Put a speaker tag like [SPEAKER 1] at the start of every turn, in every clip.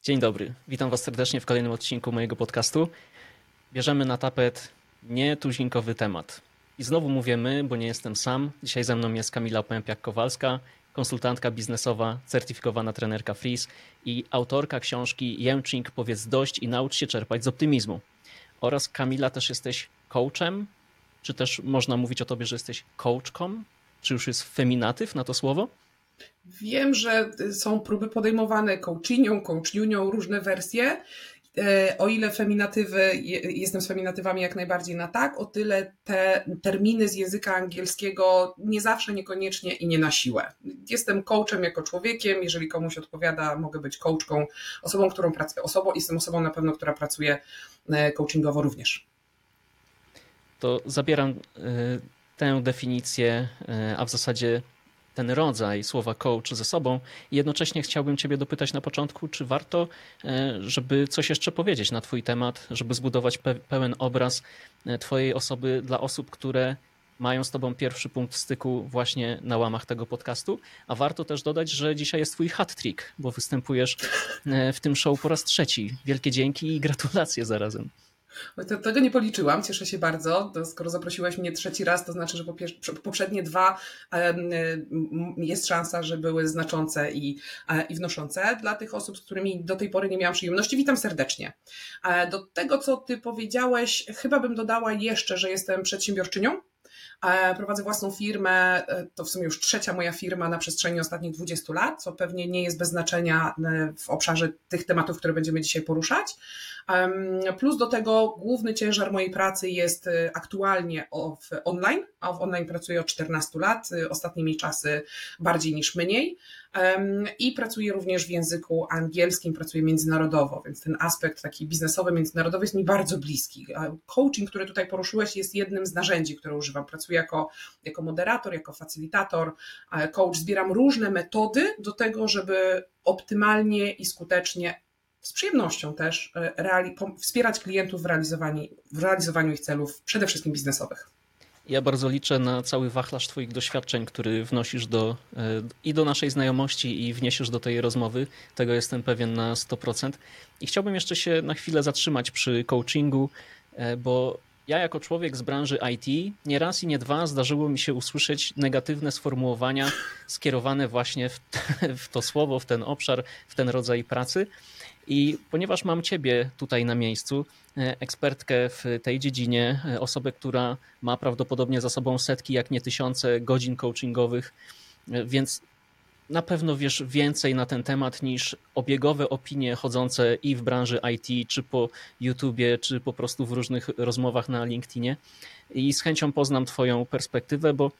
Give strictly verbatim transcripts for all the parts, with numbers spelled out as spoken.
[SPEAKER 1] Dzień dobry, witam Was serdecznie w kolejnym odcinku mojego podcastu. Bierzemy na tapet nietuzinkowy temat. I znowu mówię my, bo nie jestem sam. Dzisiaj ze mną jest Kamila Pępiak-Kowalska, konsultantka biznesowa, certyfikowana trenerka Freeze i autorka książki Jęcznik, powiedz dość i naucz się czerpać z optymizmu. Oraz Kamila, też jesteś coachem, czy też można mówić o tobie, że jesteś coachką? Czy już jest feminatyw na to słowo?
[SPEAKER 2] Wiem, że są próby podejmowane coachinią, coachniunią, różne wersje. O ile feminatywy, jestem z feminatywami jak najbardziej na tak, o tyle te terminy z języka angielskiego nie zawsze, niekoniecznie i nie na siłę. Jestem coachem jako człowiekiem, jeżeli komuś odpowiada, mogę być coachką, osobą, którą pracuję, osobą, jestem osobą na pewno, która pracuje coachingowo również.
[SPEAKER 1] To zabieram tę definicję, a w zasadzie ten rodzaj słowa coach ze sobą i jednocześnie chciałbym Ciebie dopytać na początku, czy warto, żeby coś jeszcze powiedzieć na Twój temat, żeby zbudować pe- pełen obraz Twojej osoby dla osób, które mają z Tobą pierwszy punkt styku właśnie na łamach tego podcastu, a warto też dodać, że dzisiaj jest Twój hat-trick, bo występujesz w tym show po raz trzeci. Wielkie dzięki i gratulacje zarazem.
[SPEAKER 2] To, tego nie policzyłam, cieszę się bardzo. To skoro zaprosiłaś mnie trzeci raz, to znaczy, że poprzednie dwa jest szansa, że były znaczące i, i wnoszące. Dla tych osób, z którymi do tej pory nie miałam przyjemności, witam serdecznie. Do tego, co ty powiedziałeś, chyba bym dodała jeszcze, że jestem przedsiębiorczynią. Prowadzę własną firmę, to w sumie już trzecia moja firma na przestrzeni ostatnich dwudziestu lat, co pewnie nie jest bez znaczenia w obszarze tych tematów, które będziemy dzisiaj poruszać. Plus do tego główny ciężar mojej pracy jest aktualnie online, a w online pracuję od czternastu lat, ostatnimi czasy bardziej niż mniej. I pracuję również w języku angielskim, pracuję międzynarodowo, więc ten aspekt taki biznesowy, międzynarodowy jest mi bardzo bliski. Coaching, który tutaj poruszyłeś, jest jednym z narzędzi, które używam. Pracuję jako, jako moderator, jako facylitator, coach, zbieram różne metody do tego, żeby optymalnie i skutecznie, z przyjemnością też, reali- wspierać klientów w realizowaniu, w realizowaniu ich celów, przede wszystkim biznesowych.
[SPEAKER 1] Ja bardzo liczę na cały wachlarz Twoich doświadczeń, który wnosisz do, i do naszej znajomości i wniesiesz do tej rozmowy. Tego jestem pewien na sto procent. I chciałbym jeszcze się na chwilę zatrzymać przy coachingu, bo ja jako człowiek z branży I T nie raz i nie dwa zdarzyło mi się usłyszeć negatywne sformułowania skierowane właśnie w, w to słowo, w ten obszar, w ten rodzaj pracy. I ponieważ mam Ciebie tutaj na miejscu, ekspertkę w tej dziedzinie, osobę, która ma prawdopodobnie za sobą setki, jak nie tysiące godzin coachingowych, więc na pewno wiesz więcej na ten temat niż obiegowe opinie chodzące i w branży I T, czy po YouTubie, czy po prostu w różnych rozmowach na LinkedInie. I z chęcią poznam Twoją perspektywę, bo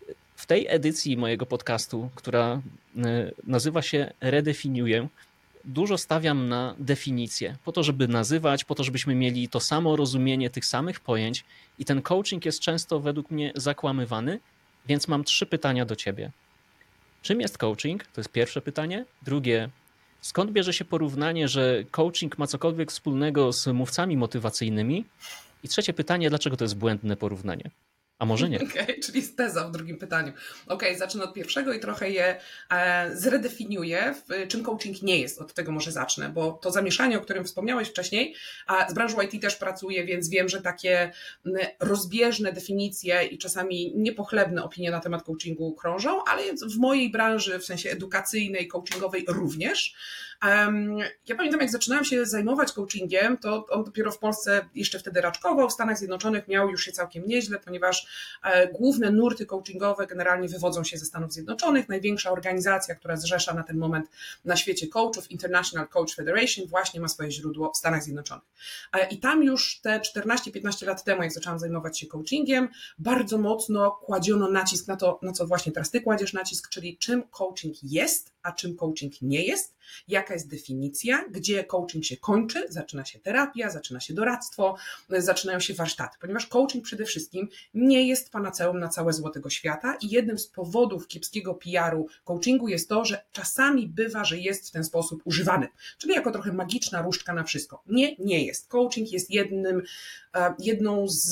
[SPEAKER 1] w tej edycji mojego podcastu, która nazywa się Redefiniuję, dużo stawiam na definicję, po to, żeby nazywać, po to, żebyśmy mieli to samo rozumienie tych samych pojęć i ten coaching jest często według mnie zakłamywany, więc mam trzy pytania do Ciebie. Czym jest coaching? To jest pierwsze pytanie. Drugie, skąd bierze się porównanie, że coaching ma cokolwiek wspólnego z mówcami motywacyjnymi? I trzecie pytanie, dlaczego to jest błędne porównanie? A może nie?
[SPEAKER 2] Okej, okay, czyli jest teza w drugim pytaniu. Okej, okay, zacznę od pierwszego i trochę je e, zredefiniuję, w czym coaching nie jest. Od tego może zacznę, bo to zamieszanie, o którym wspomniałeś wcześniej, a z branżą I T też pracuję, więc wiem, że takie rozbieżne definicje i czasami niepochlebne opinie na temat coachingu krążą, ale w mojej branży, w sensie edukacyjnej, coachingowej również. Um, ja pamiętam, jak zaczynałam się zajmować coachingiem, to on dopiero w Polsce jeszcze wtedy raczkował, w Stanach Zjednoczonych miał już się całkiem nieźle, ponieważ główne nurty coachingowe generalnie wywodzą się ze Stanów Zjednoczonych. Największa organizacja, która zrzesza na ten moment na świecie coachów, International Coach Federation, właśnie ma swoje źródło w Stanach Zjednoczonych. I tam już te czternaście piętnaście lat temu, jak zaczęłam zajmować się coachingiem, bardzo mocno kładziono nacisk na to, na co właśnie teraz ty kładziesz nacisk, czyli czym coaching jest, a czym coaching nie jest, jaka jest definicja, gdzie coaching się kończy, zaczyna się terapia, zaczyna się doradztwo, zaczynają się warsztaty, ponieważ coaching przede wszystkim nie jest panaceum na całe zło tego świata i jednym z powodów kiepskiego P R u coachingu jest to, że czasami bywa, że jest w ten sposób używany, czyli jako trochę magiczna różdżka na wszystko. Nie, nie jest. Coaching jest jednym, jedną z,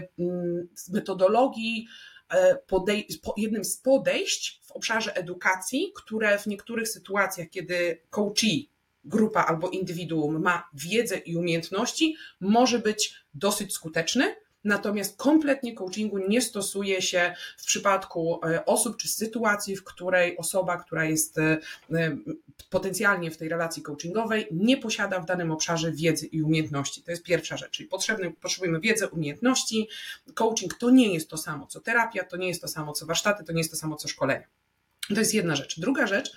[SPEAKER 2] z metodologii, podej- jednym z podejść w obszarze edukacji, które w niektórych sytuacjach, kiedy coachee grupa albo indywiduum ma wiedzę i umiejętności, może być dosyć skuteczny. Natomiast kompletnie coachingu nie stosuje się w przypadku osób czy sytuacji, w której osoba, która jest potencjalnie w tej relacji coachingowej, nie posiada w danym obszarze wiedzy i umiejętności. To jest pierwsza rzecz, czyli potrzebny, potrzebujemy wiedzy, umiejętności. Coaching to nie jest to samo co terapia, to nie jest to samo co warsztaty, to nie jest to samo co szkolenia. To jest jedna rzecz. Druga rzecz,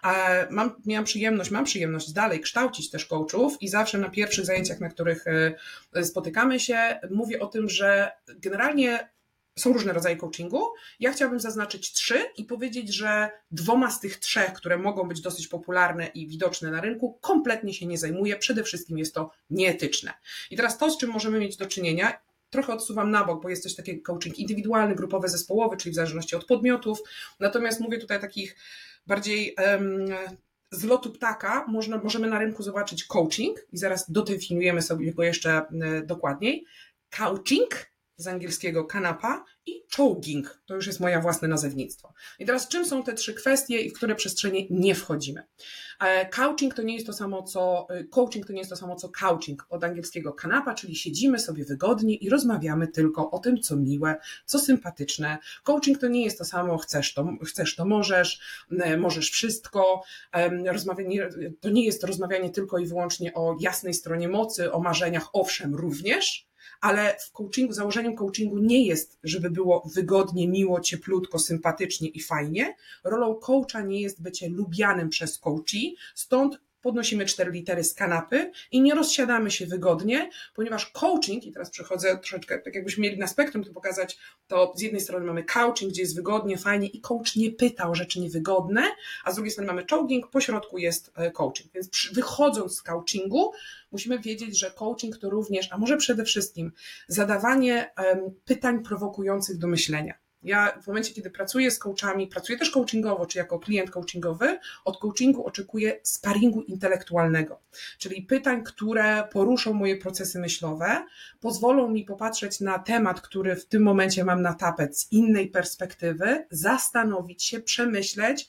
[SPEAKER 2] mam, miałam przyjemność, mam przyjemność dalej kształcić też coachów i zawsze na pierwszych zajęciach, na których spotykamy się, mówię o tym, że generalnie są różne rodzaje coachingu. Ja chciałabym zaznaczyć trzy i powiedzieć, że dwoma z tych trzech, które mogą być dosyć popularne i widoczne na rynku, kompletnie się nie zajmuję. Przede wszystkim jest to nieetyczne. I teraz to, z czym możemy mieć do czynienia, trochę odsuwam na bok, bo jest też taki coaching indywidualny, grupowy, zespołowy, czyli w zależności od podmiotów. Natomiast mówię tutaj takich bardziej um, z lotu ptaka. Można, możemy na rynku zobaczyć coaching i zaraz dodefiniujemy sobie go jeszcze dokładniej. Couching z angielskiego kanapa i chogging. To już jest moje własne nazewnictwo. I teraz czym są te trzy kwestie i w które przestrzenie nie wchodzimy? Couching to nie jest to samo co, coaching to nie jest to samo co couching od angielskiego kanapa, czyli siedzimy sobie wygodnie i rozmawiamy tylko o tym, co miłe, co sympatyczne. Coaching to nie jest to samo, chcesz to, chcesz to możesz, możesz wszystko. Rozmawianie, to nie jest rozmawianie tylko i wyłącznie o jasnej stronie mocy, o marzeniach, owszem, również, ale w coachingu, założeniem coachingu nie jest, żeby było wygodnie, miło, cieplutko, sympatycznie i fajnie. Rolą coacha nie jest bycie lubianym przez coachi, stąd podnosimy cztery litery z kanapy i nie rozsiadamy się wygodnie, ponieważ coaching, i teraz przechodzę troszeczkę, tak jakbyśmy mieli na spektrum to pokazać, to z jednej strony mamy coaching, gdzie jest wygodnie, fajnie i coach nie pyta o rzeczy niewygodne, a z drugiej strony mamy chogging, po środku jest coaching. Więc wychodząc z coachingu, musimy wiedzieć, że coaching to również, a może przede wszystkim zadawanie pytań prowokujących do myślenia. Ja w momencie, kiedy pracuję z coachami, pracuję też coachingowo, czy jako klient coachingowy, od coachingu oczekuję sparingu intelektualnego, czyli pytań, które poruszą moje procesy myślowe, pozwolą mi popatrzeć na temat, który w tym momencie mam na tapet z innej perspektywy, zastanowić się, przemyśleć,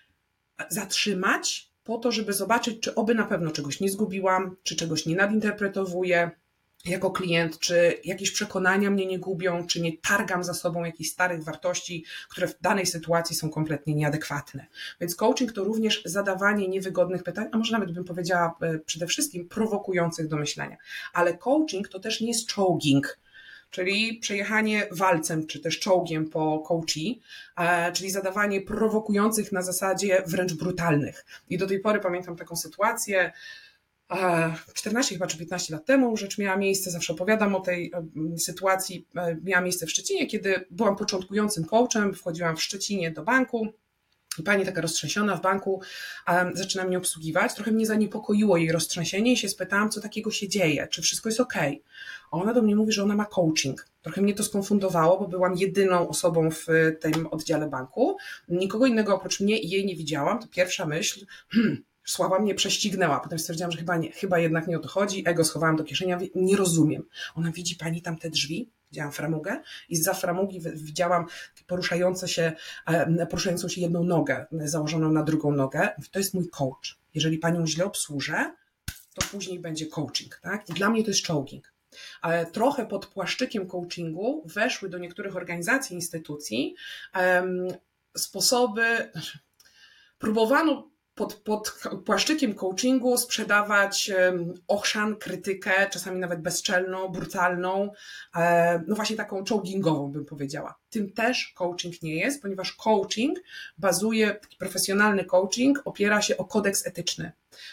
[SPEAKER 2] zatrzymać po to, żeby zobaczyć, czy oby na pewno czegoś nie zgubiłam, czy czegoś nie nadinterpretowuję jako klient, czy jakieś przekonania mnie nie gubią, czy nie targam za sobą jakichś starych wartości, które w danej sytuacji są kompletnie nieadekwatne. Więc coaching to również zadawanie niewygodnych pytań, a może nawet bym powiedziała przede wszystkim prowokujących do myślenia. Ale coaching to też nie jest chogging, czyli przejechanie walcem, czy też czołgiem po coachi, czyli zadawanie prowokujących na zasadzie wręcz brutalnych. I do tej pory pamiętam taką sytuację, czternaście chyba czy piętnaście lat temu rzecz miała miejsce, zawsze opowiadam o tej sytuacji, miała miejsce w Szczecinie, kiedy byłam początkującym coachem, wchodziłam w Szczecinie do banku i pani taka roztrzęsiona w banku zaczyna mnie obsługiwać. Trochę mnie zaniepokoiło jej roztrzęsienie i się spytałam, co takiego się dzieje, czy wszystko jest okej. A ona do mnie mówi, że ona ma coaching. Trochę mnie to skonfundowało, bo byłam jedyną osobą w tym oddziale banku. Nikogo innego oprócz mnie i jej nie widziałam. To pierwsza myśl, hmm, słaba mnie prześcignęła. Potem stwierdziłam, że chyba nie, chyba jednak nie o to chodzi. Ego schowałam do kieszeni, ja nie rozumiem. Ona widzi pani tam te drzwi? Widziałam framugę i zza framugi widziałam poruszające się, poruszającą się jedną nogę założoną na drugą nogę. To jest mój coach. Jeżeli panią źle obsłużę, to później będzie coaching. Tak? I dla mnie to jest chogging. Ale trochę pod płaszczykiem coachingu weszły do niektórych organizacji, instytucji um, sposoby, próbowano pod, pod płaszczykiem coachingu sprzedawać ochrzan, krytykę, czasami nawet bezczelną, brutalną, no właśnie taką choggingową bym powiedziała. Tym też coaching nie jest, ponieważ coaching bazuje, taki profesjonalny coaching opiera się o kodeks etyczny,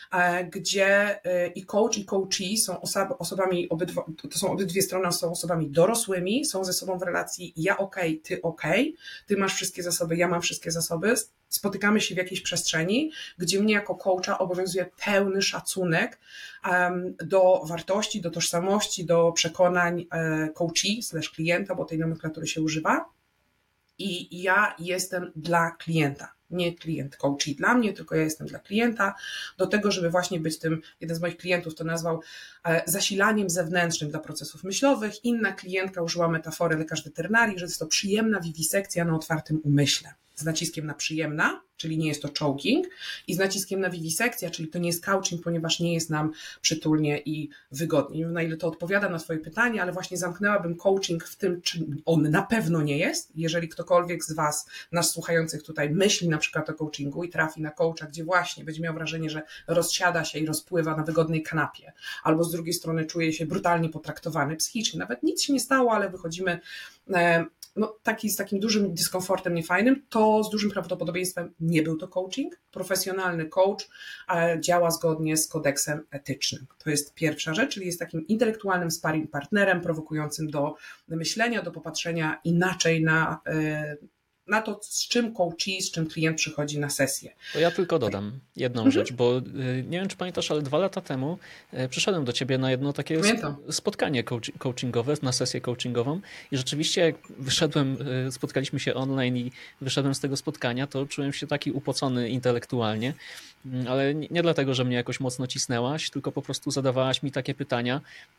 [SPEAKER 2] gdzie i coach i coachee są osob- osobami, obydwa, to są obydwie strony, są osobami dorosłymi, są ze sobą w relacji ja okej, okay, ty okej, okay, ty masz wszystkie zasoby, ja mam wszystkie zasoby, spotykamy się w jakiejś przestrzeni, gdzie mnie jako coacha obowiązuje pełny szacunek um, do wartości, do tożsamości, do przekonań um, coachee slash klienta, bo tej nomenklatury się używa i ja jestem dla klienta. nie klient coachee dla mnie, tylko ja jestem dla klienta, do tego, żeby właśnie być tym, jeden z moich klientów to nazwał zasilaniem zewnętrznym dla procesów myślowych. Inna klientka użyła metafory lekarz weterynarii, że jest to przyjemna wiwisekcja na otwartym umyśle. Z naciskiem na przyjemna, czyli nie jest to choking, i z naciskiem na wiwisekcja, czyli to nie jest coaching, ponieważ nie jest nam przytulnie i wygodnie. Nie wiem, na ile to odpowiada na Twoje pytanie, ale właśnie zamknęłabym coaching w tym, czym on na pewno nie jest. Jeżeli ktokolwiek z Was, nas słuchających tutaj, myśli na przykład o coachingu i trafi na coacha, gdzie właśnie będzie miał wrażenie, że rozsiada się i rozpływa na wygodnej kanapie, albo z drugiej strony czuje się brutalnie potraktowany psychicznie, nawet nic się nie stało, ale wychodzimy no, taki, z takim dużym dyskomfortem niefajnym, to z dużym prawdopodobieństwem nie był to coaching. Profesjonalny coach działa zgodnie z kodeksem etycznym. To jest pierwsza rzecz, czyli jest takim intelektualnym sparring partnerem prowokującym do myślenia, do popatrzenia inaczej na, na to, z czym coachee, z czym klient przychodzi na sesję.
[SPEAKER 1] To ja tylko dodam jedną mhm. rzecz, bo nie wiem, czy pamiętasz, ale dwa lata temu przyszedłem do ciebie na jedno takie Pamiętam. spotkanie coachingowe, na sesję coachingową i rzeczywiście jak wyszedłem, spotkaliśmy się online i wyszedłem z tego spotkania, to czułem się taki upocony intelektualnie, ale nie dlatego, że mnie jakoś mocno cisnęłaś, tylko po prostu zadawałaś mi takie pytania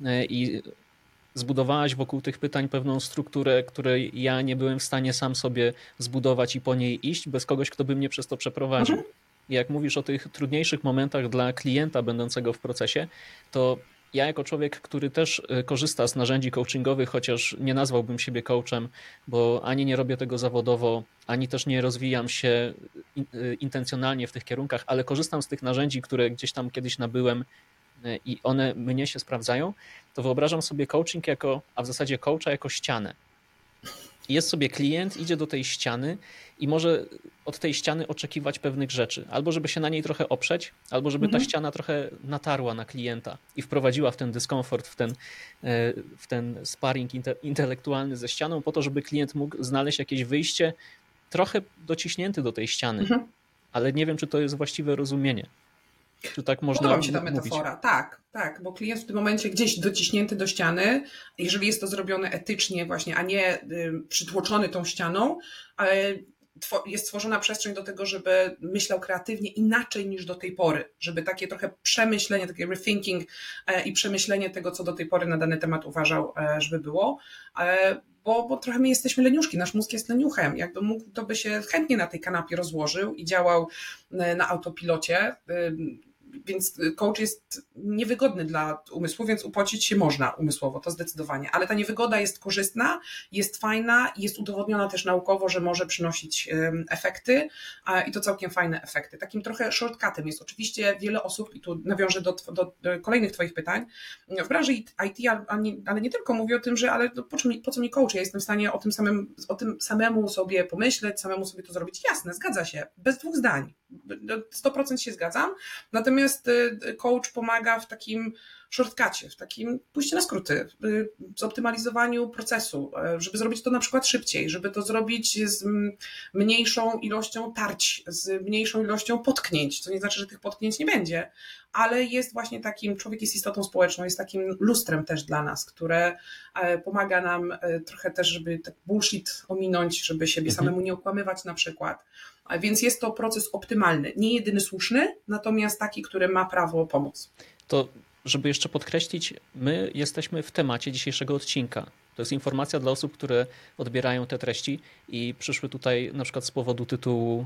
[SPEAKER 1] i zbudowałaś wokół tych pytań pewną strukturę, której ja nie byłem w stanie sam sobie zbudować i po niej iść bez kogoś, kto by mnie przez to przeprowadził. Mhm. I jak mówisz o tych trudniejszych momentach dla klienta będącego w procesie, to ja jako człowiek, który też korzysta z narzędzi coachingowych, chociaż nie nazwałbym siebie coachem, bo ani nie robię tego zawodowo, ani też nie rozwijam się intencjonalnie w tych kierunkach, ale korzystam z tych narzędzi, które gdzieś tam kiedyś nabyłem i one mnie się sprawdzają, to wyobrażam sobie coaching jako, a w zasadzie coacha jako ścianę. Jest sobie klient, idzie do tej ściany i może od tej ściany oczekiwać pewnych rzeczy. Albo żeby się na niej trochę oprzeć, albo żeby mhm. ta ściana trochę natarła na klienta i wprowadziła w ten dyskomfort, w ten, w ten sparring intelektualny ze ścianą, po to, żeby klient mógł znaleźć jakieś wyjście trochę dociśnięty do tej ściany. Mhm. Ale nie wiem, czy to jest właściwe rozumienie. Czy tak można
[SPEAKER 2] Podoba mi się ta metafora. Mówić? Tak, tak, bo klient w tym momencie gdzieś dociśnięty do ściany, jeżeli jest to zrobione etycznie właśnie, a nie y, przytłoczony tą ścianą, y, jest stworzona przestrzeń do tego, żeby myślał kreatywnie inaczej niż do tej pory, żeby takie trochę przemyślenie, takie rethinking y, i przemyślenie tego, co do tej pory na dany temat uważał, y, żeby było, y, bo, bo trochę my jesteśmy leniuszki, nasz mózg jest leniuchem, jakby mógł, to by się chętnie na tej kanapie rozłożył i działał y, na autopilocie, y, więc coach jest niewygodny dla umysłu, więc upocić się można umysłowo, to zdecydowanie, ale ta niewygoda jest korzystna, jest fajna i jest udowodniona też naukowo, że może przynosić efekty i to całkiem fajne efekty. Takim trochę shortcutem jest oczywiście wiele osób, i tu nawiążę do, do kolejnych Twoich pytań, w branży I T, ale nie tylko mówię o tym, że ale po co mi, po co mi coach, ja jestem w stanie o tym, samym, o tym samemu sobie pomyśleć, samemu sobie to zrobić, jasne, zgadza się, bez dwóch zdań. sto procent się zgadzam, natomiast coach pomaga w takim shortcucie, w takim pójściu na skróty, w zoptymalizowaniu procesu, żeby zrobić to na przykład szybciej, żeby to zrobić z mniejszą ilością tarć, z mniejszą ilością potknięć, co nie znaczy, że tych potknięć nie będzie, ale jest właśnie takim, człowiek jest istotą społeczną, jest takim lustrem też dla nas, które pomaga nam trochę też, żeby tak bullshit ominąć, żeby siebie mhm. samemu nie okłamywać na przykład. Więc jest to proces optymalny, nie jedyny słuszny, natomiast taki, który ma prawo pomóc.
[SPEAKER 1] To żeby jeszcze podkreślić, my jesteśmy w temacie dzisiejszego odcinka. To jest informacja dla osób, które odbierają te treści i przyszły tutaj na przykład z powodu tytułu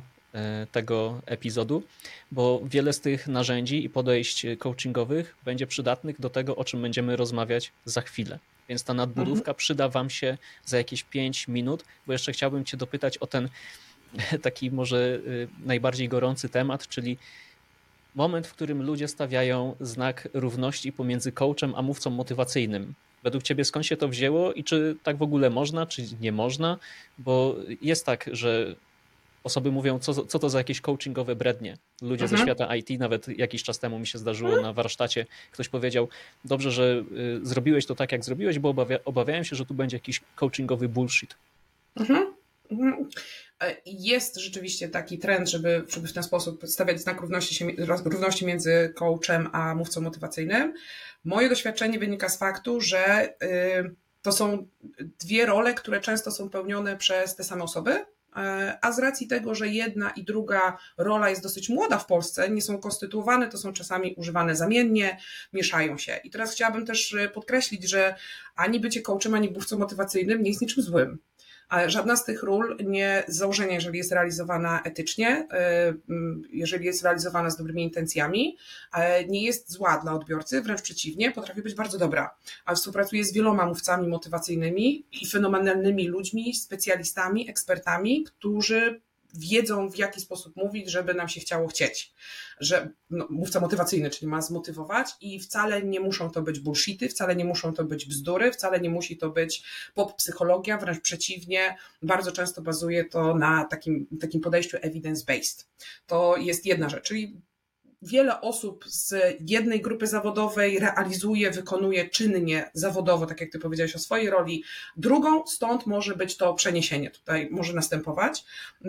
[SPEAKER 1] tego epizodu, bo wiele z tych narzędzi i podejść coachingowych będzie przydatnych do tego, o czym będziemy rozmawiać za chwilę. Więc ta nadbudówka mhm. przyda Wam się za jakieś pięć minut, bo jeszcze chciałbym Cię dopytać o ten taki może najbardziej gorący temat, czyli moment, w którym ludzie stawiają znak równości pomiędzy coachem a mówcą motywacyjnym. Według Ciebie skąd się to wzięło i czy tak w ogóle można, czy nie można? Bo jest tak, że osoby mówią, co, co to za jakieś coachingowe brednie. Ludzie mhm. ze świata I T, nawet jakiś czas temu mi się zdarzyło mhm. na warsztacie, ktoś powiedział, dobrze, że y, zrobiłeś to tak, jak zrobiłeś, bo obawia, obawiałem się, że tu będzie jakiś coachingowy bullshit.
[SPEAKER 2] Mhm. Mhm. Jest rzeczywiście taki trend, żeby, żeby w ten sposób stawiać znak równości, się, równości między coachem a mówcą motywacyjnym. Moje doświadczenie wynika z faktu, że y, to są dwie role, które często są pełnione przez te same osoby, a z racji tego, że jedna i druga rola jest dosyć młoda w Polsce, nie są konstytuowane, to są czasami używane zamiennie, mieszają się. I teraz chciałabym też podkreślić, że ani bycie coachem, ani mówcą motywacyjnym nie jest niczym złym. Ale żadna z tych ról nie z założenia, jeżeli jest realizowana etycznie, jeżeli jest realizowana z dobrymi intencjami, nie jest zła dla odbiorcy, wręcz przeciwnie, potrafi być bardzo dobra. A współpracuję z wieloma mówcami motywacyjnymi i fenomenalnymi ludźmi, specjalistami, ekspertami, którzy wiedzą, w jaki sposób mówić, żeby nam się chciało chcieć. Że no, mówca motywacyjny, czyli ma zmotywować i wcale nie muszą to być bullshity, wcale nie muszą to być bzdury, wcale nie musi to być pop psychologia, wręcz przeciwnie, bardzo często bazuje to na takim, takim podejściu evidence-based. To jest jedna rzecz, czyli wiele osób z jednej grupy zawodowej realizuje, wykonuje czynnie zawodowo, tak jak ty powiedziałeś o swojej roli, drugą, stąd może być to przeniesienie, tutaj może następować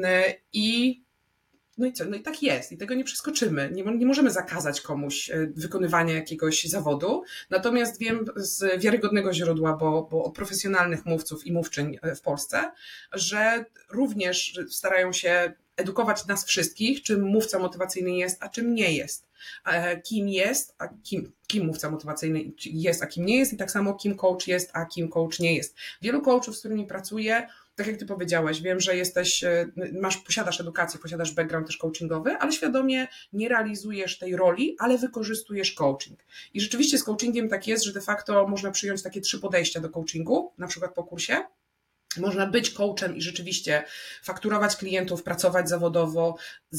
[SPEAKER 2] i no i co? No i tak jest i tego nie przeskoczymy, nie, nie możemy zakazać komuś wykonywania jakiegoś zawodu, natomiast wiem z wiarygodnego źródła, bo, bo od profesjonalnych mówców i mówczyń w Polsce, że również starają się edukować nas wszystkich, czym mówca motywacyjny jest, a czym nie jest. Kim jest, a kim, kim mówca motywacyjny jest, a kim nie jest i tak samo kim coach jest, a kim coach nie jest. Wielu coachów, z którymi pracuję, tak jak ty powiedziałeś, wiem, że jesteś, masz, posiadasz edukację, posiadasz background też coachingowy, ale świadomie nie realizujesz tej roli, ale wykorzystujesz coaching. I rzeczywiście z coachingiem tak jest, że de facto można przyjąć takie trzy podejścia do coachingu, na przykład po kursie. Można być coachem i rzeczywiście fakturować klientów, pracować zawodowo.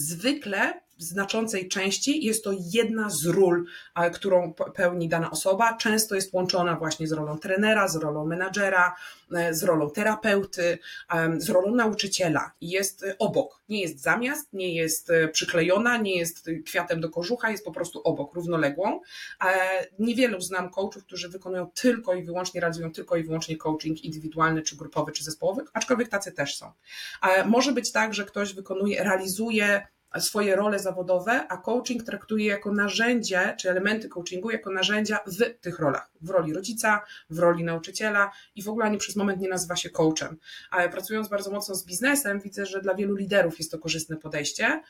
[SPEAKER 2] Zwykle w znaczącej części jest to jedna z ról, którą pełni dana osoba. Często jest łączona właśnie z rolą trenera, z rolą menadżera, z rolą terapeuty, z rolą nauczyciela. I jest obok. Nie jest zamiast, nie jest przyklejona, nie jest kwiatem do kożucha, jest po prostu obok, równoległą. Niewielu znam coachów, którzy wykonują tylko i wyłącznie, realizują tylko i wyłącznie coaching indywidualny, czy grupowy, czy zespołowy, aczkolwiek tacy też są. Może być tak, że ktoś wykonuje, realizuje swoje role zawodowe, a coaching traktuje jako narzędzie, czy elementy coachingu jako narzędzia w tych rolach. W roli rodzica, w roli nauczyciela i w ogóle ani przez moment nie nazywa się coachem. Ale pracując bardzo mocno z biznesem, widzę, że dla wielu liderów jest to korzystne podejście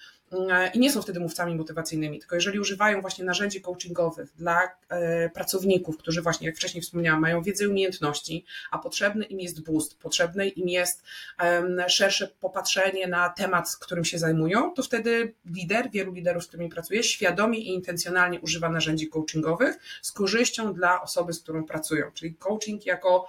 [SPEAKER 2] i nie są wtedy mówcami motywacyjnymi, tylko jeżeli używają właśnie narzędzi coachingowych dla pracowników, którzy właśnie, jak wcześniej wspomniałam, mają wiedzę i umiejętności, a potrzebny im jest boost, potrzebne im jest szersze popatrzenie na temat, z którym się zajmują, to wtedy lider, wielu liderów, z którymi pracuję, świadomie i intencjonalnie używa narzędzi coachingowych z korzyścią dla osoby, z którą pracują. Czyli coaching jako,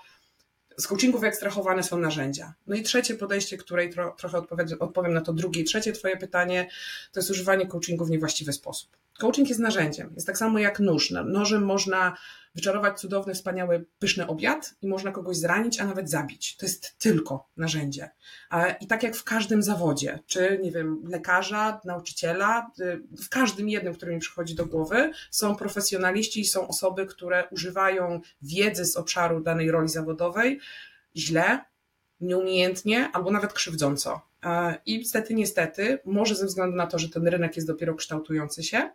[SPEAKER 2] z coachingu wyekstrahowane są narzędzia. No i trzecie podejście, której tro, trochę odpowiem na to drugie i trzecie twoje pytanie, to jest używanie coachingu w niewłaściwy sposób. Coaching jest narzędziem, jest tak samo jak nóż. Nożem można wyczarować cudowny, wspaniały, pyszny obiad i można kogoś zranić, a nawet zabić. To jest tylko narzędzie. I tak jak w każdym zawodzie, czy nie wiem, lekarza, nauczyciela, w każdym jednym, który mi przychodzi do głowy, są profesjonaliści i są osoby, które używają wiedzy z obszaru danej roli zawodowej źle, nieumiejętnie albo nawet krzywdząco. I niestety, niestety, może ze względu na to, że ten rynek jest dopiero kształtujący się,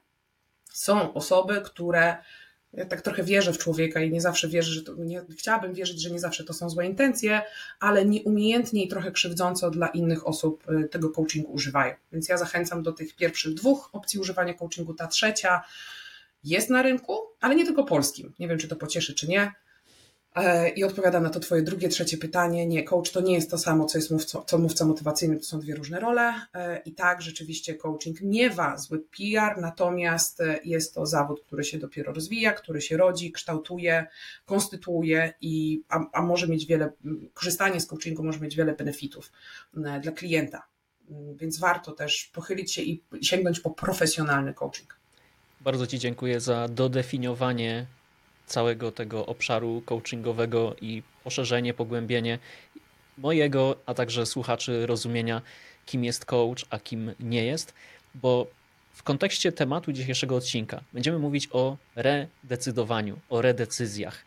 [SPEAKER 2] są osoby, które, ja tak trochę wierzę w człowieka i nie zawsze wierzę, że to, nie, chciałabym wierzyć, że nie zawsze to są złe intencje, ale nieumiejętnie i trochę krzywdząco dla innych osób tego coachingu używają. Więc ja zachęcam do tych pierwszych dwóch opcji używania coachingu. Ta trzecia jest na rynku, ale nie tylko polskim. Nie wiem, czy to pocieszy, czy nie. I odpowiadam na to twoje drugie, trzecie pytanie. Nie, coach to nie jest to samo, co jest mówca, co mówca motywacyjny, to są dwie różne role. I tak, rzeczywiście coaching miewa zły P R, natomiast jest to zawód, który się dopiero rozwija, który się rodzi, kształtuje, konstytuuje i a, a może mieć wiele, korzystanie z coachingu może mieć wiele benefitów dla klienta. Więc warto też pochylić się i sięgnąć po profesjonalny coaching.
[SPEAKER 1] Bardzo ci dziękuję za dodefiniowanie całego tego obszaru coachingowego i poszerzenie, pogłębienie mojego, a także słuchaczy rozumienia, kim jest coach, a kim nie jest, bo w kontekście tematu dzisiejszego odcinka będziemy mówić o redecydowaniu, o redecyzjach.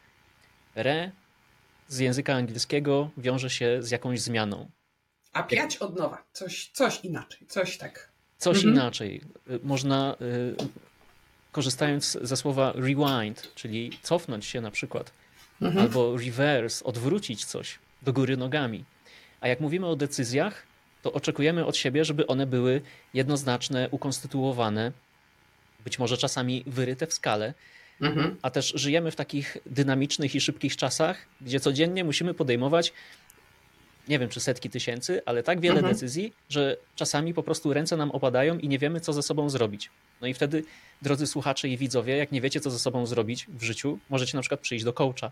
[SPEAKER 1] Re z języka angielskiego wiąże się z jakąś zmianą.
[SPEAKER 2] A piać od nowa, coś, coś inaczej, coś tak.
[SPEAKER 1] Coś
[SPEAKER 2] mhm.
[SPEAKER 1] inaczej. Można... korzystając ze słowa rewind, czyli cofnąć się na przykład, mhm. albo reverse, odwrócić coś do góry nogami. A jak mówimy o decyzjach, to oczekujemy od siebie, żeby one były jednoznaczne, ukonstytuowane, być może czasami wyryte w skale,
[SPEAKER 2] Mhm.
[SPEAKER 1] a też żyjemy w takich dynamicznych i szybkich czasach, gdzie codziennie musimy podejmować, nie wiem czy setki tysięcy, ale tak wiele
[SPEAKER 2] Mhm.
[SPEAKER 1] decyzji, że czasami po prostu ręce nam opadają i nie wiemy, co ze sobą zrobić. No i wtedy, drodzy słuchacze i widzowie, jak nie wiecie, co ze sobą zrobić w życiu, możecie na przykład przyjść do coacha.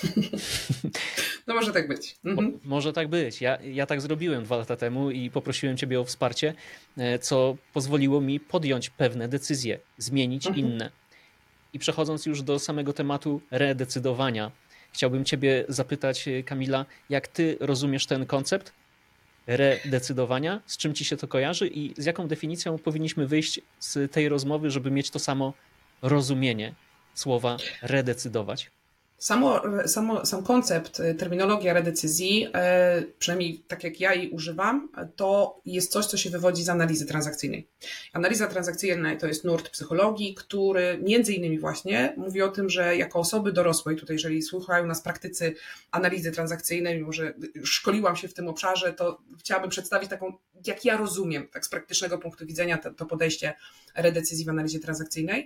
[SPEAKER 2] No może tak być. Mhm.
[SPEAKER 1] Mo- może tak być. Ja, ja tak zrobiłem dwa lata temu i poprosiłem ciebie o wsparcie, e, co pozwoliło mi podjąć pewne decyzje, zmienić
[SPEAKER 2] Mhm.
[SPEAKER 1] inne. I przechodząc już do samego tematu redecydowania, chciałbym ciebie zapytać, e, Kamila, jak ty rozumiesz ten koncept redecydowania, z czym ci się to kojarzy i z jaką definicją powinniśmy wyjść z tej rozmowy, żeby mieć to samo rozumienie słowa redecydować?
[SPEAKER 2] Samo, samo, sam koncept, terminologia redecyzji, przynajmniej tak jak ja jej używam, to jest coś, co się wywodzi z analizy transakcyjnej. Analiza transakcyjna to jest nurt psychologii, który między innymi właśnie mówi o tym, że jako osoby dorosłe, i tutaj jeżeli słuchają nas praktycy analizy transakcyjnej, mimo że szkoliłam się w tym obszarze, to chciałabym przedstawić taką, jak ja rozumiem, tak z praktycznego punktu widzenia to, to podejście redecyzji w analizie transakcyjnej.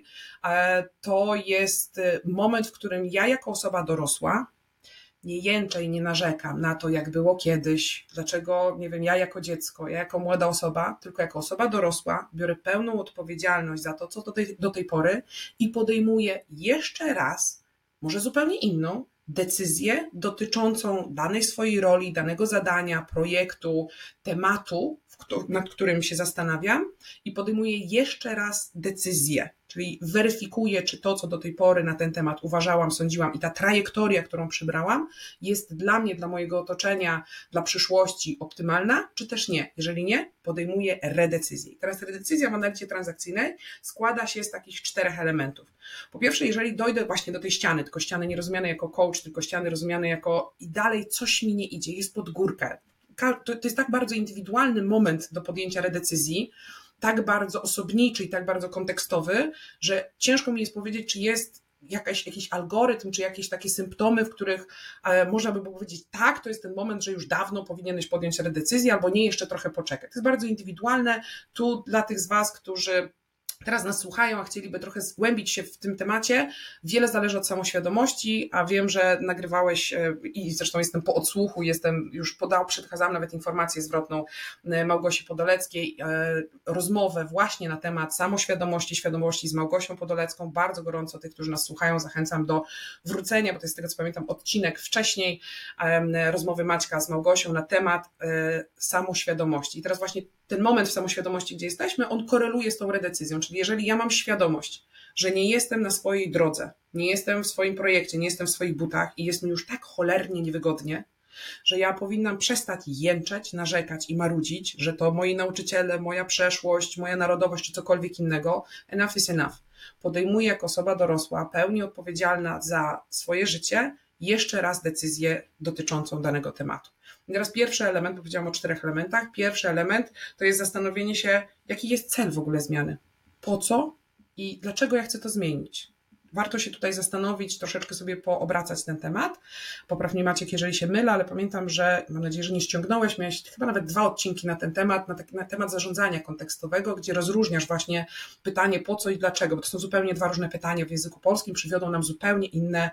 [SPEAKER 2] To jest moment, w którym ja jako osoba dorosła nie jęczę i nie narzekam na to, jak było kiedyś, dlaczego, nie wiem, ja jako dziecko, ja jako młoda osoba, tylko jako osoba dorosła biorę pełną odpowiedzialność za to, co do tej, do tej pory i podejmuję jeszcze raz, może zupełnie inną, decyzję dotyczącą danej swojej roli, danego zadania, projektu, tematu, nad którym się zastanawiam i podejmuję jeszcze raz decyzję, czyli weryfikuję, czy to, co do tej pory na ten temat uważałam, sądziłam i ta trajektoria, którą przybrałam, jest dla mnie, dla mojego otoczenia, dla przyszłości optymalna, czy też nie. Jeżeli nie, podejmuję redecyzję. I teraz redecyzja w analizie transakcyjnej składa się z takich czterech elementów. Po pierwsze, jeżeli dojdę właśnie do tej ściany, tylko ściany nie rozumiane jako coach, tylko ściany rozumiane jako i dalej coś mi nie idzie, jest pod górkę. To jest tak bardzo indywidualny moment do podjęcia redecyzji, tak bardzo osobniczy i tak bardzo kontekstowy, że ciężko mi jest powiedzieć, czy jest jakaś, jakiś algorytm, czy jakieś takie symptomy, w których można by było powiedzieć, tak, to jest ten moment, że już dawno powinieneś podjąć redecyzję, albo nie, jeszcze trochę poczekać. To jest bardzo indywidualne. Tu dla tych z Was, którzy teraz nas słuchają, a chcieliby trochę zgłębić się w tym temacie, wiele zależy od samoświadomości, a wiem, że nagrywałeś i zresztą jestem po odsłuchu, jestem już podał, przekazałam nawet informację zwrotną Małgosi Podoleckiej, rozmowę właśnie na temat samoświadomości, świadomości z Małgosią Podolecką. Bardzo gorąco tych, którzy nas słuchają, zachęcam do wrócenia, bo to jest z tego, co pamiętam, odcinek wcześniej, rozmowy Maćka z Małgosią na temat samoświadomości. I teraz właśnie ten moment w samoświadomości, gdzie jesteśmy, on koreluje z tą redecyzją, czyli jeżeli ja mam świadomość, że nie jestem na swojej drodze, nie jestem w swoim projekcie, nie jestem w swoich butach i jest mi już tak cholernie niewygodnie, że ja powinnam przestać jęczeć, narzekać i marudzić, że to moi nauczyciele, moja przeszłość, moja narodowość czy cokolwiek innego, enough is enough. Podejmuję jako osoba dorosła, pełni odpowiedzialna za swoje życie, jeszcze raz decyzję dotyczącą danego tematu. I teraz pierwszy element, bo powiedziałam o czterech elementach, pierwszy element to jest zastanowienie się, jaki jest cel w ogóle zmiany, po co i dlaczego ja chcę to zmienić. Warto się tutaj zastanowić, troszeczkę sobie poobracać ten temat. Popraw mnie Maciek, jeżeli się mylę, ale pamiętam, że mam nadzieję, że nie ściągnąłeś, miałeś chyba nawet dwa odcinki na ten temat, na, taki, na temat zarządzania kontekstowego, gdzie rozróżniasz właśnie pytanie po co i dlaczego, bo to są zupełnie dwa różne pytania w języku polskim, przywiodą nam zupełnie inne,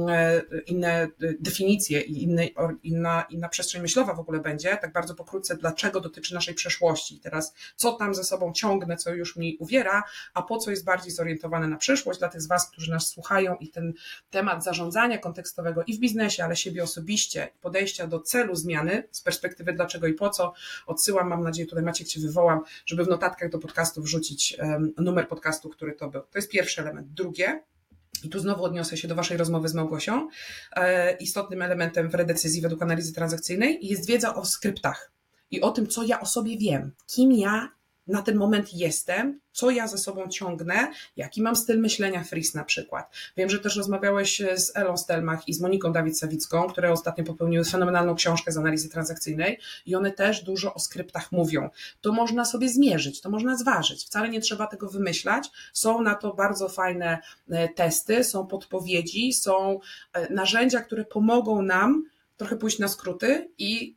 [SPEAKER 2] inne definicje i inne, inna, inna przestrzeń myślowa w ogóle będzie, tak bardzo pokrótce, dlaczego dotyczy naszej przeszłości. I teraz co tam ze sobą ciągnę, co już mi uwiera, a po co jest bardziej zorientowane na przyszłość dla tych z Was, którzy nas słuchają i ten temat zarządzania kontekstowego i w biznesie, ale siebie osobiście, podejścia do celu zmiany z perspektywy dlaczego i po co, odsyłam, mam nadzieję, tutaj Maciek Cię wywołam, żeby w notatkach do podcastu wrzucić numer podcastu, który to był. To jest pierwszy element. Drugie, i tu znowu odniosę się do Waszej rozmowy z Małgosią, istotnym elementem w redecyzji według analizy transakcyjnej jest wiedza o skryptach i o tym, co ja o sobie wiem, kim ja na ten moment jestem, co ja ze sobą ciągnę, jaki mam styl myślenia Fris na przykład. Wiem, że też rozmawiałeś z Elą Stelmach i z Moniką Dawid-Sawicką, które ostatnio popełniły fenomenalną książkę z analizy transakcyjnej i one też dużo o skryptach mówią. To można sobie zmierzyć, to można zważyć. Wcale nie trzeba tego wymyślać. Są na to bardzo fajne testy, są podpowiedzi, są narzędzia, które pomogą nam trochę pójść na skróty i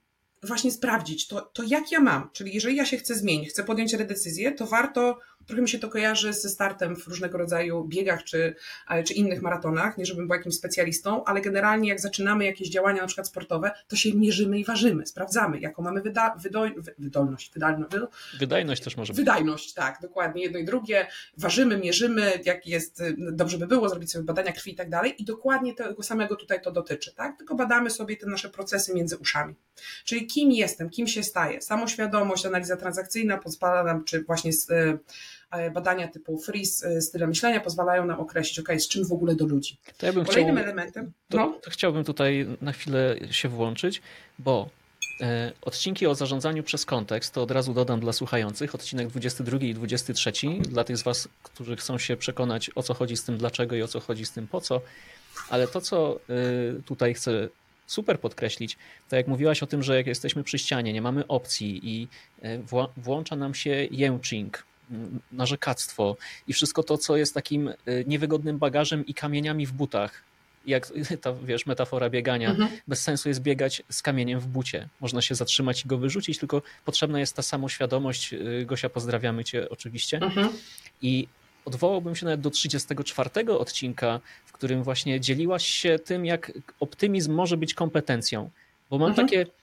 [SPEAKER 2] właśnie sprawdzić to, to jak ja mam, czyli jeżeli ja się chcę zmienić, chcę podjąć redecyzję, to warto, trochę mi się to kojarzy ze startem w różnego rodzaju biegach czy, czy innych maratonach, nie żebym był jakimś specjalistą, ale generalnie jak zaczynamy jakieś działania na przykład sportowe, to się mierzymy i ważymy, sprawdzamy, jaką mamy wyda, wydoj, wydolność, wydalność, wydo,
[SPEAKER 1] wydajność też może być.
[SPEAKER 2] Wydajność, tak, dokładnie, jedno i drugie, ważymy, mierzymy, jak jest, dobrze by było zrobić sobie badania krwi i tak dalej i dokładnie tego samego tutaj to dotyczy, tak, tylko badamy sobie te nasze procesy między uszami, czyli kim jestem, kim się staję, samoświadomość, analiza transakcyjna pozwala nam, czy właśnie z, badania typu Freeze, style myślenia pozwalają nam określić, ok, z czym w ogóle do ludzi.
[SPEAKER 1] To ja bym
[SPEAKER 2] Kolejnym
[SPEAKER 1] chciał,
[SPEAKER 2] elementem.
[SPEAKER 1] To,
[SPEAKER 2] no.
[SPEAKER 1] to chciałbym tutaj na chwilę się włączyć, bo e, odcinki o zarządzaniu przez kontekst, to od razu dodam dla słuchających, odcinek dwudziesty drugi i dwudziesty trzeci, dla tych z Was, którzy chcą się przekonać, o co chodzi z tym dlaczego i o co chodzi z tym po co, ale to, co e, tutaj chcę super podkreślić, to jak mówiłaś o tym, że jak jesteśmy przy ścianie, nie mamy opcji i e, wła- włącza nam się jęczing, narzekactwo i wszystko to, co jest takim niewygodnym bagażem i kamieniami w butach. Jak ta, wiesz, metafora biegania. Mhm. Bez sensu jest biegać z kamieniem w bucie. Można się zatrzymać i go wyrzucić, tylko potrzebna jest ta samoświadomość. Gosia, pozdrawiamy Cię oczywiście. Mhm. I odwołałbym się nawet do trzydziestego czwartego odcinka, w którym właśnie dzieliłaś się tym, jak optymizm może być kompetencją. Bo mam mhm. takie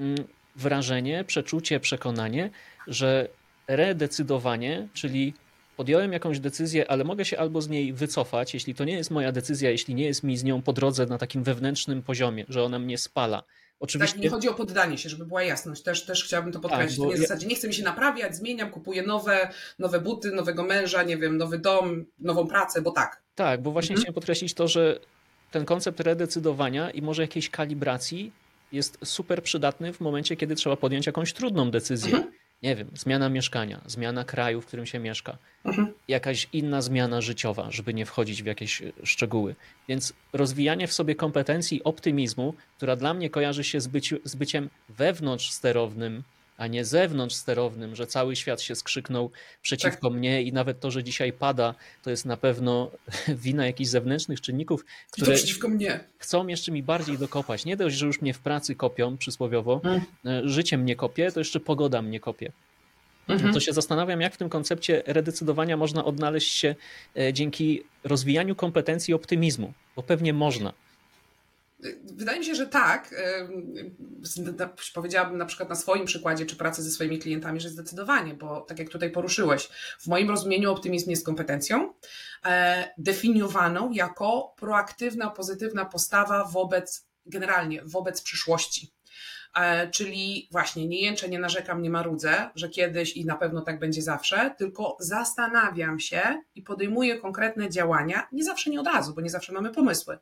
[SPEAKER 1] wrażenie, przeczucie, przekonanie, że redecydowanie, czyli podjąłem jakąś decyzję, ale mogę się albo z niej wycofać, jeśli to nie jest moja decyzja, jeśli nie jest mi z nią po drodze na takim wewnętrznym poziomie, że ona mnie spala. Oczywiście...
[SPEAKER 2] Tak, nie chodzi o poddanie się, żeby była jasność. Też, też chciałabym to podkreślić. Tak, nie w zasadzie nie chcę mi się naprawiać, zmieniam, kupuję nowe, nowe buty, nowego męża, nie wiem, nowy dom, nową pracę, bo tak.
[SPEAKER 1] Tak, bo właśnie mhm. chciałem podkreślić to, że ten koncept redecydowania i może jakiejś kalibracji jest super przydatny w momencie, kiedy trzeba podjąć jakąś trudną decyzję. Mhm. Nie wiem, zmiana mieszkania, zmiana kraju, w którym się mieszka, mhm. jakaś inna zmiana życiowa, żeby nie wchodzić w jakieś szczegóły. Więc rozwijanie w sobie kompetencji optymizmu, która dla mnie kojarzy się z, byciu, z byciem wewnątrzsterownym, a nie zewnątrzsterownym, że cały świat się skrzyknął przeciwko tak. mnie i nawet to, że dzisiaj pada, to jest na pewno wina jakichś zewnętrznych czynników, które
[SPEAKER 2] przeciwko mnie.
[SPEAKER 1] chcą jeszcze mi bardziej dokopać. Nie dość, że już mnie w pracy kopią przysłowiowo, hmm. życie mnie kopie, to jeszcze pogoda mnie kopie. Mhm. To się zastanawiam, jak w tym koncepcie redecydowania można odnaleźć się dzięki rozwijaniu kompetencji optymizmu, bo pewnie można.
[SPEAKER 2] Wydaje mi się, że tak. Powiedziałabym na przykład na swoim przykładzie, czy pracy ze swoimi klientami, że zdecydowanie, bo tak jak tutaj poruszyłeś, w moim rozumieniu optymizm jest kompetencją definiowaną jako proaktywna, pozytywna postawa wobec, generalnie wobec przyszłości. Czyli właśnie nie jęczę, nie narzekam, nie marudzę, że kiedyś i na pewno tak będzie zawsze, tylko zastanawiam się i podejmuję konkretne działania, nie zawsze nie od razu, bo nie zawsze mamy pomysły.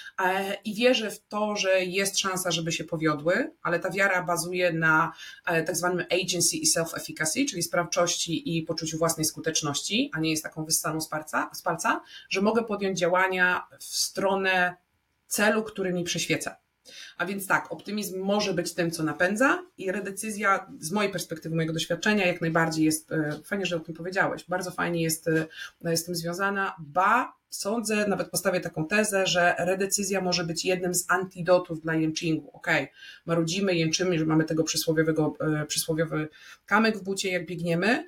[SPEAKER 2] I wierzę w to, że jest szansa, żeby się powiodły, ale ta wiara bazuje na tak zwanym agency i self-efficacy, czyli sprawczości i poczuciu własnej skuteczności, a nie jest taką wyssaną z palca, z palca, że mogę podjąć działania w stronę celu, który mi przyświeca. A więc tak, optymizm może być tym, co napędza i redecyzja z mojej perspektywy, mojego doświadczenia jak najbardziej jest, fajnie, że o tym powiedziałeś, bardzo fajnie jest, jest z tym związana, ba, sądzę, nawet postawię taką tezę, że redecyzja może być jednym z antidotów dla jęczyngu. Okej, okay, marudzimy, jęczymy, że mamy tego przysłowiowego, przysłowiowy kamyk w bucie, jak biegniemy,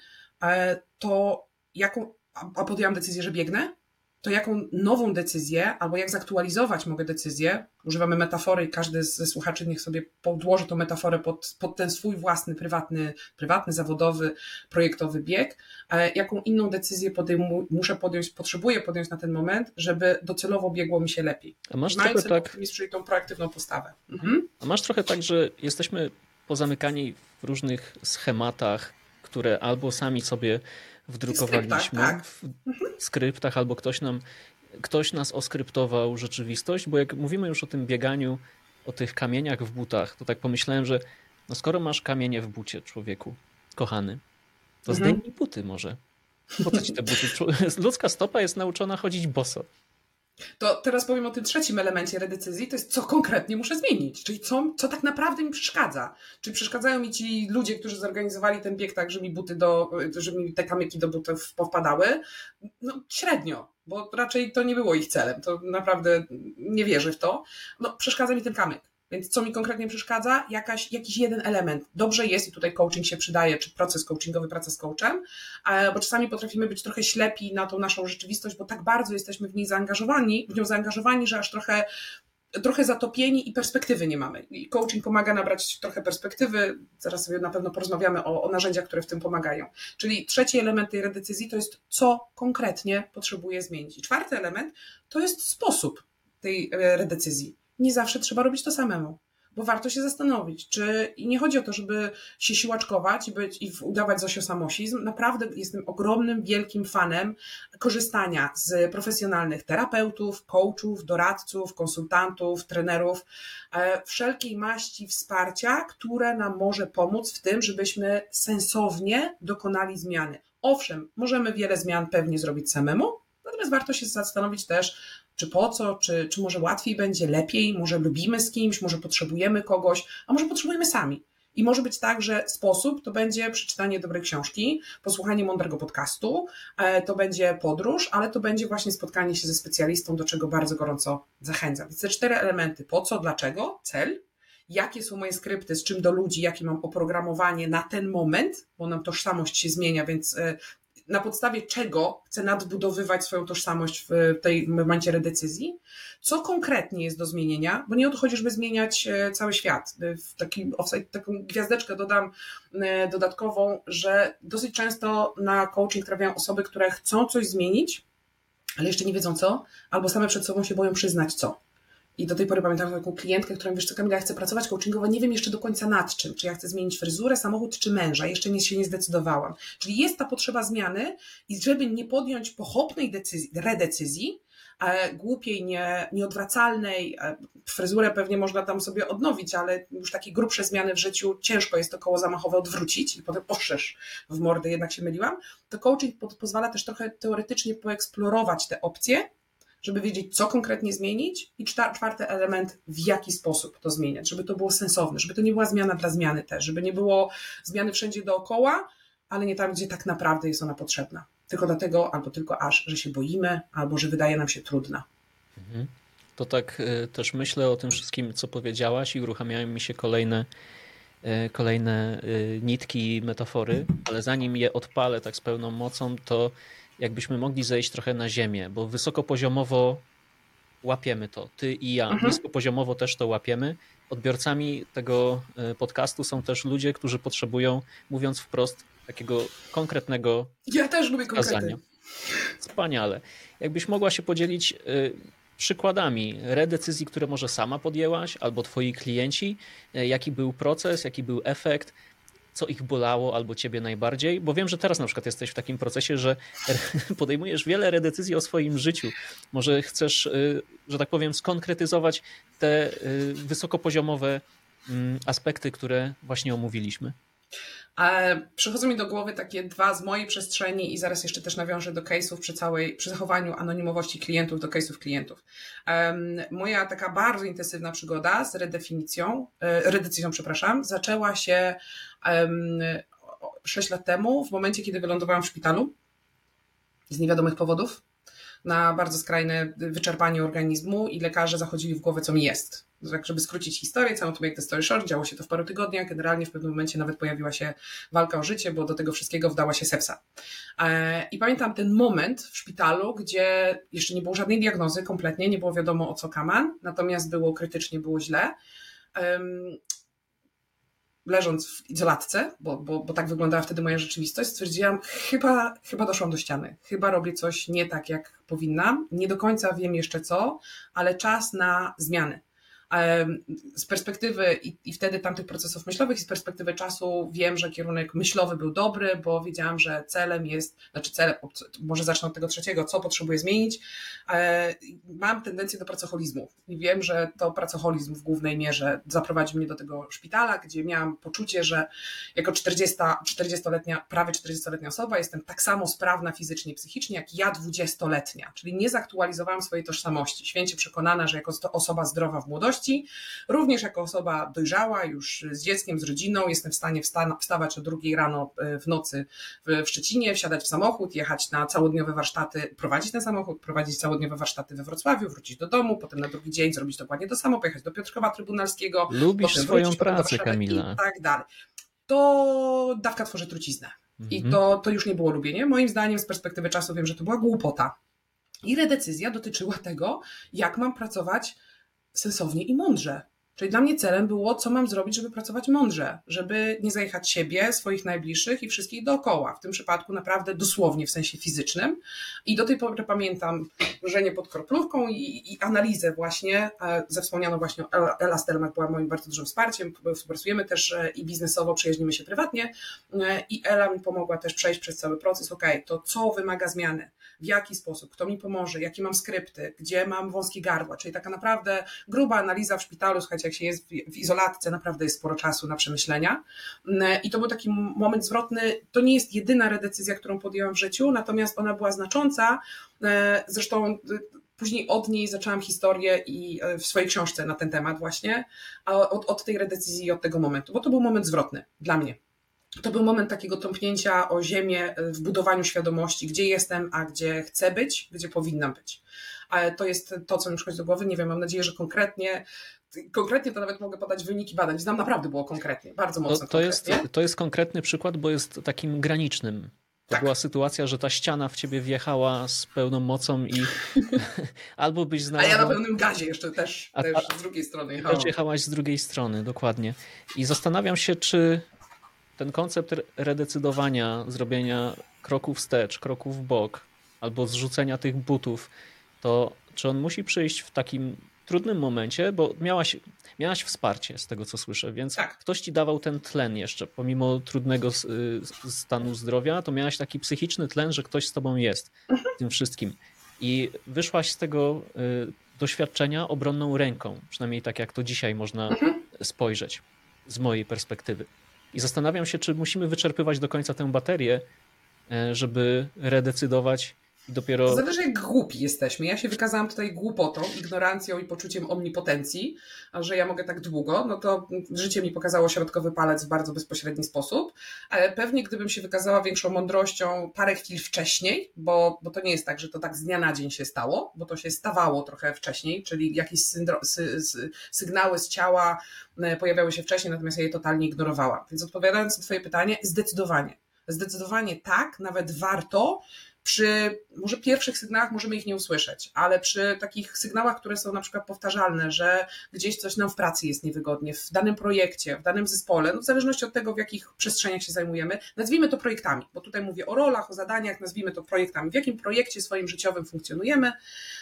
[SPEAKER 2] to jaką, a podjęłam decyzję, że biegnę, to jaką nową decyzję, albo jak zaktualizować mogę decyzję, używamy metafory, każdy ze słuchaczy niech sobie podłoży tą metaforę pod, pod ten swój własny, prywatny, prywatny, zawodowy, projektowy bieg, jaką inną decyzję podejmu, muszę podjąć, potrzebuję podjąć na ten moment, żeby docelowo biegło mi się lepiej.
[SPEAKER 1] A masz trochę tak,
[SPEAKER 2] czyli tą proaktywną postawę. Mhm.
[SPEAKER 1] A masz trochę tak, że jesteśmy pozamykani w różnych schematach, które albo sami sobie wdrukowaliśmy w skryptach, tak. w skryptach, albo ktoś nam, ktoś nas oskryptował rzeczywistość, bo jak mówimy już o tym bieganiu, o tych kamieniach w butach, to tak pomyślałem, że no skoro masz kamienie w bucie, człowieku, kochany, to mhm. zdejmij buty może. Po co ci te buty? Ludzka stopa jest nauczona chodzić boso.
[SPEAKER 2] To teraz powiem o tym trzecim elemencie redecyzji, to jest co konkretnie muszę zmienić, czyli co, co tak naprawdę mi przeszkadza. Czy przeszkadzają mi ci ludzie, którzy zorganizowali ten bieg tak, że mi buty do, że mi te kamyki do butów powpadały? No średnio, bo raczej to nie było ich celem, to naprawdę nie wierzę w to. No przeszkadza mi ten kamyk. Więc co mi konkretnie przeszkadza? Jakaś, jakiś jeden element. Dobrze jest i tutaj coaching się przydaje, czy proces coachingowy, praca z coachem, bo czasami potrafimy być trochę ślepi na tą naszą rzeczywistość, bo tak bardzo jesteśmy w niej zaangażowani, w nią zaangażowani, że aż trochę trochę zatopieni i perspektywy nie mamy. I coaching pomaga nabrać trochę perspektywy, zaraz sobie na pewno porozmawiamy o, o narzędziach, które w tym pomagają. Czyli trzeci element tej redecyzji to jest, co konkretnie potrzebuje zmienić. I czwarty element to jest sposób tej redecyzji. Nie zawsze trzeba robić to samemu, bo warto się zastanowić, czy i nie chodzi o to, żeby się siłaczkować i, być, i udawać zosiosamosizm. Naprawdę jestem ogromnym, wielkim fanem korzystania z profesjonalnych terapeutów, coachów, doradców, konsultantów, trenerów, wszelkiej maści wsparcia, które nam może pomóc w tym, żebyśmy sensownie dokonali zmiany. Owszem, możemy wiele zmian pewnie zrobić samemu, natomiast warto się zastanowić też, czy po co, czy, czy może łatwiej będzie, lepiej, może lubimy z kimś, może potrzebujemy kogoś, a może potrzebujemy sami. I może być tak, że sposób to będzie przeczytanie dobrej książki, posłuchanie mądrego podcastu, to będzie podróż, ale to będzie właśnie spotkanie się ze specjalistą, do czego bardzo gorąco zachęcam. Więc te cztery elementy, po co, dlaczego, cel, jakie są moje skrypty, z czym do ludzi, jakie mam oprogramowanie na ten moment, bo nam tożsamość się zmienia, więc na podstawie czego chcę nadbudowywać swoją tożsamość w tej momencie redecyzji, co konkretnie jest do zmienienia, bo nie o to chodzi, żeby zmieniać cały świat. W taki offside, taką gwiazdeczkę dodam dodatkową, że dosyć często na coaching trafiają osoby, które chcą coś zmienić, ale jeszcze nie wiedzą co, albo same przed sobą się boją przyznać co. I do tej pory pamiętam taką klientkę, która mówi, wiesz co, Kamila, ja chcę pracować coachingowo, nie wiem jeszcze do końca nad czym, czy ja chcę zmienić fryzurę, samochód czy męża, jeszcze nie, się nie zdecydowałam. Czyli jest ta potrzeba zmiany i żeby nie podjąć pochopnej decyzji, redecyzji, e, głupiej, nie, nieodwracalnej, e, fryzurę pewnie można tam sobie odnowić, ale już takie grubsze zmiany w życiu, ciężko jest to koło zamachowe odwrócić i potem oszesz w mordę, jednak się myliłam, to coaching po, pozwala też trochę teoretycznie poeksplorować te opcje, żeby wiedzieć, co konkretnie zmienić i czwarty element, w jaki sposób to zmieniać, żeby to było sensowne, żeby to nie była zmiana dla zmiany też, żeby nie było zmiany wszędzie dookoła, ale nie tam, gdzie tak naprawdę jest ona potrzebna. Tylko dlatego, albo tylko aż, że się boimy, albo że wydaje nam się trudna.
[SPEAKER 1] Mhm. To tak y, też myślę o tym wszystkim, co powiedziałaś i uruchamiają mi się kolejne, y, kolejne y, nitki, metafory, ale zanim je odpalę tak z pełną mocą, to jakbyśmy mogli zejść trochę na ziemię, bo wysokopoziomowo łapiemy to, ty i ja,
[SPEAKER 2] Mhm.
[SPEAKER 1] niskopoziomowo też to łapiemy. Odbiorcami tego podcastu są też ludzie, którzy potrzebują, mówiąc wprost, takiego konkretnego
[SPEAKER 2] Ja też lubię
[SPEAKER 1] wskazania.
[SPEAKER 2] konkrety.
[SPEAKER 1] Wspaniale. Jakbyś mogła się podzielić y, przykładami redecyzji, które może sama podjęłaś, albo twoi klienci, y, jaki był proces, jaki był efekt, co ich bolało albo ciebie najbardziej, bo wiem, że teraz na przykład jesteś w takim procesie, że podejmujesz wiele redecyzji o swoim życiu. Może chcesz, że tak powiem, skonkretyzować te wysokopoziomowe aspekty, które właśnie omówiliśmy.
[SPEAKER 2] Przychodzą mi do głowy takie dwa z mojej przestrzeni i zaraz jeszcze też nawiążę do case'ów przy całej, przy zachowaniu anonimowości klientów, do case'ów klientów. Moja taka bardzo intensywna przygoda z redefinicją, redecyzją, przepraszam, zaczęła się sześć lat temu, w momencie, kiedy wylądowałam w szpitalu z niewiadomych powodów, na bardzo skrajne wyczerpanie organizmu i lekarze zachodzili w głowę, co mi jest. Tak, żeby skrócić historię, całą to make the story short, działo się to w paru tygodniach, generalnie w pewnym momencie nawet pojawiła się walka o życie, bo do tego wszystkiego wdała się sepsa. I pamiętam ten moment w szpitalu, gdzie jeszcze nie było żadnej diagnozy kompletnie, nie było wiadomo o co kaman, natomiast było krytycznie, było źle. Leżąc w izolatce, bo, bo, bo tak wyglądała wtedy moja rzeczywistość, stwierdziłam, chyba, chyba doszłam do ściany, chyba robię coś nie tak, jak powinnam, nie do końca wiem jeszcze co, ale czas na zmiany. Z perspektywy i, i wtedy tamtych procesów myślowych i z perspektywy czasu wiem, że kierunek myślowy był dobry, bo wiedziałam, że celem jest, znaczy celem, może zacznę od tego trzeciego, co potrzebuję zmienić. Mam tendencję do pracoholizmu i wiem, że to pracoholizm w głównej mierze zaprowadzi mnie do tego szpitala, gdzie miałam poczucie, że jako czterdziestoletnia, prawie czterdziestoletnia osoba jestem tak samo sprawna fizycznie i psychicznie, jak ja dwudziestoletnia, czyli nie zaktualizowałam swojej tożsamości. Święcie przekonana, że jako osoba zdrowa w młodości możliwości. Również jako osoba dojrzała, już z dzieckiem, z rodziną, jestem w stanie wsta- wstawać o drugiej rano w nocy w, w Szczecinie, wsiadać w samochód, jechać na całodniowe warsztaty, prowadzić ten samochód, prowadzić całodniowe warsztaty we Wrocławiu, wrócić do domu, potem na drugi dzień zrobić dokładnie to samo, pojechać do Piotrkowa Trybunalskiego,
[SPEAKER 1] Lubisz
[SPEAKER 2] potem
[SPEAKER 1] swoją
[SPEAKER 2] wrócić, potem do
[SPEAKER 1] pracę,
[SPEAKER 2] Warszawy
[SPEAKER 1] Kamila.
[SPEAKER 2] i tak dalej. To dawka tworzy truciznę. I
[SPEAKER 1] Mhm.
[SPEAKER 2] to, to już nie było lubienie. Moim zdaniem z perspektywy czasu wiem, że to była głupota. I redecyzja dotyczyła tego, jak mam pracować sensownie i mądrze. Czyli dla mnie celem było, co mam zrobić, żeby pracować mądrze, żeby nie zajechać siebie, swoich najbliższych i wszystkich dookoła. W tym przypadku naprawdę dosłownie w sensie fizycznym. I do tej pory pamiętam leżenie pod kroplówką i, i analizę właśnie, ze wspomnianą właśnie Ela Stelmach była moim bardzo dużym wsparciem. Współpracujemy też i biznesowo, przyjaźnimy się prywatnie i Ela mi pomogła też przejść przez cały proces. Ok, to co wymaga zmiany? W jaki sposób? Kto mi pomoże? Jakie mam skrypty? Gdzie mam wąskie gardła? Czyli taka naprawdę gruba analiza w szpitalu, słuchajcie, jak się jest w izolatce, naprawdę jest sporo czasu na przemyślenia. I to był taki moment zwrotny. To nie jest jedyna redecyzja, którą podjęłam w życiu, natomiast ona była znacząca. Zresztą później od niej zaczęłam historię i w swojej książce na ten temat właśnie, od, od tej redecyzji i od tego momentu, bo to był moment zwrotny dla mnie. To był moment takiego tąpnięcia o ziemię w budowaniu świadomości, gdzie jestem, a gdzie chcę być, gdzie powinnam być. Ale to jest to, co mi przychodzi do głowy. Nie wiem, mam nadzieję, że konkretnie, konkretnie to nawet mogę podać wyniki badań. Znam, naprawdę było konkretnie, bardzo mocno
[SPEAKER 1] to, to
[SPEAKER 2] konkretnie.
[SPEAKER 1] Jest, to jest konkretny przykład, bo jest takim granicznym. To
[SPEAKER 2] tak.
[SPEAKER 1] była sytuacja, że ta ściana w ciebie wjechała z pełną mocą i albo byś znalazła...
[SPEAKER 2] A ja na pełnym gazie jeszcze też,
[SPEAKER 1] a,
[SPEAKER 2] też
[SPEAKER 1] a,
[SPEAKER 2] z drugiej strony jechałam.
[SPEAKER 1] Też jechałaś z drugiej strony, dokładnie. I zastanawiam się, czy ten koncept redecydowania, zrobienia kroku wstecz, kroku w bok, albo zrzucenia tych butów, to czy on musi przyjść w takim trudnym momencie, bo miałaś, miałaś wsparcie z tego, co słyszę, więc
[SPEAKER 2] tak.
[SPEAKER 1] ktoś ci dawał ten tlen jeszcze, pomimo trudnego stanu zdrowia, to miałaś taki psychiczny tlen, że ktoś z tobą jest w tym wszystkim. I wyszłaś z tego doświadczenia obronną ręką, przynajmniej tak jak to dzisiaj można spojrzeć z mojej perspektywy. I zastanawiam się, czy musimy wyczerpywać do końca tę baterię, żeby redecydować i dopiero...
[SPEAKER 2] Zależy, jak głupi jesteśmy. Ja się wykazałam tutaj głupotą, ignorancją i poczuciem omnipotencji, a że ja mogę tak długo, no to życie mi pokazało środkowy palec w bardzo bezpośredni sposób, ale pewnie gdybym się wykazała większą mądrością parę chwil wcześniej, bo, bo to nie jest tak, że to tak z dnia na dzień się stało, bo to się stawało trochę wcześniej, czyli jakieś syndro- sy- sy- sygnały z ciała pojawiały się wcześniej, natomiast ja je totalnie ignorowałam. Więc odpowiadając na twoje pytanie, zdecydowanie. Zdecydowanie tak, nawet warto. Przy może pierwszych sygnałach możemy ich nie usłyszeć, ale przy takich sygnałach, które są na przykład powtarzalne, że gdzieś coś nam w pracy jest niewygodnie, w danym projekcie, w danym zespole, no w zależności od tego, w jakich przestrzeniach się zajmujemy, nazwijmy to projektami, bo tutaj mówię o rolach, o zadaniach, nazwijmy to projektami. W jakim projekcie swoim życiowym funkcjonujemy,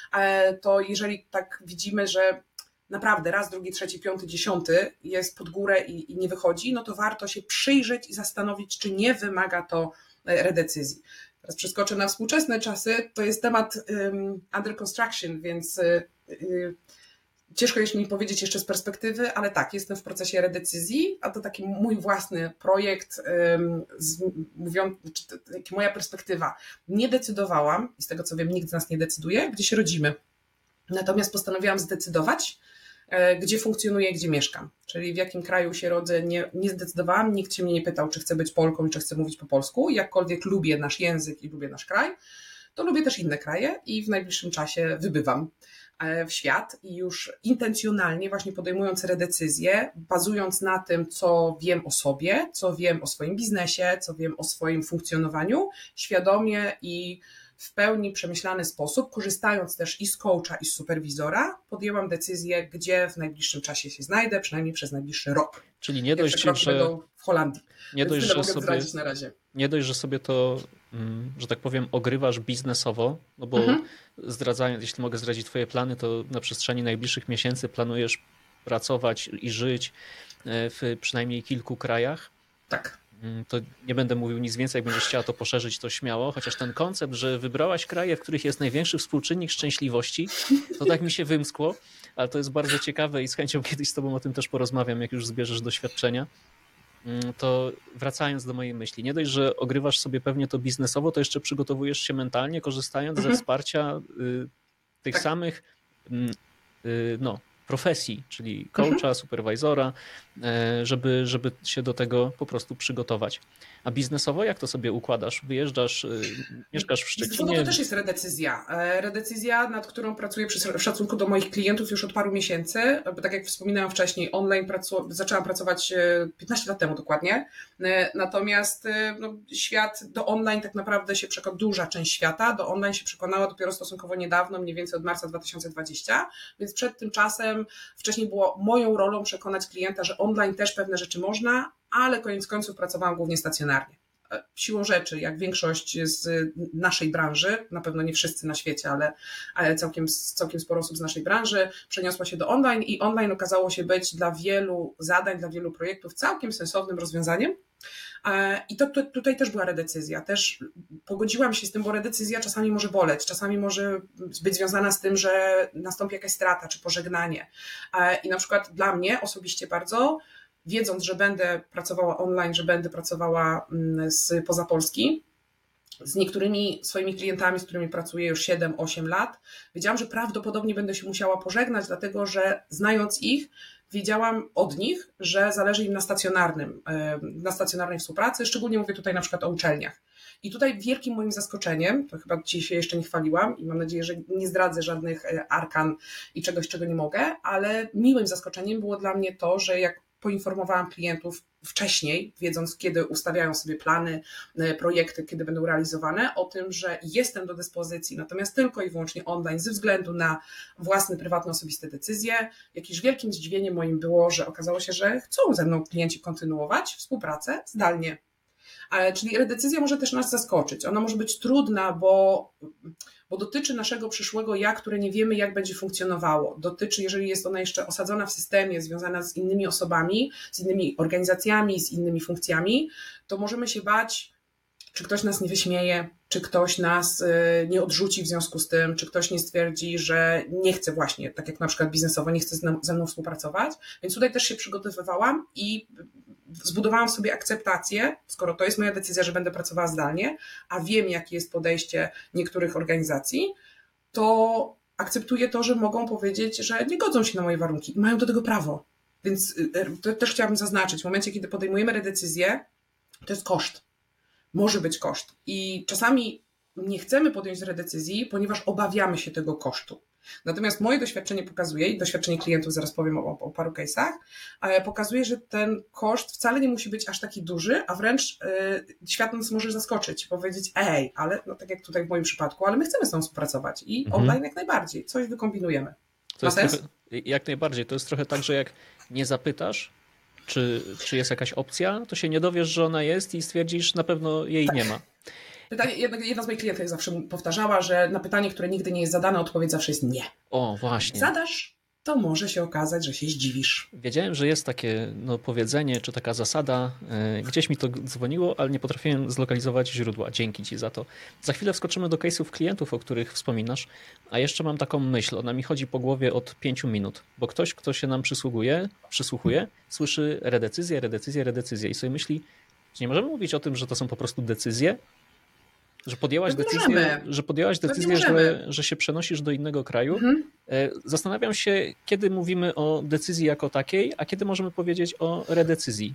[SPEAKER 2] to jeżeli tak widzimy, że naprawdę raz, drugi, trzeci, piąty, dziesiąty jest pod górę i, i nie wychodzi, no to warto się przyjrzeć i zastanowić, czy nie wymaga to redecyzji. Teraz przeskoczę na współczesne czasy, to jest temat um, under construction, więc y, y, ciężko jest mi powiedzieć jeszcze z perspektywy, ale tak, jestem w procesie redecyzji, a to taki mój własny projekt, um, z, mówią, czy, moja perspektywa. Nie decydowałam, i z tego co wiem, nikt z nas nie decyduje, gdzie się rodzimy. Natomiast postanowiłam zdecydować, gdzie funkcjonuję, gdzie mieszkam. Czyli w jakim kraju się rodzę, nie, nie zdecydowałam, nikt się mnie nie pytał, czy chcę być Polką i czy chcę mówić po polsku. Jakkolwiek lubię nasz język i lubię nasz kraj, to lubię też inne kraje i w najbliższym czasie wybywam w świat i już intencjonalnie właśnie podejmując redecyzje, bazując na tym, co wiem o sobie, co wiem o swoim biznesie, co wiem o swoim funkcjonowaniu, świadomie i w pełni przemyślany sposób, korzystając też i z coacha, i z superwizora, podjęłam decyzję, gdzie w najbliższym czasie się znajdę, przynajmniej przez najbliższy rok.
[SPEAKER 1] Czyli nie dość,
[SPEAKER 2] że
[SPEAKER 1] będą
[SPEAKER 2] w Holandii.
[SPEAKER 1] Nie dość,
[SPEAKER 2] mogę
[SPEAKER 1] że sobie,
[SPEAKER 2] zdradzić na razie.
[SPEAKER 1] Nie dość, że sobie to, że tak powiem, ogrywasz biznesowo, no bo mhm. zdradzając, jeśli mogę zdradzić twoje plany, to na przestrzeni najbliższych miesięcy planujesz pracować i żyć w przynajmniej kilku krajach.
[SPEAKER 2] Tak.
[SPEAKER 1] To nie będę mówił nic więcej, jak będziesz chciała to poszerzyć, to śmiało, chociaż ten koncept, że wybrałaś kraje, w których jest największy współczynnik szczęśliwości, to tak mi się wymskło, ale to jest bardzo ciekawe i z chęcią kiedyś z tobą o tym też porozmawiam, jak już zbierzesz doświadczenia. To wracając do mojej myśli, nie dość, że ogrywasz sobie pewnie to biznesowo, to jeszcze przygotowujesz się mentalnie, korzystając mhm. ze wsparcia y, tych tak. samych y, y, no, profesji, czyli coacha, mhm. superwizora, żeby, żeby się do tego po prostu przygotować. A biznesowo jak to sobie układasz? Wyjeżdżasz, mieszkasz w Szczecinie?
[SPEAKER 2] Biznesowo to też jest redecyzja. Redecyzja, nad którą pracuję w szacunku do moich klientów już od paru miesięcy. Bo tak jak wspominałam wcześniej, online pracu- zaczęłam pracować piętnaście lat temu dokładnie. Natomiast no, świat do online tak naprawdę się przekonała, duża część świata do online się przekonała dopiero stosunkowo niedawno, mniej więcej od marca dwa tysiące dwudziestego. Więc przed tym czasem wcześniej było moją rolą przekonać klienta, że online też pewne rzeczy można, ale koniec końców pracowałam głównie stacjonarnie. Siłą rzeczy, jak większość z naszej branży, na pewno nie wszyscy na świecie, ale, ale całkiem, całkiem sporo osób z naszej branży przeniosła się do online i online okazało się być dla wielu zadań, dla wielu projektów całkiem sensownym rozwiązaniem. I to, to tutaj też była redecyzja. Też pogodziłam się z tym, bo redecyzja czasami może boleć, czasami może być związana z tym, że nastąpi jakaś strata czy pożegnanie. I na przykład dla mnie osobiście bardzo, wiedząc, że będę pracowała online, że będę pracowała spoza Polski, z niektórymi swoimi klientami, z którymi pracuję już siedem osiem lat, wiedziałam, że prawdopodobnie będę się musiała pożegnać, dlatego że znając ich, wiedziałam od nich, że zależy im na stacjonarnym, na stacjonarnej współpracy, szczególnie mówię tutaj na przykład o uczelniach. I tutaj wielkim moim zaskoczeniem, to chyba dzisiaj się jeszcze nie chwaliłam i mam nadzieję, że nie zdradzę żadnych arkan i czegoś, czego nie mogę, ale miłym zaskoczeniem było dla mnie to, że jak poinformowałam klientów wcześniej, wiedząc, kiedy ustawiają sobie plany, projekty, kiedy będą realizowane, o tym, że jestem do dyspozycji, natomiast tylko i wyłącznie online ze względu na własne, prywatne, osobiste decyzje. Jakimś wielkim zdziwieniem moim było, że okazało się, że chcą ze mną klienci kontynuować współpracę zdalnie. Czyli redecyzja może też nas zaskoczyć. Ona może być trudna, bo, bo dotyczy naszego przyszłego ja, które nie wiemy, jak będzie funkcjonowało. Dotyczy, jeżeli jest ona jeszcze osadzona w systemie, związana z innymi osobami, z innymi organizacjami, z innymi funkcjami, to możemy się bać, czy ktoś nas nie wyśmieje, czy ktoś nas nie odrzuci w związku z tym, czy ktoś nie stwierdzi, że nie chce właśnie, tak jak na przykład biznesowo, nie chce ze mną współpracować. Więc tutaj też się przygotowywałam i zbudowałam sobie akceptację, skoro to jest moja decyzja, że będę pracowała zdalnie, a wiem, jakie jest podejście niektórych organizacji, to akceptuję to, że mogą powiedzieć, że nie godzą się na moje warunki i mają do tego prawo. Więc to też chciałabym zaznaczyć, w momencie, kiedy podejmujemy redecyzję, to jest koszt. Może być koszt. I czasami nie chcemy podjąć redecyzji, ponieważ obawiamy się tego kosztu. Natomiast moje doświadczenie pokazuje, i doświadczenie klientów, zaraz powiem o, o paru case'ach, pokazuje, że ten koszt wcale nie musi być aż taki duży, a wręcz y, świat nas może zaskoczyć, powiedzieć, ej, ale no tak jak tutaj w moim przypadku, ale my chcemy z tą współpracować i mhm. online jak najbardziej, coś wykombinujemy.
[SPEAKER 1] To jest trochę, jak najbardziej, to jest trochę tak, że jak nie zapytasz, czy, czy jest jakaś opcja, to się nie dowiesz, że ona jest i stwierdzisz, na pewno jej tak. nie ma.
[SPEAKER 2] Pytanie, jedna, jedna z moich klientek zawsze powtarzała, że na pytanie, które nigdy nie jest zadane, odpowiedź zawsze jest nie.
[SPEAKER 1] O, właśnie.
[SPEAKER 2] Zadasz, to może się okazać, że się zdziwisz.
[SPEAKER 1] Wiedziałem, że jest takie no, powiedzenie, czy taka zasada. Yy, gdzieś mi to dzwoniło, ale nie potrafiłem zlokalizować źródła. Dzięki ci za to. Za chwilę wskoczymy do case'ów klientów, o których wspominasz, a jeszcze mam taką myśl. Ona mi chodzi po głowie od pięciu minut, bo ktoś, kto się nam przysługuje, przysłuchuje, słyszy redecyzję, redecyzję, redecyzję i sobie myśli, że nie możemy mówić o tym, że to są po prostu decyzje, Że podjęłaś
[SPEAKER 2] Pewnie
[SPEAKER 1] decyzję,
[SPEAKER 2] możemy.
[SPEAKER 1] że, podjęłaś decyzję że, że się przenosisz do innego kraju. Mhm. Zastanawiam się, kiedy mówimy o decyzji jako takiej, a kiedy możemy powiedzieć o redecyzji.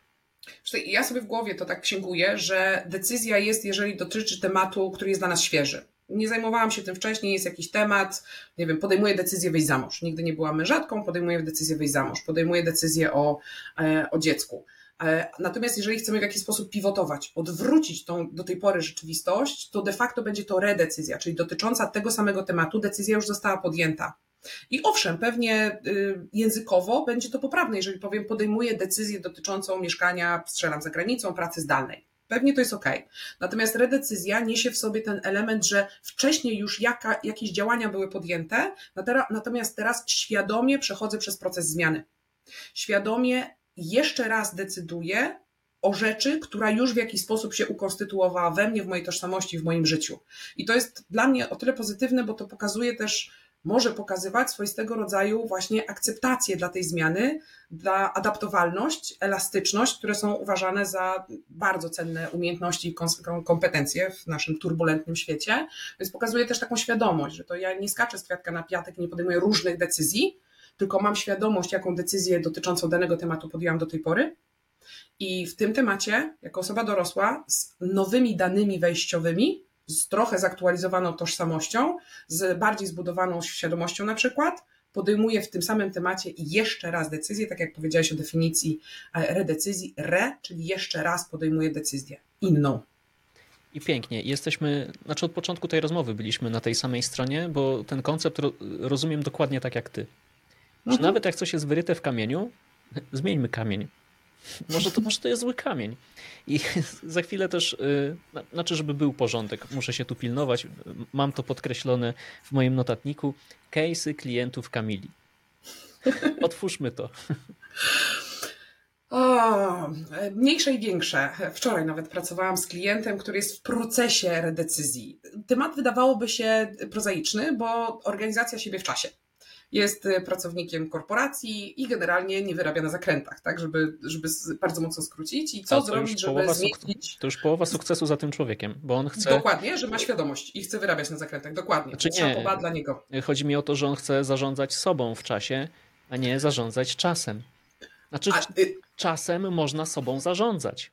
[SPEAKER 2] Ja sobie w głowie to tak księguję, że decyzja jest, jeżeli dotyczy tematu, który jest dla nas świeży. Nie zajmowałam się tym wcześniej, jest jakiś temat, nie wiem, podejmuję decyzję wyjść za mąż. Nigdy nie byłam mężatką, podejmuję decyzję wyjść za mąż, podejmuję decyzję o, o dziecku. Natomiast jeżeli chcemy w jakiś sposób pivotować, odwrócić tą do tej pory rzeczywistość, to de facto będzie to redecyzja, czyli dotycząca tego samego tematu, decyzja już została podjęta. I owszem, pewnie językowo będzie to poprawne, jeżeli powiem, podejmuję decyzję dotyczącą mieszkania, strzelam za granicą, pracy zdalnej. Pewnie to jest ok. Natomiast redecyzja niesie w sobie ten element, że wcześniej już jaka, jakieś działania były podjęte, natomiast teraz świadomie przechodzę przez proces zmiany. Świadomie jeszcze raz decyduję o rzeczy, która już w jakiś sposób się ukonstytuowała we mnie, w mojej tożsamości, w moim życiu. I to jest dla mnie o tyle pozytywne, bo to pokazuje też, może pokazywać swoistego rodzaju właśnie akceptację dla tej zmiany, dla adaptowalność, elastyczność, które są uważane za bardzo cenne umiejętności i kompetencje w naszym turbulentnym świecie. Więc pokazuje też taką świadomość, że to ja nie skaczę z kwiatka na piatek, nie podejmuję różnych decyzji, tylko mam świadomość, jaką decyzję dotyczącą danego tematu podjęłam do tej pory. I w tym temacie, jako osoba dorosła, z nowymi danymi wejściowymi, z trochę zaktualizowaną tożsamością, z bardziej zbudowaną świadomością na przykład, podejmuję w tym samym temacie jeszcze raz decyzję, tak jak powiedziałeś o definicji redecyzji, re, czyli jeszcze raz podejmuję decyzję inną.
[SPEAKER 1] I pięknie. Jesteśmy, znaczy od początku tej rozmowy byliśmy na tej samej stronie, bo ten koncept ro, rozumiem dokładnie tak jak ty. Mhm. Że nawet jak coś jest wyryte w kamieniu, zmieńmy kamień. Może to, może to jest zły kamień. I za chwilę też, znaczy żeby był porządek, muszę się tu pilnować, mam to podkreślone w moim notatniku, case'y klientów Kamili. Otwórzmy to.
[SPEAKER 2] O, mniejsze i większe. Wczoraj nawet pracowałam z klientem, który jest w procesie redecyzji. Temat wydawałoby się prozaiczny, bo organizacja siebie w czasie. Jest pracownikiem korporacji i generalnie nie wyrabia na zakrętach, tak, żeby, żeby bardzo mocno skrócić. I co zrobić, żeby zmienić...
[SPEAKER 1] To już połowa sukcesu za tym człowiekiem, bo on chce...
[SPEAKER 2] Dokładnie, że ma świadomość i chce wyrabiać na zakrętach, dokładnie.
[SPEAKER 1] Znaczy
[SPEAKER 2] Trzeba
[SPEAKER 1] nie,
[SPEAKER 2] poba dla niego.
[SPEAKER 1] Chodzi mi o to, że on chce zarządzać sobą w czasie, a nie zarządzać czasem. Znaczy a, y... czasem można sobą zarządzać.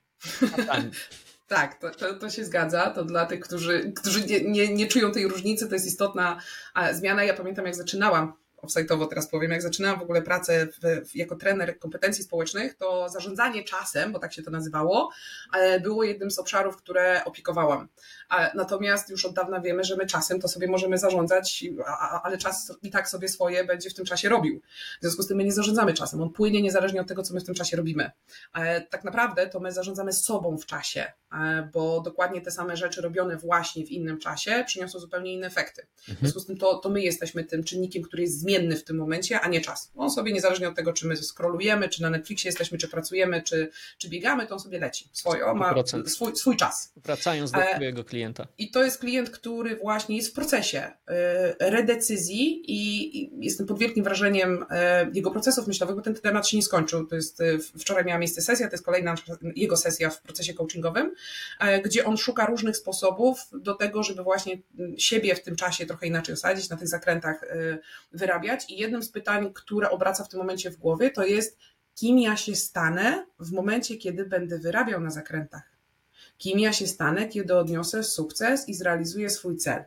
[SPEAKER 2] Tak, to, to, to się zgadza. To dla tych, którzy, którzy nie, nie, nie czują tej różnicy, to jest istotna zmiana. Ja pamiętam, jak zaczynałam, offsite'owo teraz powiem, jak zaczynałam w ogóle pracę w, w, jako trener kompetencji społecznych, to zarządzanie czasem, bo tak się to nazywało, było jednym z obszarów, które opiekowałam. Natomiast już od dawna wiemy, że my czasem to sobie możemy zarządzać, ale czas i tak sobie swoje będzie w tym czasie robił. W związku z tym my nie zarządzamy czasem. On płynie niezależnie od tego, co my w tym czasie robimy. Tak naprawdę to my zarządzamy sobą w czasie, bo dokładnie te same rzeczy robione właśnie w innym czasie przyniosą zupełnie inne efekty. W związku z tym to, to my jesteśmy tym czynnikiem, który jest zmienny w tym momencie, a nie czas. On sobie niezależnie od tego, czy my scrollujemy, czy na Netflixie jesteśmy, czy pracujemy, czy, czy biegamy, to on sobie leci. Swoje, on ma swój, swój czas.
[SPEAKER 1] Wracając do twojego klienta.
[SPEAKER 2] I to jest klient, który właśnie jest w procesie redecyzji i jestem pod wielkim wrażeniem jego procesów myślowych, bo ten temat się nie skończył. To jest, wczoraj miała miejsce sesja, to jest kolejna jego sesja w procesie coachingowym, gdzie on szuka różnych sposobów do tego, żeby właśnie siebie w tym czasie trochę inaczej osadzić, na tych zakrętach wyrabiać. I jednym z pytań, które obraca w tym momencie w głowie, to jest, kim ja się stanę w momencie, kiedy będę wyrabiał na zakrętach. Kim ja się stanę, kiedy odniosę sukces i zrealizuję swój cel.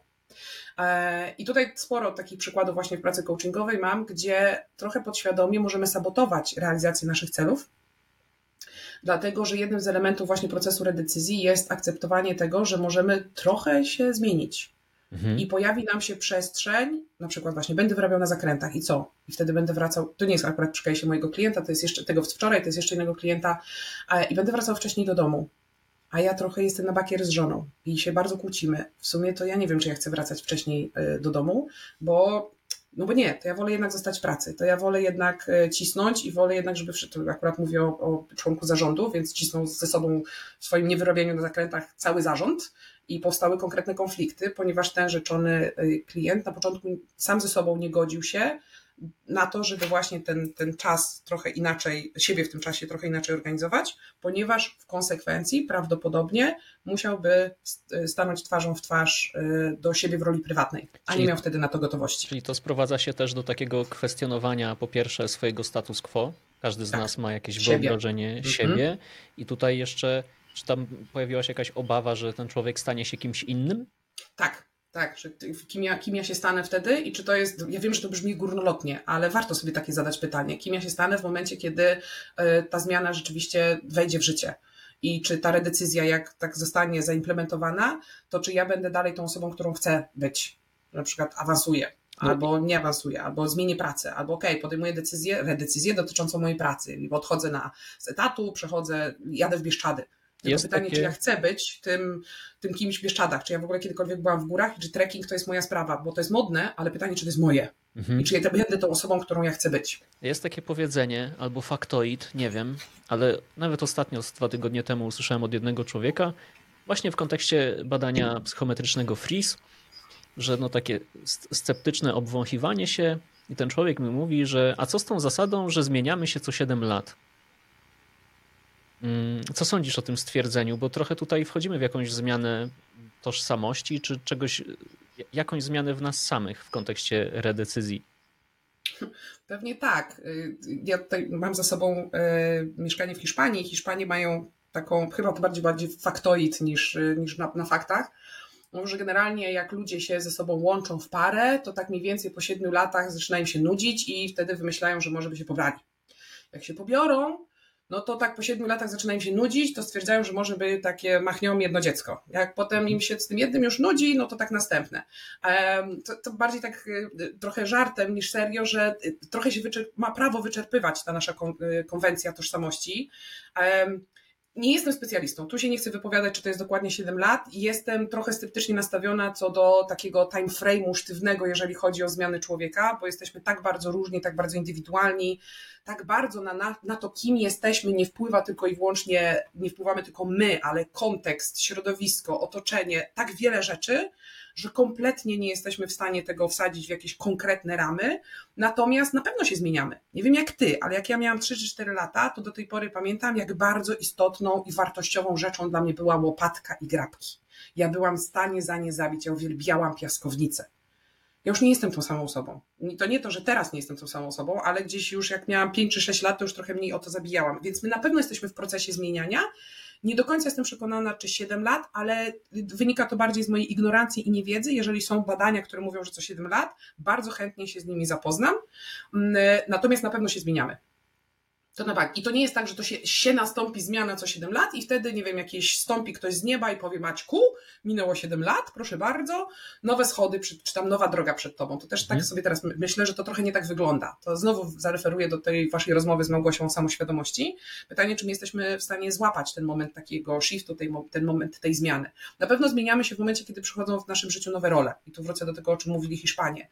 [SPEAKER 2] I tutaj sporo takich przykładów właśnie w pracy coachingowej mam, gdzie trochę podświadomie możemy sabotować realizację naszych celów, dlatego że jednym z elementów właśnie procesu redecyzji jest akceptowanie tego, że możemy trochę się zmienić. Mhm. I pojawi nam się przestrzeń, na przykład właśnie będę wyrabiał na zakrętach i co? I wtedy będę wracał, to nie jest akurat przy case'ie mojego klienta, to jest jeszcze tego wczoraj, to jest jeszcze innego klienta i będę wracał wcześniej do domu. A ja trochę jestem na bakier z żoną i się bardzo kłócimy. W sumie to ja nie wiem, czy ja chcę wracać wcześniej do domu, bo no bo nie, to ja wolę jednak zostać w pracy, to ja wolę jednak cisnąć i wolę jednak, żeby, to akurat mówię o, o członku zarządu, więc cisnął ze sobą w swoim niewyrobieniu na zakrętach cały zarząd i powstały konkretne konflikty, ponieważ ten rzeczony klient na początku sam ze sobą nie godził się na to, żeby właśnie ten, ten czas trochę inaczej, siebie w tym czasie trochę inaczej organizować, ponieważ w konsekwencji prawdopodobnie musiałby stanąć twarzą w twarz do siebie w roli prywatnej, a czyli, nie miał wtedy na to gotowości.
[SPEAKER 1] Czyli to sprowadza się też do takiego kwestionowania po pierwsze swojego status quo, każdy z tak. nas ma jakieś siebie. wyobrażenie mhm. siebie i tutaj jeszcze, czy tam pojawiła się jakaś obawa, że ten człowiek stanie się kimś innym?
[SPEAKER 2] Tak. Tak, że kim ja, kim ja się stanę wtedy i czy to jest, ja wiem, że to brzmi górnolotnie, ale warto sobie takie zadać pytanie, kim ja się stanę w momencie, kiedy ta zmiana rzeczywiście wejdzie w życie i czy ta redecyzja, jak tak zostanie zaimplementowana, to czy ja będę dalej tą osobą, którą chcę być, na przykład awansuję, albo nie awansuję, albo zmienię pracę, albo okej, okay, podejmuję decyzję, redecyzję dotyczącą mojej pracy, odchodzę na, z etatu, przechodzę, jadę w Bieszczady. Tylko jest pytanie, takie... czy ja chcę być tym, tym kimś w Bieszczadach, czy ja w ogóle kiedykolwiek byłam w górach, czy trekking to jest moja sprawa, bo to jest modne, ale pytanie, czy to jest moje mhm. i czy ja będę tą osobą, którą ja chcę być.
[SPEAKER 1] Jest takie powiedzenie, albo faktoid, nie wiem, ale nawet ostatnio, z dwa tygodnie temu usłyszałem od jednego człowieka, właśnie w kontekście badania psychometrycznego Freeze, że no takie sceptyczne obwąchiwanie się i ten człowiek mi mówi, że a co z tą zasadą, że zmieniamy się co siedem lat? Co sądzisz o tym stwierdzeniu? Bo trochę tutaj wchodzimy w jakąś zmianę tożsamości, czy czegoś, jakąś zmianę w nas samych w kontekście redecyzji.
[SPEAKER 2] Pewnie tak. Ja tutaj mam za sobą mieszkanie w Hiszpanii. Hiszpanie mają taką, chyba to bardziej bardziej faktoid niż, niż na, na faktach. No, że generalnie jak ludzie się ze sobą łączą w parę, to tak mniej więcej po siedmiu latach zaczynają się nudzić i wtedy wymyślają, że może by się pobrali. Jak się pobiorą, no to tak po siedmiu latach zaczynają się nudzić, to stwierdzają, że może by takie machnią jedno dziecko. Jak potem im się z tym jednym już nudzi, no to tak następne. To, to bardziej tak trochę żartem niż serio, że trochę się wyczerp- ma prawo wyczerpywać ta nasza konwencja tożsamości. Nie jestem specjalistą, tu się nie chcę wypowiadać, czy to jest dokładnie siedem lat. Jestem trochę sceptycznie nastawiona co do takiego time frame'u sztywnego, jeżeli chodzi o zmiany człowieka, bo jesteśmy tak bardzo różni, tak bardzo indywidualni, tak bardzo na, na, na to, kim jesteśmy, nie wpływa tylko i wyłącznie, nie wpływamy tylko my, ale kontekst, środowisko, otoczenie, tak wiele rzeczy, że kompletnie nie jesteśmy w stanie tego wsadzić w jakieś konkretne ramy, natomiast na pewno się zmieniamy. Nie wiem jak ty, ale jak ja miałam trzy czy cztery lata, to do tej pory pamiętam, jak bardzo istotną i wartościową rzeczą dla mnie była łopatka i grabki. Ja byłam w stanie za nie zabić, ja uwielbiałam piaskownicę. Ja już nie jestem tą samą osobą. To nie to, że teraz nie jestem tą samą osobą, ale gdzieś już jak miałam pięć czy sześć lat, to już trochę mniej o to zabijałam. Więc my na pewno jesteśmy w procesie zmieniania. Nie do końca jestem przekonana, czy siedem lat, ale wynika to bardziej z mojej ignorancji i niewiedzy. Jeżeli są badania, które mówią, że co siedem lat, bardzo chętnie się z nimi zapoznam. Natomiast na pewno się zmieniamy. To na bank. I to nie jest tak, że to się, się nastąpi zmiana co siedem lat i wtedy, nie wiem, jakieś stąpi ktoś z nieba i powie Maćku, minęło siedem lat, proszę bardzo, nowe schody, czy tam nowa droga przed tobą. To też mhm. tak sobie teraz myślę, że to trochę nie tak wygląda. To znowu zareferuję do tej waszej rozmowy z Małgosią o samoświadomości. Pytanie, czy my jesteśmy w stanie złapać ten moment takiego shiftu, tej, ten moment tej zmiany. Na pewno zmieniamy się w momencie, kiedy przychodzą w naszym życiu nowe role. I tu wrócę do tego, o czym mówili Hiszpanie.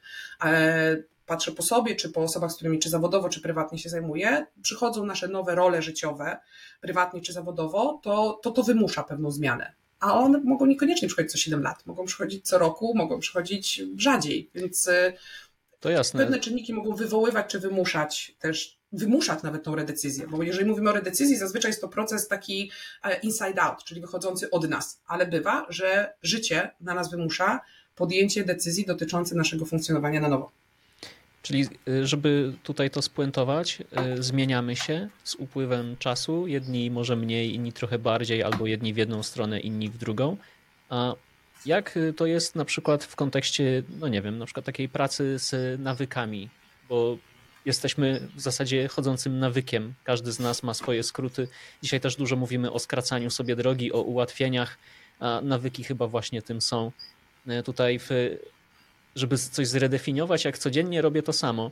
[SPEAKER 2] Patrzę po sobie, czy po osobach, z którymi czy zawodowo, czy prywatnie się zajmuję, przychodzą nasze nowe role życiowe, prywatnie czy zawodowo, to to, to wymusza pewną zmianę. A one mogą niekoniecznie przychodzić co siedem lat, mogą przychodzić co roku, mogą przychodzić rzadziej, więc
[SPEAKER 1] to jasne.
[SPEAKER 2] Pewne czynniki mogą wywoływać czy wymuszać też, wymuszać nawet tą redecyzję, bo jeżeli mówimy o redecyzji, zazwyczaj jest to proces taki inside out, czyli wychodzący od nas, ale bywa, że życie na nas wymusza podjęcie decyzji dotyczących naszego funkcjonowania na nowo.
[SPEAKER 1] Czyli żeby tutaj to spuentować, zmieniamy się z upływem czasu, jedni może mniej, inni trochę bardziej, albo jedni w jedną stronę, inni w drugą. A jak to jest na przykład w kontekście, no nie wiem, na przykład takiej pracy z nawykami, bo jesteśmy w zasadzie chodzącym nawykiem, każdy z nas ma swoje skróty. Dzisiaj też dużo mówimy o skracaniu sobie drogi, o ułatwieniach, a nawyki chyba właśnie tym są. Tutaj w żeby coś zredefiniować, jak codziennie robię to samo,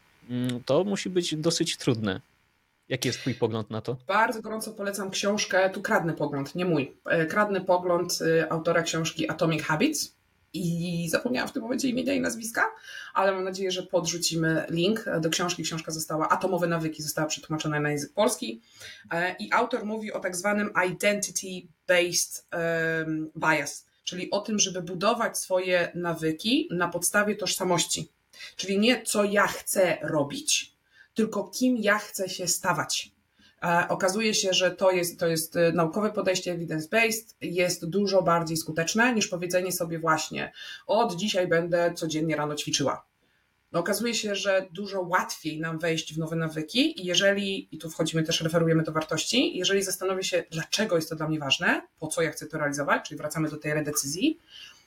[SPEAKER 1] to musi być dosyć trudne. Jaki jest twój pogląd na to?
[SPEAKER 2] Bardzo gorąco polecam książkę, tu kradnę pogląd, nie mój, kradnę pogląd autora książki Atomic Habits i zapomniałam w tym momencie imienia i nazwiska, ale mam nadzieję, że podrzucimy link do książki. Książka została, Atomowe nawyki, została przetłumaczona na język polski i autor mówi o tak zwanym identity-based bias, czyli o tym, żeby budować swoje nawyki na podstawie tożsamości. Czyli nie co ja chcę robić, tylko kim ja chcę się stawać. Okazuje się, że to jest, to jest naukowe podejście evidence-based, jest dużo bardziej skuteczne niż powiedzenie sobie właśnie od dzisiaj będę codziennie rano ćwiczyła. No okazuje się, że dużo łatwiej nam wejść w nowe nawyki i jeżeli, i tu wchodzimy też, referujemy do wartości, jeżeli zastanowię się, dlaczego jest to dla mnie ważne, po co ja chcę to realizować, czyli wracamy do tej redecyzji,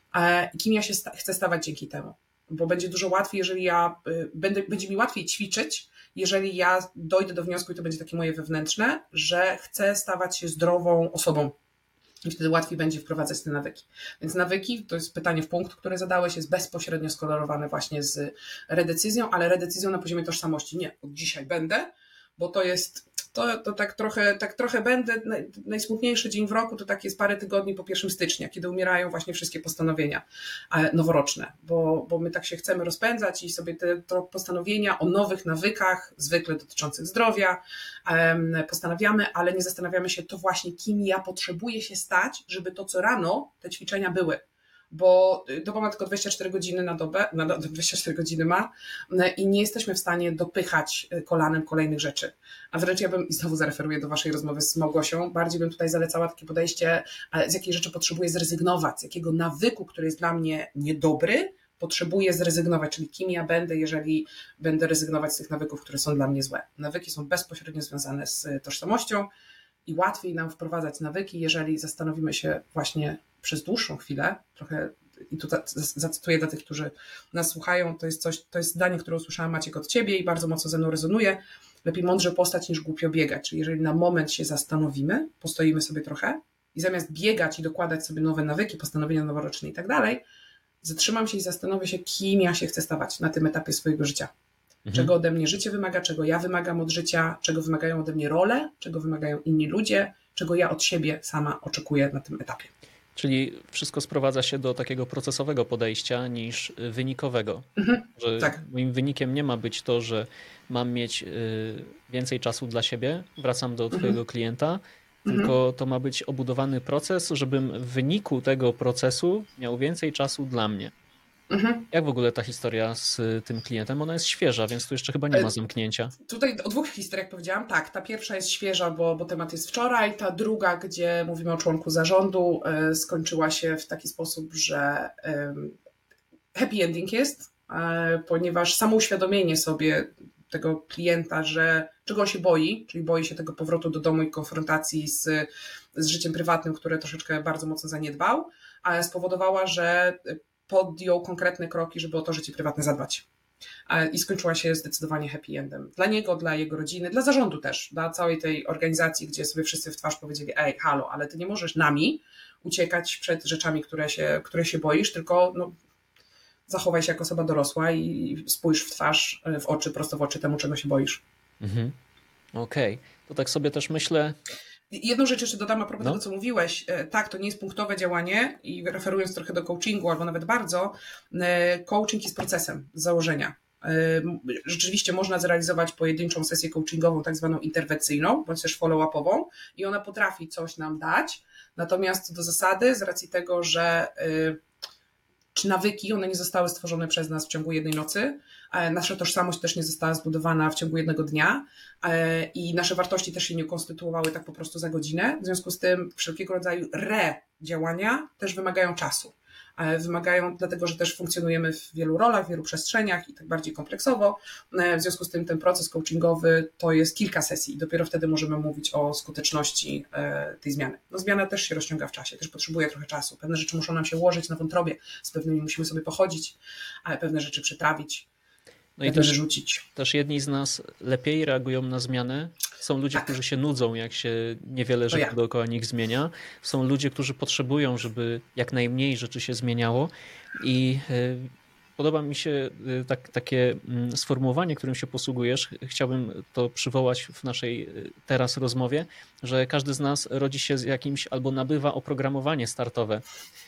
[SPEAKER 2] i kim ja się sta- chcę stawać dzięki temu. Bo będzie dużo łatwiej, jeżeli ja, będę, będzie mi łatwiej ćwiczyć, jeżeli ja dojdę do wniosku, i to będzie takie moje wewnętrzne, że chcę stawać się zdrową osobą. I wtedy łatwiej będzie wprowadzać te nawyki. Więc nawyki, to jest pytanie w punkt, które zadałeś, jest bezpośrednio skorelowane właśnie z redecyzją, ale redecyzją na poziomie tożsamości. Nie, od dzisiaj będę, bo to jest, to, to tak, trochę, tak trochę będę, najsmutniejszy dzień w roku to tak jest parę tygodni po pierwszego stycznia, kiedy umierają właśnie wszystkie postanowienia noworoczne, bo, bo my tak się chcemy rozpędzać i sobie te to postanowienia o nowych nawykach, zwykle dotyczących zdrowia, postanawiamy, ale nie zastanawiamy się to właśnie, kim ja potrzebuję się stać, żeby to co rano te ćwiczenia były. Bo doba ma tylko dwadzieścia cztery godziny na dobę, na dwadzieścia cztery godziny ma i nie jesteśmy w stanie dopychać kolanem kolejnych rzeczy. A wręcz ja bym, i znowu zareferuję do waszej rozmowy z Małgosią, bardziej bym tutaj zalecała takie podejście, z jakiej rzeczy potrzebuję zrezygnować, z jakiego nawyku, który jest dla mnie niedobry, potrzebuję zrezygnować, czyli kim ja będę, jeżeli będę rezygnować z tych nawyków, które są dla mnie złe. Nawyki są bezpośrednio związane z tożsamością i łatwiej nam wprowadzać nawyki, jeżeli zastanowimy się właśnie przez dłuższą chwilę, trochę, i tu zacytuję dla tych, którzy nas słuchają, to jest coś, to jest zdanie, które usłyszałam, Maciek, od ciebie i bardzo mocno ze mną rezonuje. Lepiej mądrze postać niż głupio biegać. Czyli jeżeli na moment się zastanowimy, postoimy sobie trochę i zamiast biegać i dokładać sobie nowe nawyki, postanowienia noworoczne i tak dalej, zatrzymam się i zastanowię się, kim ja się chcę stawać na tym etapie swojego życia. Mhm. Czego ode mnie życie wymaga, czego ja wymagam od życia, czego wymagają ode mnie role, czego wymagają inni ludzie, czego ja od siebie sama oczekuję na tym etapie.
[SPEAKER 1] Czyli wszystko sprowadza się do takiego procesowego podejścia niż wynikowego.
[SPEAKER 2] Mhm,
[SPEAKER 1] że
[SPEAKER 2] tak.
[SPEAKER 1] Moim wynikiem nie ma być to, że mam mieć więcej czasu dla siebie, wracam do twojego mhm. klienta, tylko mhm. to ma być obudowany proces, żebym w wyniku tego procesu miał więcej czasu dla mnie. Mhm. Jak w ogóle ta historia z tym klientem? Ona jest świeża, więc tu jeszcze chyba nie ma zamknięcia.
[SPEAKER 2] Tutaj o dwóch historiach powiedziałam. Tak, ta pierwsza jest świeża, bo, bo temat jest wczoraj. Ta druga, gdzie mówimy o członku zarządu, y, skończyła się w taki sposób, że y, happy ending jest, y, ponieważ samo uświadomienie sobie tego klienta, że czego on się boi, czyli boi się tego powrotu do domu i konfrontacji z, z życiem prywatnym, które troszeczkę bardzo mocno zaniedbał, ale spowodowała, że podjął konkretne kroki, żeby o to życie prywatne zadbać. I skończyła się zdecydowanie happy endem. Dla niego, dla jego rodziny, dla zarządu też, dla całej tej organizacji, gdzie sobie wszyscy w twarz powiedzieli: ej, halo, ale ty nie możesz nami uciekać przed rzeczami, które się, które się boisz, tylko no, zachowaj się jako osoba dorosła i spójrz w twarz, w oczy, prosto w oczy temu, czego się boisz.
[SPEAKER 1] Mhm. Okej, okay. To tak sobie też myślę.
[SPEAKER 2] Jedną rzecz jeszcze dodam a propos
[SPEAKER 1] no.
[SPEAKER 2] tego, co mówiłeś. Tak, to nie jest punktowe działanie i referując trochę do coachingu, albo nawet bardzo, coaching jest procesem z założenia. Rzeczywiście można zrealizować pojedynczą sesję coachingową, tak zwaną interwencyjną, bądź też follow-upową i ona potrafi coś nam dać, natomiast do zasady, z racji tego, że czy nawyki, one nie zostały stworzone przez nas w ciągu jednej nocy, nasza tożsamość też nie została zbudowana w ciągu jednego dnia i nasze wartości też się nie konstytuowały tak po prostu za godzinę. W związku z tym wszelkiego rodzaju re-działania też wymagają czasu. Wymagają, dlatego że też funkcjonujemy w wielu rolach, w wielu przestrzeniach i tak bardziej kompleksowo. W związku z tym ten proces coachingowy to jest kilka sesji i dopiero wtedy możemy mówić o skuteczności tej zmiany. No zmiana też się rozciąga w czasie, też potrzebuje trochę czasu. Pewne rzeczy muszą nam się ułożyć na wątrobie, z pewnymi musimy sobie pochodzić, ale pewne rzeczy przetrawić.
[SPEAKER 1] No i też, też jedni z nas lepiej reagują na zmiany. Są ludzie, tak. którzy się nudzą, jak się niewiele rzeczy ja. dookoła nich zmienia. Są ludzie, którzy potrzebują, żeby jak najmniej rzeczy się zmieniało. I y, podoba mi się y, tak, takie y, sformułowanie, którym się posługujesz. Chciałbym to przywołać w naszej y, teraz rozmowie, że każdy z nas rodzi się z jakimś albo nabywa oprogramowanie startowe.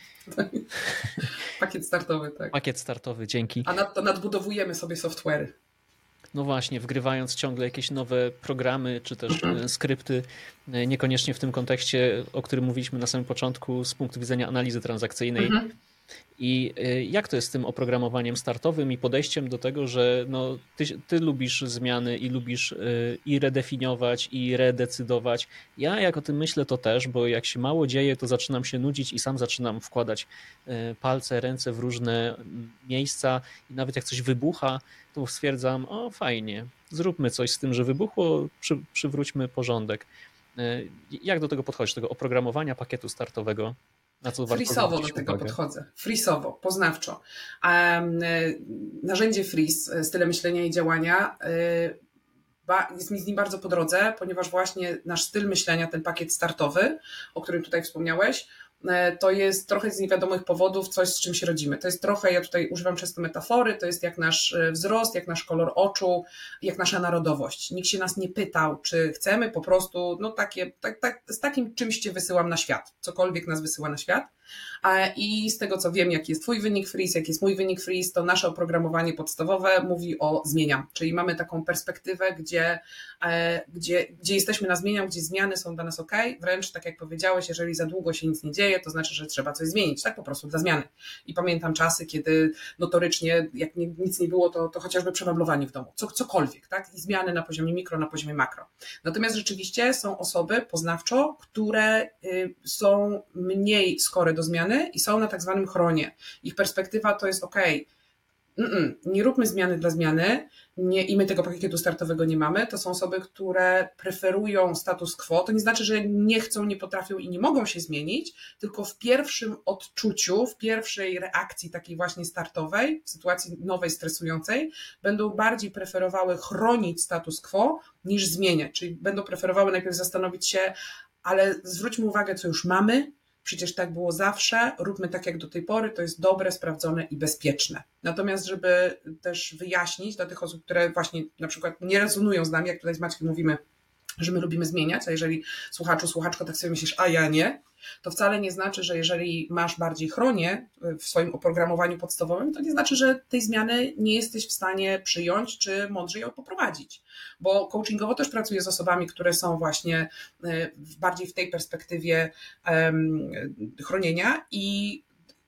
[SPEAKER 2] Pakiet startowy, tak.
[SPEAKER 1] Pakiet startowy, dzięki.
[SPEAKER 2] A nad, to nadbudowujemy sobie software'y.
[SPEAKER 1] No właśnie, wgrywając ciągle jakieś nowe programy, czy też mm-hmm. skrypty, niekoniecznie w tym kontekście, o którym mówiliśmy na samym początku, z punktu widzenia analizy transakcyjnej. Mm-hmm. I jak to jest z tym oprogramowaniem startowym i podejściem do tego, że no, ty, ty lubisz zmiany i lubisz i redefiniować, i redecydować. Ja jak o tym myślę, to też, bo jak się mało dzieje, to zaczynam się nudzić i sam zaczynam wkładać palce, ręce w różne miejsca i nawet jak coś wybucha, to stwierdzam: o fajnie, zróbmy coś z tym, że wybuchło, przy, przywróćmy porządek. Jak do tego podchodzisz, tego oprogramowania pakietu startowego?
[SPEAKER 2] Freeze'owo do tego uwagę. podchodzę. Freeze'owo, poznawczo. Um, narzędzie Freeze, style myślenia i działania y, jest mi z nim bardzo po drodze, ponieważ właśnie nasz styl myślenia, ten pakiet startowy, o którym tutaj wspomniałeś, to jest trochę z niewiadomych powodów coś, z czym się rodzimy. To jest trochę, ja tutaj używam często metafory, to jest jak nasz wzrost, jak nasz kolor oczu, jak nasza narodowość. Nikt się nas nie pytał, czy chcemy po prostu, no takie, tak, tak, z takim czymś cię wysyłam na świat, cokolwiek nas wysyła na świat. I z tego, co wiem, jaki jest twój wynik Freeze, jaki jest mój wynik Freeze, to nasze oprogramowanie podstawowe mówi o zmieniam, czyli mamy taką perspektywę, gdzie, gdzie, gdzie jesteśmy na zmieniam, gdzie zmiany są dla nas ok, wręcz tak jak powiedziałeś, jeżeli za długo się nic nie dzieje, to znaczy, że trzeba coś zmienić, tak po prostu dla zmiany. I pamiętam czasy, kiedy notorycznie, jak nie, nic nie było, to, to chociażby przemeblowanie w domu, co, cokolwiek, tak? I zmiany na poziomie mikro, na poziomie makro. Natomiast rzeczywiście są osoby poznawczo, które y, są mniej skore do zmiany i są na tak zwanym chronie. Ich perspektywa to jest ok, Mm-mm, nie róbmy zmiany dla zmiany nie, i my tego pakietu startowego nie mamy. To są osoby, które preferują status quo. To nie znaczy, że nie chcą, nie potrafią i nie mogą się zmienić, tylko w pierwszym odczuciu, w pierwszej reakcji takiej właśnie startowej, w sytuacji nowej, stresującej, będą bardziej preferowały chronić status quo niż zmieniać. Czyli będą preferowały najpierw zastanowić się, ale zwróćmy uwagę, co już mamy. Przecież tak było zawsze, róbmy tak jak do tej pory, to jest dobre, sprawdzone i bezpieczne. Natomiast, żeby też wyjaśnić dla tych osób, które właśnie na przykład nie rezonują z nami, jak tutaj z Maćkiem mówimy, że my lubimy zmieniać, a jeżeli słuchaczu, słuchaczko tak sobie myślisz, a ja nie, to wcale nie znaczy, że jeżeli masz bardziej chronię w swoim oprogramowaniu podstawowym, to nie znaczy, że tej zmiany nie jesteś w stanie przyjąć, czy mądrze ją poprowadzić. Bo coachingowo też pracuję z osobami, które są właśnie bardziej w tej perspektywie chronienia i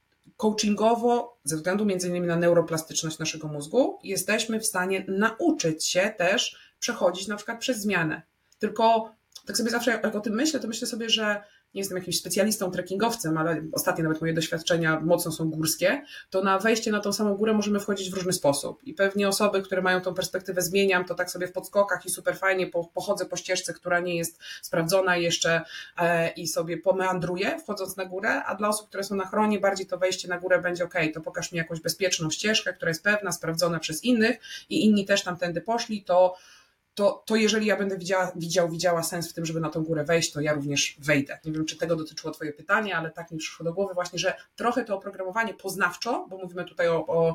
[SPEAKER 2] coachingowo, ze względu między innymi na neuroplastyczność naszego mózgu, jesteśmy w stanie nauczyć się też przechodzić na przykład przez zmianę. Tylko tak sobie zawsze, jak o tym myślę, to myślę sobie, że nie jestem jakimś specjalistą, trekkingowcem, ale ostatnie nawet moje doświadczenia mocno są górskie, to na wejście na tą samą górę możemy wchodzić w różny sposób. I pewnie osoby, które mają tą perspektywę zmieniam, to tak sobie w podskokach i super fajnie pochodzę po ścieżce, która nie jest sprawdzona jeszcze i sobie pomeandruję, wchodząc na górę, a dla osób, które są na chronie, bardziej to wejście na górę będzie ok, to pokaż mi jakąś bezpieczną ścieżkę, która jest pewna, sprawdzona przez innych i inni też tamtędy poszli, to To, to jeżeli ja będę widziała, widział, widziała sens w tym, żeby na tą górę wejść, to ja również wejdę. Nie wiem, czy tego dotyczyło Twoje pytanie, ale tak mi przyszło do głowy właśnie, że trochę to oprogramowanie poznawczo, bo mówimy tutaj o, o,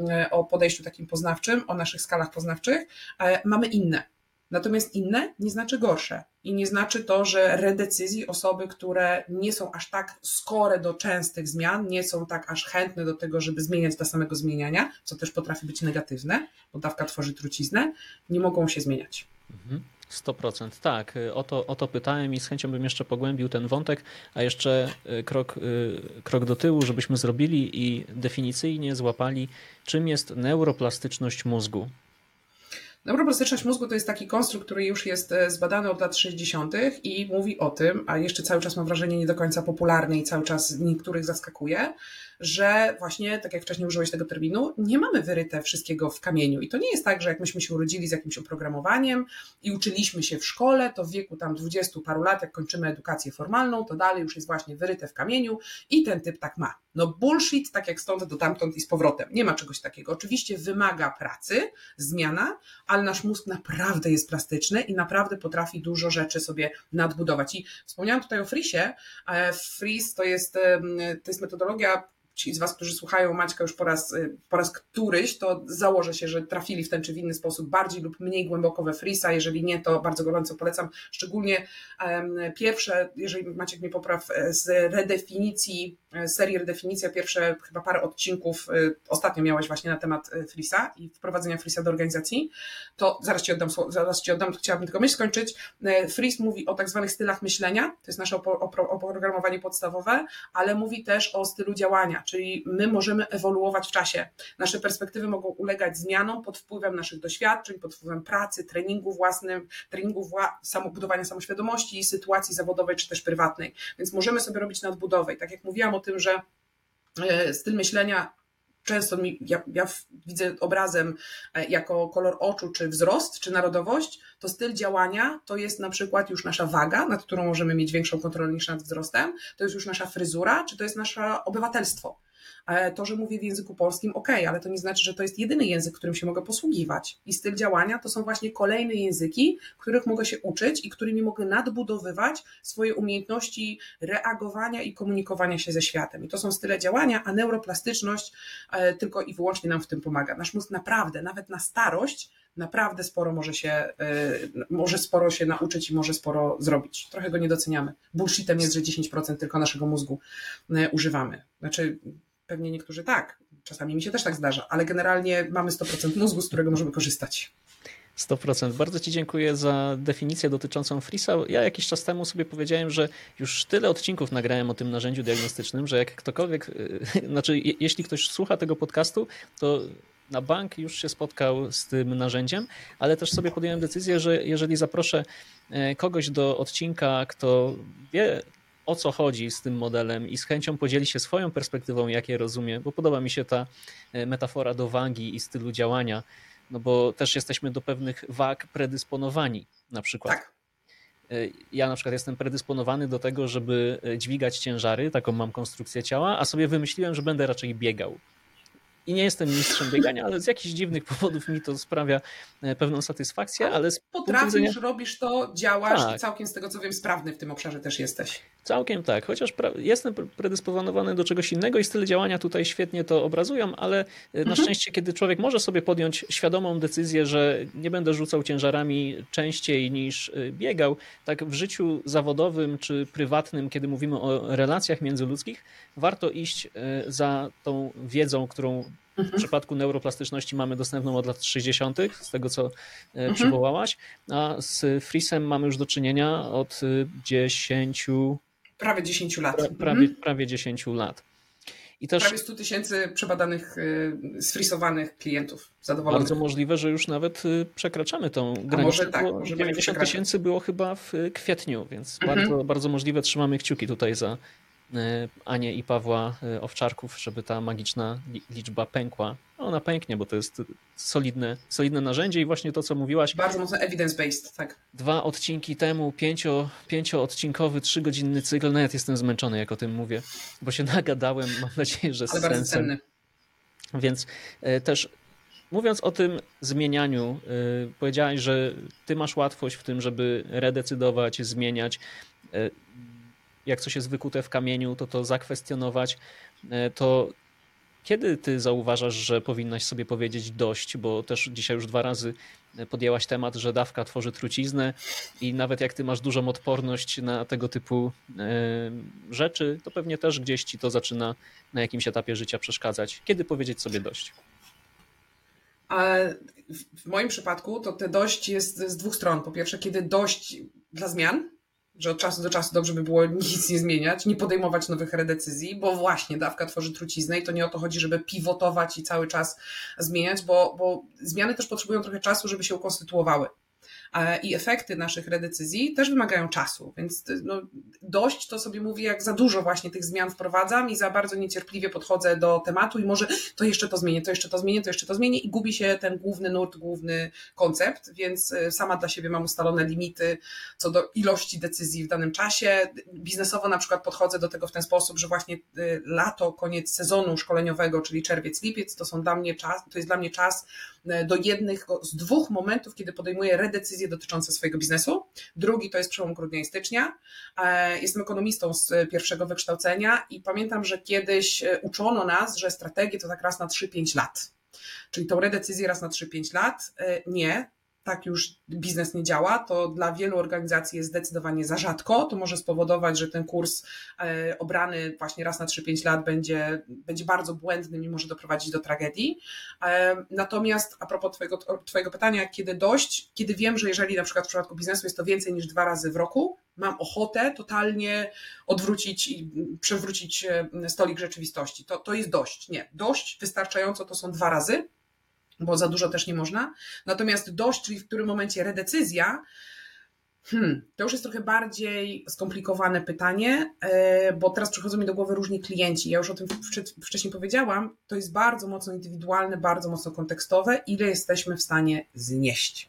[SPEAKER 2] o podejściu takim poznawczym, o naszych skalach poznawczych, mamy inne. Natomiast inne nie znaczy gorsze. I nie znaczy to, że redecyzji osoby, które nie są aż tak skore do częstych zmian, nie są tak aż chętne do tego, żeby zmieniać dla samego zmieniania, co też potrafi być negatywne, bo dawka tworzy truciznę, nie mogą się zmieniać.
[SPEAKER 1] sto procent tak, o to, o to pytałem i z chęcią bym jeszcze pogłębił ten wątek, a jeszcze krok, krok do tyłu, żebyśmy zrobili i definicyjnie złapali, czym jest neuroplastyczność mózgu.
[SPEAKER 2] Neuroplastyczność mózgu to jest taki konstrukt, który już jest zbadany od lat sześćdziesiątych i mówi o tym, a jeszcze cały czas mam wrażenie nie do końca popularny i cały czas niektórych zaskakuje, że właśnie, tak jak wcześniej użyłeś tego terminu, nie mamy wyryte wszystkiego w kamieniu. I to nie jest tak, że jak myśmy się urodzili z jakimś oprogramowaniem i uczyliśmy się w szkole, to w wieku tam dwudziestu paru lat, jak kończymy edukację formalną, to dalej już jest właśnie wyryte w kamieniu i ten typ tak ma. No bullshit, tak jak stąd do tamtąd i z powrotem. Nie ma czegoś takiego. Oczywiście wymaga pracy, zmiana, ale nasz mózg naprawdę jest plastyczny i naprawdę potrafi dużo rzeczy sobie nadbudować. I wspomniałam tutaj o Freesie. Freeze to jest, to jest metodologia, ci z Was, którzy słuchają Maćka już po raz, po raz któryś, to założę się, że trafili w ten czy w inny sposób bardziej lub mniej głęboko we Freesa. Jeżeli nie, to bardzo gorąco polecam. Szczególnie um, pierwsze, jeżeli Maciek mnie popraw, z redefinicji, serii redefinicja, pierwsze chyba parę odcinków ostatnio miałeś właśnie na temat Freesa i wprowadzenia Freesa do organizacji, to zaraz Ci oddam, zaraz Ci oddam, to chciałabym tylko myśl skończyć. Freeze mówi o tak zwanych stylach myślenia, to jest nasze oprogramowanie podstawowe, ale mówi też o stylu działania, czyli my możemy ewoluować w czasie. Nasze perspektywy mogą ulegać zmianom pod wpływem naszych doświadczeń, pod wpływem pracy, treningu własnym, treningu wła- budowania samoświadomości, sytuacji zawodowej czy też prywatnej. Więc możemy sobie robić nadbudowę. I tak jak mówiłam o tym, że styl myślenia często mi, ja, ja widzę obrazem jako kolor oczu, czy wzrost, czy narodowość, to styl działania to jest na przykład już nasza waga, nad którą możemy mieć większą kontrolę niż nad wzrostem, to jest już nasza fryzura, czy to jest nasze obywatelstwo. To, że mówię w języku polskim, ok, ale to nie znaczy, że to jest jedyny język, którym się mogę posługiwać. I styl działania to są właśnie kolejne języki, których mogę się uczyć i którymi mogę nadbudowywać swoje umiejętności reagowania i komunikowania się ze światem. I to są style działania, a neuroplastyczność tylko i wyłącznie nam w tym pomaga. Nasz mózg naprawdę, nawet na starość, naprawdę sporo może się, może sporo się nauczyć i może sporo zrobić. Trochę go nie doceniamy. Bullshitem jest, że dziesięć procent tylko naszego mózgu używamy. Znaczy, pewnie niektórzy tak, czasami mi się też tak zdarza, ale generalnie mamy sto procent mózgu, z którego możemy korzystać.
[SPEAKER 1] sto procent. Bardzo Ci dziękuję za definicję dotyczącą Freesa. Ja jakiś czas temu sobie powiedziałem, że już tyle odcinków nagrałem o tym narzędziu diagnostycznym, że jak ktokolwiek, znaczy jeśli ktoś słucha tego podcastu, to na bank już się spotkał z tym narzędziem, ale też sobie podjąłem decyzję, że jeżeli zaproszę kogoś do odcinka, kto wie o co chodzi z tym modelem i z chęcią podzieli się swoją perspektywą, jak je rozumie, bo podoba mi się ta metafora do wagi i stylu działania, no bo też jesteśmy do pewnych wag predysponowani na przykład.
[SPEAKER 2] Tak.
[SPEAKER 1] Ja na przykład jestem predysponowany do tego, żeby dźwigać ciężary, taką mam konstrukcję ciała, a sobie wymyśliłem, że będę raczej biegał. I nie jestem mistrzem biegania, ale z jakichś dziwnych powodów mi to sprawia pewną satysfakcję, ale z
[SPEAKER 2] potrafisz,
[SPEAKER 1] widzenia...
[SPEAKER 2] robisz to, działasz
[SPEAKER 1] tak.
[SPEAKER 2] i całkiem z tego co wiem sprawny w tym obszarze też jesteś.
[SPEAKER 1] Całkiem tak, chociaż jestem predysponowany do czegoś innego i style działania tutaj świetnie to obrazują, ale na
[SPEAKER 2] mhm.
[SPEAKER 1] szczęście, kiedy człowiek może sobie podjąć świadomą decyzję, że nie będę rzucał ciężarami częściej niż biegał, tak w życiu zawodowym czy prywatnym, kiedy mówimy o relacjach międzyludzkich, warto iść za tą wiedzą, którą w przypadku neuroplastyczności mamy dostępną od lat sześćdziesiątych, z tego co mhm. przywołałaś, a z Friesem mamy już do czynienia od dziesięciu...
[SPEAKER 2] Prawie dziesięciu lat.
[SPEAKER 1] Pra, prawie, mhm. prawie dziesięciu lat. I też
[SPEAKER 2] prawie sto tysięcy przebadanych, sfrisowanych klientów zadowolonych.
[SPEAKER 1] Bardzo możliwe, że już nawet przekraczamy tą granicę.
[SPEAKER 2] A może tak, może
[SPEAKER 1] dziewięćdziesiąt tysięcy było chyba w kwietniu, więc mhm. bardzo, bardzo możliwe, trzymamy kciuki tutaj za Anię i Pawła Owczarków, żeby ta magiczna liczba pękła. Ona pęknie, bo to jest solidne, solidne narzędzie i właśnie to, co mówiłaś.
[SPEAKER 2] Bardzo mocno evidence-based, tak.
[SPEAKER 1] Dwa odcinki temu, pięcio, pięcioodcinkowy, trzygodzinny cykl. Nawet jestem zmęczony, jak o tym mówię, bo się nagadałem, mam nadzieję, że z
[SPEAKER 2] Ale
[SPEAKER 1] sensem.
[SPEAKER 2] bardzo cenny.
[SPEAKER 1] Więc też mówiąc o tym zmienianiu, powiedziałaś, że ty masz łatwość w tym, żeby redecydować, zmieniać. Jak coś jest wykute w kamieniu, to to zakwestionować, to kiedy ty zauważasz, że powinnaś sobie powiedzieć dość, bo też dzisiaj już dwa razy podjęłaś temat, że dawka tworzy truciznę i nawet jak ty masz dużą odporność na tego typu rzeczy, to pewnie też gdzieś ci to zaczyna na jakimś etapie życia przeszkadzać. Kiedy powiedzieć sobie dość?
[SPEAKER 2] W moim przypadku to te dość jest z dwóch stron. Po pierwsze, kiedy dość dla zmian, że od czasu do czasu dobrze by było nic nie zmieniać, nie podejmować nowych redecyzji, bo właśnie dawka tworzy truciznę i to nie o to chodzi, żeby pivotować i cały czas zmieniać, bo, bo zmiany też potrzebują trochę czasu, żeby się ukonstytuowały. I efekty naszych redecyzji też wymagają czasu, więc no, dość to sobie mówię, jak za dużo właśnie tych zmian wprowadzam i za bardzo niecierpliwie podchodzę do tematu i może to jeszcze to zmienię, to jeszcze to zmienię, to jeszcze to zmienię i gubi się ten główny nurt, główny koncept, więc sama dla siebie mam ustalone limity co do ilości decyzji w danym czasie. Biznesowo na przykład podchodzę do tego w ten sposób, że właśnie lato, koniec sezonu szkoleniowego, czyli czerwiec, lipiec, to są dla mnie czas, to jest dla mnie czas do jednych z dwóch momentów, kiedy podejmuję redecyzje dotyczące swojego biznesu. Drugi to jest przełom grudnia i stycznia. Jestem ekonomistą z pierwszego wykształcenia i pamiętam, że kiedyś uczono nas, że strategie to tak raz na trzy pięć lat. Czyli tą redecyzję raz na trzy pięć lat. Nie. Tak już biznes nie działa, to dla wielu organizacji jest zdecydowanie za rzadko. To może spowodować, że ten kurs obrany właśnie raz na trzy pięć lat będzie, będzie bardzo błędnym i może doprowadzić do tragedii. Natomiast a propos twojego, twojego pytania, kiedy dość, kiedy wiem, że jeżeli na przykład w przypadku biznesu jest to więcej niż dwa razy w roku, mam ochotę totalnie odwrócić i przewrócić stolik rzeczywistości. To, to jest dość. Nie, dość, wystarczająco to są dwa razy, bo za dużo też nie można. Natomiast dość, czyli w którym momencie redecyzja, hmm, to już jest trochę bardziej skomplikowane pytanie, bo teraz przychodzą mi do głowy różni klienci. Ja już o tym wcześniej powiedziałam, to jest bardzo mocno indywidualne, bardzo mocno kontekstowe, ile jesteśmy w stanie znieść.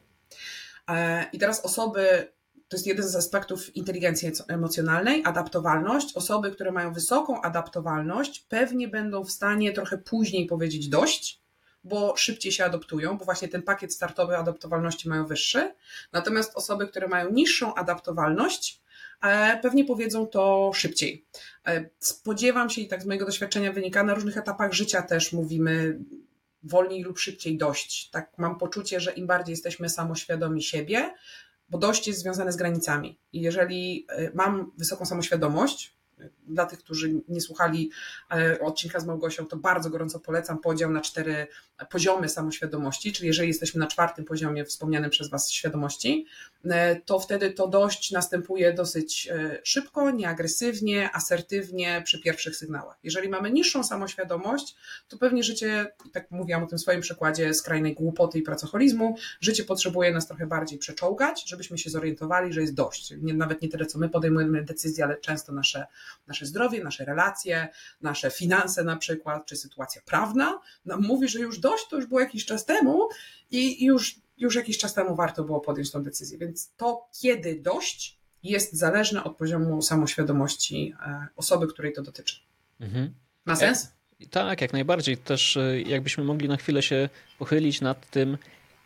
[SPEAKER 2] I teraz osoby, to jest jeden z aspektów inteligencji emocjonalnej, adaptowalność. Osoby, które mają wysoką adaptowalność, pewnie będą w stanie trochę później powiedzieć dość, bo szybciej się adoptują, bo właśnie ten pakiet startowy adaptowalności mają wyższy. Natomiast osoby, które mają niższą adaptowalność, pewnie powiedzą to szybciej. Spodziewam się i tak z mojego doświadczenia wynika, na różnych etapach życia też mówimy wolniej lub szybciej dość. Tak mam poczucie, że im bardziej jesteśmy samoświadomi siebie, bo dość jest związane z granicami. I jeżeli mam wysoką samoświadomość, Dla tych, którzy nie słuchali odcinka z Małgosią, to bardzo gorąco polecam podział na cztery poziomy samoświadomości, czyli jeżeli jesteśmy na czwartym poziomie wspomnianym przez Was świadomości, to wtedy to dość następuje dosyć szybko, nieagresywnie, asertywnie przy pierwszych sygnałach. Jeżeli mamy niższą samoświadomość, to pewnie życie, tak mówiłam o tym swoim przykładzie skrajnej głupoty i pracoholizmu, życie potrzebuje nas trochę bardziej przeczołgać, żebyśmy się zorientowali, że jest dość. Nie, nawet nie tyle, co my podejmujemy decyzje, ale często nasze, nasze zdrowie, nasze relacje, nasze finanse na przykład, czy sytuacja prawna nam mówi, że już dość, to już było jakiś czas temu i już, już jakiś czas temu warto było podjąć tą decyzję. Więc to, kiedy dość, jest zależne od poziomu samoświadomości osoby, której to dotyczy. Mhm. Ma sens?
[SPEAKER 1] Ja, tak, jak najbardziej. Też jakbyśmy mogli na chwilę się pochylić nad tym,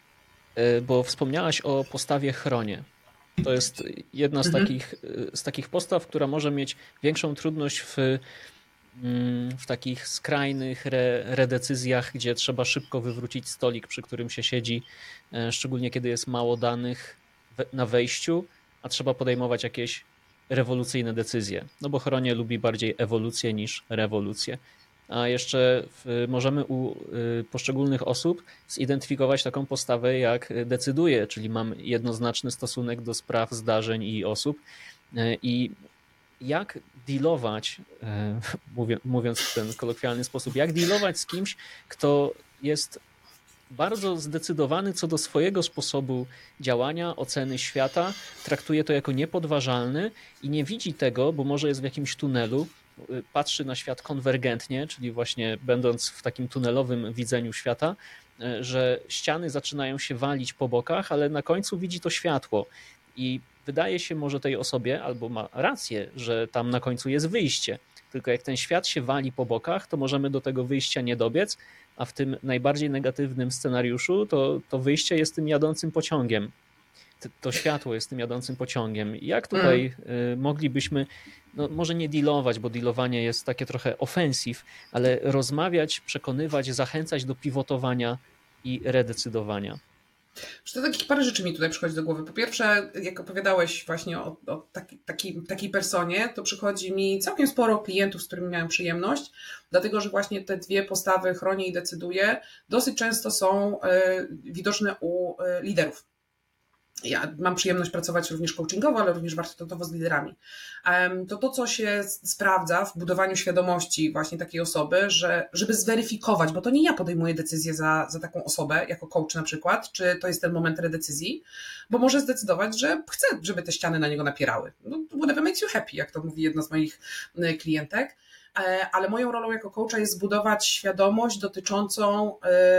[SPEAKER 1] bo wspomniałaś o postawie chronie. To jest jedna z, mhm. takich, z takich postaw, która może mieć większą trudność w, w takich skrajnych re, redecyzjach, gdzie trzeba szybko wywrócić stolik, przy którym się siedzi, szczególnie kiedy jest mało danych na wejściu, a trzeba podejmować jakieś rewolucyjne decyzje. No bo chronie lubi bardziej ewolucję niż rewolucję. A jeszcze w, możemy u y, poszczególnych osób zidentyfikować taką postawę, jak decyduje, czyli mam jednoznaczny stosunek do spraw, zdarzeń i osób. Y, I jak dealować, y, mówię, mówiąc w ten kolokwialny sposób, jak dealować z kimś, kto jest bardzo zdecydowany co do swojego sposobu działania, oceny świata, traktuje to jako niepodważalny i nie widzi tego, bo może jest w jakimś tunelu, patrzy na świat konwergentnie, czyli właśnie będąc w takim tunelowym widzeniu świata, że ściany zaczynają się walić po bokach, ale na końcu widzi to światło i wydaje się może tej osobie, albo ma rację, że tam na końcu jest wyjście, tylko jak ten świat się wali po bokach, to możemy do tego wyjścia nie dobiec, a w tym najbardziej negatywnym scenariuszu to, to wyjście jest tym jadącym pociągiem. To światło jest tym jadącym pociągiem. Jak tutaj mm. moglibyśmy, no może nie dealować, bo dealowanie jest takie trochę offensive, ale rozmawiać, przekonywać, zachęcać do pivotowania i redecydowania?
[SPEAKER 2] To takich parę rzeczy mi tutaj przychodzi do głowy. Po pierwsze, jak opowiadałeś właśnie o, o taki, taki, takiej personie, to przychodzi mi całkiem sporo klientów, z którymi miałem przyjemność, dlatego że właśnie te dwie postawy chronię i decyduję dosyć często są y, widoczne u y, liderów. Ja mam przyjemność pracować również coachingowo, ale również warsztatowo z liderami. To to, co się sprawdza w budowaniu świadomości właśnie takiej osoby, że żeby zweryfikować, bo to nie ja podejmuję decyzję za, za taką osobę, jako coach na przykład, czy to jest ten moment redecyzji, bo może zdecydować, że chce, żeby te ściany na niego napierały. No, whatever makes you happy, jak to mówi jedna z moich klientek. Ale moją rolą jako coacha jest zbudować świadomość dotyczącą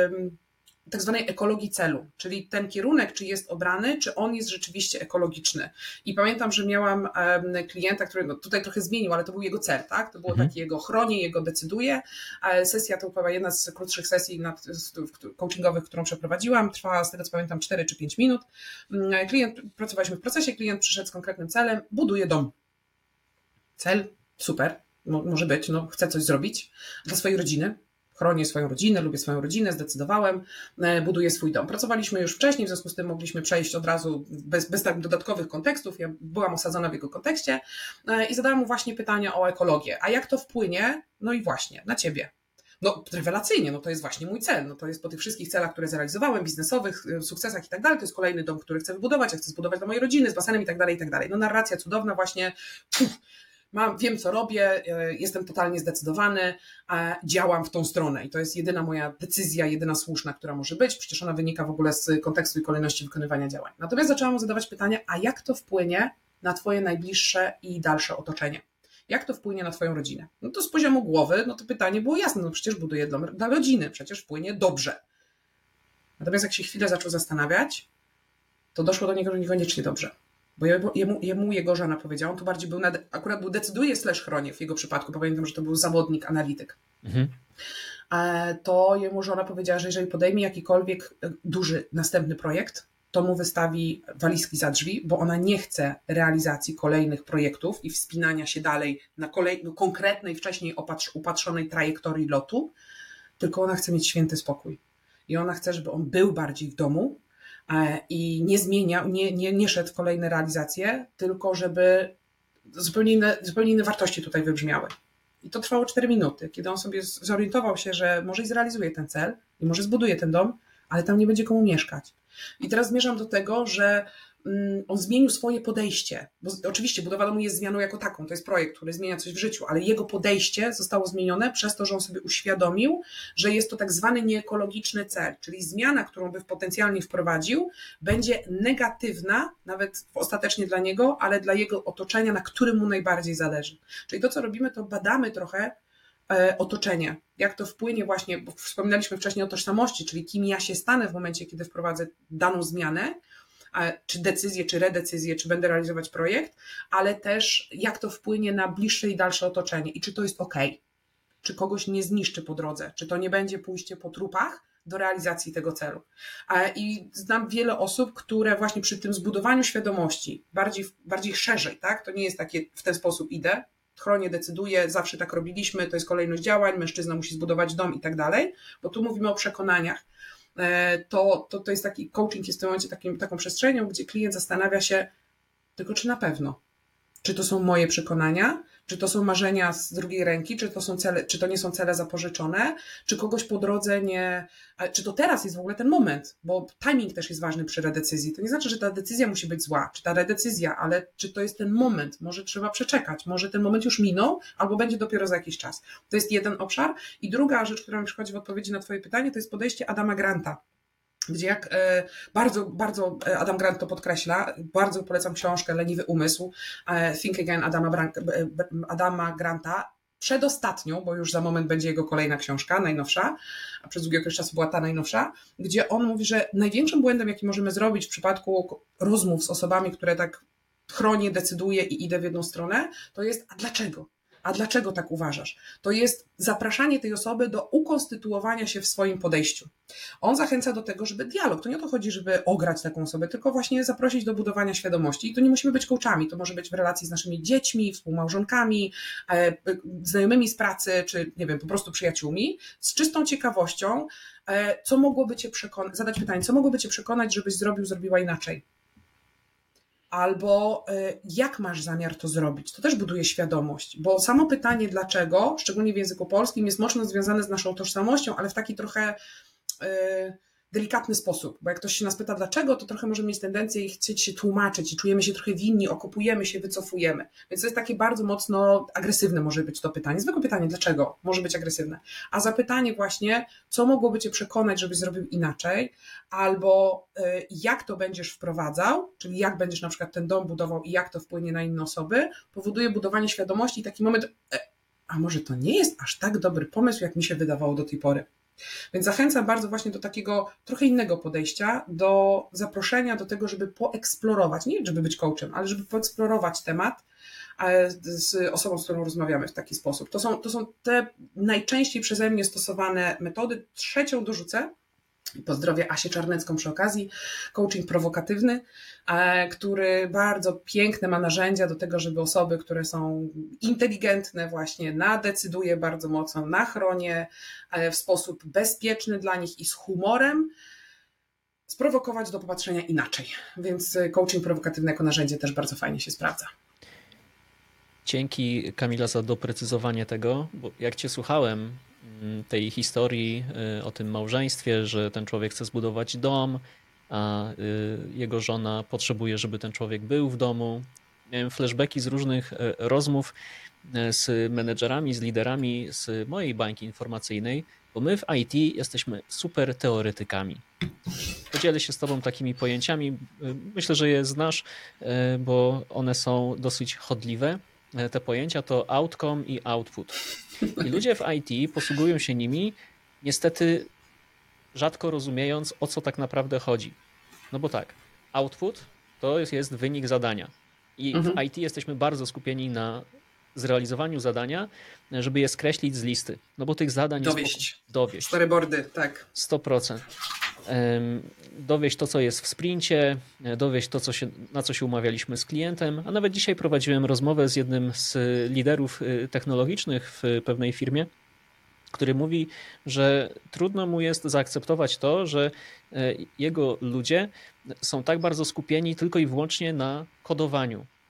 [SPEAKER 2] tak zwanej ekologii celu, czyli ten kierunek, czy jest obrany, czy on jest rzeczywiście ekologiczny. I pamiętam, że miałam klienta, który no tutaj trochę zmienił, ale to był jego cel, tak? To było mhm. takie jego chronię, jego decyduje. Sesja to była jedna z krótszych sesji coachingowych, którą przeprowadziłam. Trwała, z tego co pamiętam, cztery czy pięć minut. Klient, pracowaliśmy w procesie, klient przyszedł z konkretnym celem, buduje dom. Cel, super, może być, no chcę coś zrobić dla swojej rodziny. Chronię swoją rodzinę, lubię swoją rodzinę, zdecydowałem, buduję swój dom. Pracowaliśmy już wcześniej, w związku z tym mogliśmy przejść od razu bez, bez tak dodatkowych kontekstów. Ja byłam osadzona w jego kontekście i zadałam mu właśnie pytania o ekologię. A jak to wpłynie? No i właśnie, na ciebie. No rewelacyjnie, no to jest właśnie mój cel. No to jest po tych wszystkich celach, które zrealizowałem, biznesowych, sukcesach i tak dalej. To jest kolejny dom, który chcę wybudować, ja chcę zbudować dla mojej rodziny, z basenem i tak dalej, i tak dalej. No narracja cudowna właśnie. Puf. Mam, wiem, co robię, jestem totalnie zdecydowany, a działam w tą stronę i to jest jedyna moja decyzja, jedyna słuszna, która może być, przecież ona wynika w ogóle z kontekstu i kolejności wykonywania działań. Natomiast zaczęłam mu zadawać pytania, a jak to wpłynie na twoje najbliższe i dalsze otoczenie? Jak to wpłynie na twoją rodzinę? No to z poziomu głowy, no to pytanie było jasne, no przecież buduję dom dla rodziny, przecież wpłynie dobrze. Natomiast jak się chwilę zaczął zastanawiać, to doszło do niego niekoniecznie dobrze. Bo jemu, jemu jego żona powiedziała, on to bardziej był, na, akurat był decyduje slash chronię w jego przypadku, pamiętam, że to był zawodnik, analityk. Mhm. To jemu żona powiedziała, że jeżeli podejmie jakikolwiek duży następny projekt, to mu wystawi walizki za drzwi, bo ona nie chce realizacji kolejnych projektów i wspinania się dalej na kolej, no, konkretnej, wcześniej opatrz, upatrzonej trajektorii lotu, tylko ona chce mieć święty spokój. I ona chce, żeby on był bardziej w domu, i nie zmieniał, nie, nie, nie szedł w kolejne realizacje, tylko żeby zupełnie inne, zupełnie inne wartości tutaj wybrzmiały. I to trwało cztery minuty, kiedy on sobie zorientował się, że może i zrealizuje ten cel i może zbuduje ten dom, ale tam nie będzie komu mieszkać. I teraz zmierzam do tego, że on zmienił swoje podejście, bo oczywiście budowa domu jest zmianą jako taką, to jest projekt, który zmienia coś w życiu, ale jego podejście zostało zmienione przez to, że on sobie uświadomił, że jest to tak zwany nieekologiczny cel, czyli zmiana, którą by potencjalnie wprowadził, będzie negatywna, nawet ostatecznie dla niego, ale dla jego otoczenia, na którym mu najbardziej zależy. Czyli to, co robimy, to badamy trochę otoczenie, jak to wpłynie właśnie, bo wspominaliśmy wcześniej o tożsamości, czyli kim ja się stanę w momencie, kiedy wprowadzę daną zmianę, czy decyzję, czy redecyzję, czy będę realizować projekt, ale też jak to wpłynie na bliższe i dalsze otoczenie i czy to jest ok, czy kogoś nie zniszczy po drodze, czy to nie będzie pójście po trupach do realizacji tego celu. I znam wiele osób, które właśnie przy tym zbudowaniu świadomości bardziej, bardziej szerzej, tak? To nie jest takie w ten sposób idę, chronie decyduje, zawsze tak robiliśmy, to jest kolejność działań, mężczyzna musi zbudować dom i tak dalej, bo tu mówimy o przekonaniach. To, to, to jest taki coaching, jest w tym momencie takim, taką przestrzenią, gdzie klient zastanawia się tylko, czy na pewno, czy to są moje przekonania, czy to są marzenia z drugiej ręki, czy to są cele, czy to nie są cele zapożyczone, czy kogoś po drodze nie, czy to teraz jest w ogóle ten moment, bo timing też jest ważny przy redecyzji. To nie znaczy, że ta decyzja musi być zła, czy ta redecyzja, ale czy to jest ten moment, może trzeba przeczekać, może ten moment już minął, albo będzie dopiero za jakiś czas. To jest jeden obszar. I druga rzecz, która mi przychodzi w odpowiedzi na twoje pytanie, to jest podejście Adama Granta, gdzie jak bardzo, bardzo Adam Grant to podkreśla, bardzo polecam książkę Leniwy umysł, Think Again Adama, Adama Granta, przedostatnią, bo już za moment będzie jego kolejna książka, najnowsza, a przez długi okres czasu była ta najnowsza, gdzie on mówi, że największym błędem, jaki możemy zrobić w przypadku rozmów z osobami, które tak chronię, decyduję i idę w jedną stronę, to jest, a dlaczego? A dlaczego tak uważasz? To jest zapraszanie tej osoby do ukonstytuowania się w swoim podejściu. On zachęca do tego, żeby dialog, to nie o to chodzi, żeby ograć taką osobę, tylko właśnie zaprosić do budowania świadomości. I to nie musimy być coachami, to może być w relacji z naszymi dziećmi, współmałżonkami, znajomymi z pracy, czy nie wiem, po prostu przyjaciółmi, z czystą ciekawością, co mogłoby cię przekonać, zadać pytanie, co mogłoby cię przekonać, żebyś zrobił, zrobiła inaczej. Albo jak masz zamiar to zrobić. To też buduje świadomość, bo samo pytanie dlaczego, szczególnie w języku polskim, jest mocno związane z naszą tożsamością, ale w taki trochę yy, delikatny sposób, bo jak ktoś się nas pyta dlaczego, to trochę może mieć tendencję i chcieć się tłumaczyć i czujemy się trochę winni, okopujemy się, wycofujemy. Więc to jest takie bardzo mocno agresywne może być to pytanie. Zwykłe pytanie, dlaczego może być agresywne. A zapytanie właśnie, co mogłoby cię przekonać, żebyś zrobił inaczej, albo y, jak to będziesz wprowadzał, czyli jak będziesz na przykład ten dom budował i jak to wpłynie na inne osoby, powoduje budowanie świadomości i taki moment, e, a może to nie jest aż tak dobry pomysł, jak mi się wydawało do tej pory. Więc zachęcam bardzo właśnie do takiego trochę innego podejścia, do zaproszenia do tego, żeby poeksplorować, nie żeby być coachem, ale żeby poeksplorować temat z osobą, z którą rozmawiamy w taki sposób. To są, to są te najczęściej przeze mnie stosowane metody. Trzecią dorzucę, pozdrowię Asię Czarnecką przy okazji, coaching prowokatywny, który bardzo piękne ma narzędzia do tego, żeby osoby, które są inteligentne właśnie, nadecyduje bardzo mocno, na chronie, w sposób bezpieczny dla nich i z humorem, sprowokować do popatrzenia inaczej. Więc coaching prowokatywny jako narzędzie też bardzo fajnie się sprawdza.
[SPEAKER 1] Dzięki, Kamila, za doprecyzowanie tego, bo jak cię słuchałem, tej historii o tym małżeństwie, że ten człowiek chce zbudować dom, a jego żona potrzebuje, żeby ten człowiek był w domu. Miałem flashbacki z różnych rozmów z menedżerami, z liderami z mojej bańki informacyjnej, bo my w I T jesteśmy super teoretykami. Podzielę się z tobą takimi pojęciami. Myślę, że je znasz, bo one są dosyć chodliwe. Te pojęcia to outcome i output. I ludzie w I T posługują się nimi, niestety rzadko rozumiejąc, o co tak naprawdę chodzi. No bo tak, output to jest, jest wynik zadania. I mhm. w I T jesteśmy bardzo skupieni na zrealizowaniu zadania, żeby je skreślić z listy. No bo tych zadań
[SPEAKER 2] dowieść.
[SPEAKER 1] jest... Dowieść.
[SPEAKER 2] Storyboardy, tak.
[SPEAKER 1] sto procent. Dowieść to, co jest w sprincie, dowieść to, co się, na co się umawialiśmy z klientem, a nawet dzisiaj prowadziłem rozmowę z jednym z liderów technologicznych w pewnej firmie, który mówi, że trudno mu jest zaakceptować to, że jego ludzie są tak bardzo skupieni tylko i wyłącznie na kodowaniu,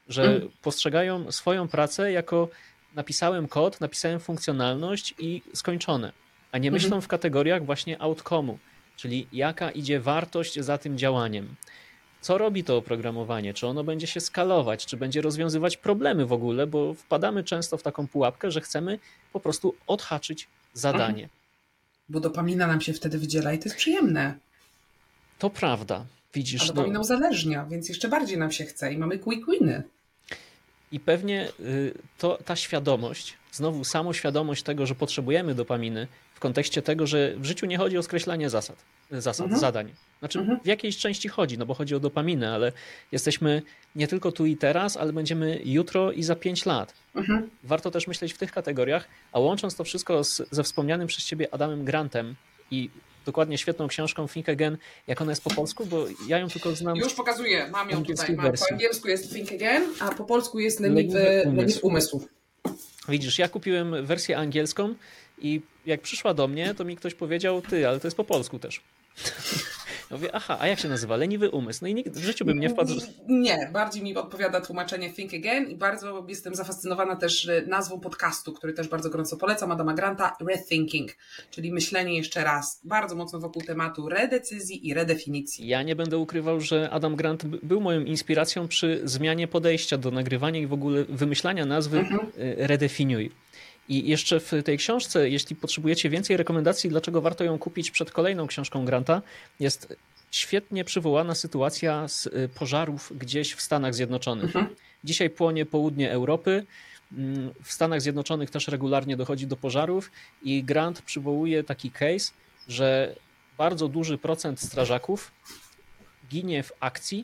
[SPEAKER 1] że
[SPEAKER 2] Mm.
[SPEAKER 1] postrzegają swoją pracę jako napisałem kod, napisałem funkcjonalność i skończone, a nie myślą
[SPEAKER 2] Mhm.
[SPEAKER 1] w kategoriach właśnie outcome'u, czyli jaka idzie wartość za tym działaniem. Co robi to oprogramowanie? Czy ono będzie się skalować? Czy będzie rozwiązywać problemy w ogóle? Bo wpadamy często w taką pułapkę, że chcemy po prostu odhaczyć zadanie.
[SPEAKER 2] Mhm. Bo dopamina nam się wtedy wydziela i to jest przyjemne.
[SPEAKER 1] To prawda.
[SPEAKER 2] A
[SPEAKER 1] Widzisz,
[SPEAKER 2] dopamina
[SPEAKER 1] no,
[SPEAKER 2] uzależnia, więc jeszcze bardziej nam się chce i mamy quick winy.
[SPEAKER 1] i pewnie y, to, ta świadomość, znowu samoświadomość tego, że potrzebujemy dopaminy w kontekście tego, że w życiu nie chodzi o skreślanie zasad, zasad,
[SPEAKER 2] Mhm.
[SPEAKER 1] zadań. Znaczy
[SPEAKER 2] Mhm.
[SPEAKER 1] w jakiejś części chodzi, no bo chodzi o dopaminę, ale jesteśmy nie tylko tu i teraz, ale będziemy jutro i za pięć lat.
[SPEAKER 2] Mhm.
[SPEAKER 1] Warto też myśleć w tych kategoriach, a łącząc to wszystko z, ze wspomnianym przez ciebie Adamem Grantem i dokładnie świetną książką Think Again, jak ona jest po polsku, bo ja ją tylko znam.
[SPEAKER 2] Już pokazuję, mam ją
[SPEAKER 1] angielskiej
[SPEAKER 2] tutaj. Mam. Po
[SPEAKER 1] wersji.
[SPEAKER 2] angielsku jest Think Again, a po polsku jest
[SPEAKER 1] Leniwy
[SPEAKER 2] Leniwy
[SPEAKER 1] umysł.
[SPEAKER 2] leniwy umysł.
[SPEAKER 1] Widzisz, ja kupiłem wersję angielską i jak przyszła do mnie, to mi ktoś powiedział, ty, ale to jest po polsku też. Ja mówię, aha, a jak się nazywa? Leniwy umysł. No i nikt w życiu bym nie wpadł.
[SPEAKER 2] Nie, bardziej mi odpowiada tłumaczenie Think Again i bardzo jestem zafascynowana też nazwą podcastu, który też bardzo gorąco polecam, Adama Granta, Rethinking, czyli myślenie jeszcze raz, bardzo mocno wokół tematu redecyzji i redefinicji.
[SPEAKER 1] Ja nie będę ukrywał, że Adam Grant był moją inspiracją przy zmianie podejścia do nagrywania i w ogóle wymyślania nazwy mhm. Redefiniuj. I jeszcze w tej książce, jeśli potrzebujecie więcej rekomendacji, dlaczego warto ją kupić przed kolejną książką Granta, jest świetnie przywołana sytuacja z pożarów gdzieś w Stanach Zjednoczonych. Mhm. Dzisiaj płonie południe Europy, w Stanach Zjednoczonych też regularnie dochodzi do pożarów i Grant przywołuje taki case, że bardzo duży procent strażaków ginie w akcji,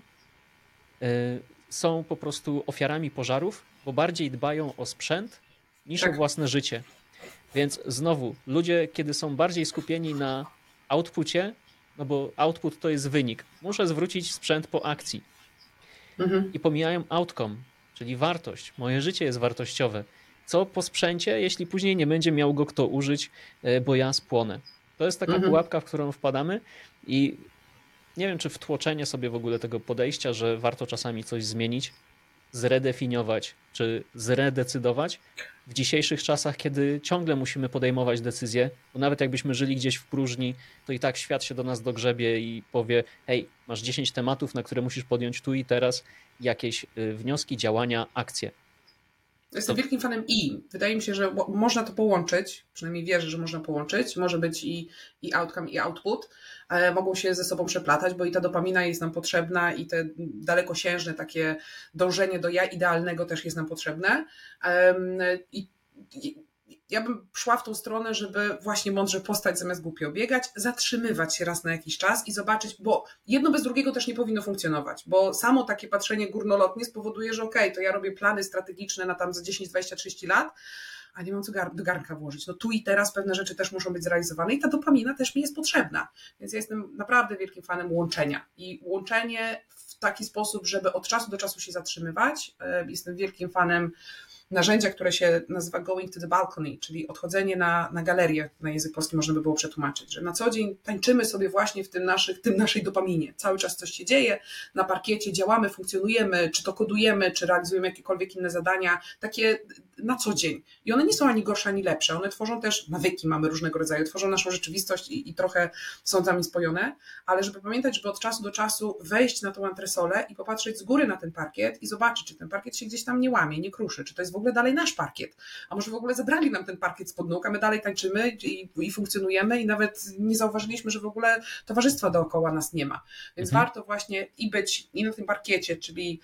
[SPEAKER 1] są po prostu ofiarami pożarów, bo bardziej dbają o sprzęt niż tak. o własne życie. Więc znowu, ludzie, kiedy są bardziej skupieni na outpucie, no bo output to jest wynik, muszę zwrócić sprzęt po akcji. Mhm. I pomijają outcome, czyli wartość. Moje życie jest wartościowe. Co po sprzęcie, jeśli później nie będzie miał go kto użyć, bo ja spłonę. To jest taka mhm. pułapka, w którą wpadamy i nie wiem, czy wtłoczenie sobie w ogóle tego podejścia, że warto czasami coś zmienić, zredefiniować czy zredecydować w dzisiejszych czasach, kiedy ciągle musimy podejmować decyzje, bo nawet jakbyśmy żyli gdzieś w próżni, to i tak świat się do nas dogrzebie i powie, hej, masz dziesięć tematów, na które musisz podjąć tu i teraz jakieś wnioski, działania, akcje.
[SPEAKER 2] Jestem to... wielkim fanem i. Wydaje mi się, że można to połączyć, przynajmniej wierzę, że można połączyć. Może być i, i outcome, i output. Ale mogą się ze sobą przeplatać, bo i ta dopamina jest nam potrzebna i te dalekosiężne takie dążenie do ja idealnego też jest nam potrzebne. I, i ja bym szła w tą stronę, żeby właśnie mądrze postać zamiast głupio biegać, zatrzymywać się raz na jakiś czas i zobaczyć, bo jedno bez drugiego też nie powinno funkcjonować, bo samo takie patrzenie górnolotnie spowoduje, że okej, okay, to ja robię plany strategiczne na tam za dziesięć, dwadzieścia, trzydzieści lat, a nie mam co gar- do garnka włożyć. No tu i teraz pewne rzeczy też muszą być zrealizowane i ta dopamina też mi jest potrzebna. Więc ja jestem naprawdę wielkim fanem łączenia i łączenie w taki sposób, żeby od czasu do czasu się zatrzymywać. Jestem wielkim fanem narzędzia, które się nazywa going to the balcony, czyli odchodzenie na, na galerię, na język polski można by było przetłumaczyć, że na co dzień tańczymy sobie właśnie w tym, naszych, tym naszej dopaminie. Cały czas coś się dzieje, na parkiecie działamy, funkcjonujemy, czy to kodujemy, czy realizujemy jakiekolwiek inne zadania, takie na co dzień. I one nie są ani gorsze, ani lepsze. One tworzą też nawyki, mamy różnego rodzaju, tworzą naszą rzeczywistość i, i trochę są z nami spojone, ale żeby pamiętać, żeby od czasu do czasu wejść na tą antresolę i popatrzeć z góry na ten parkiet i zobaczyć, czy ten parkiet się gdzieś tam nie łamie, nie kruszy, czy to jest w ogóle dalej nasz parkiet, a może w ogóle zabrali nam ten parkiet spod nóg, a my dalej tańczymy i, i funkcjonujemy i nawet nie zauważyliśmy, że w ogóle towarzystwa dookoła nas nie ma. Więc mhm. warto właśnie i być i na tym parkiecie, czyli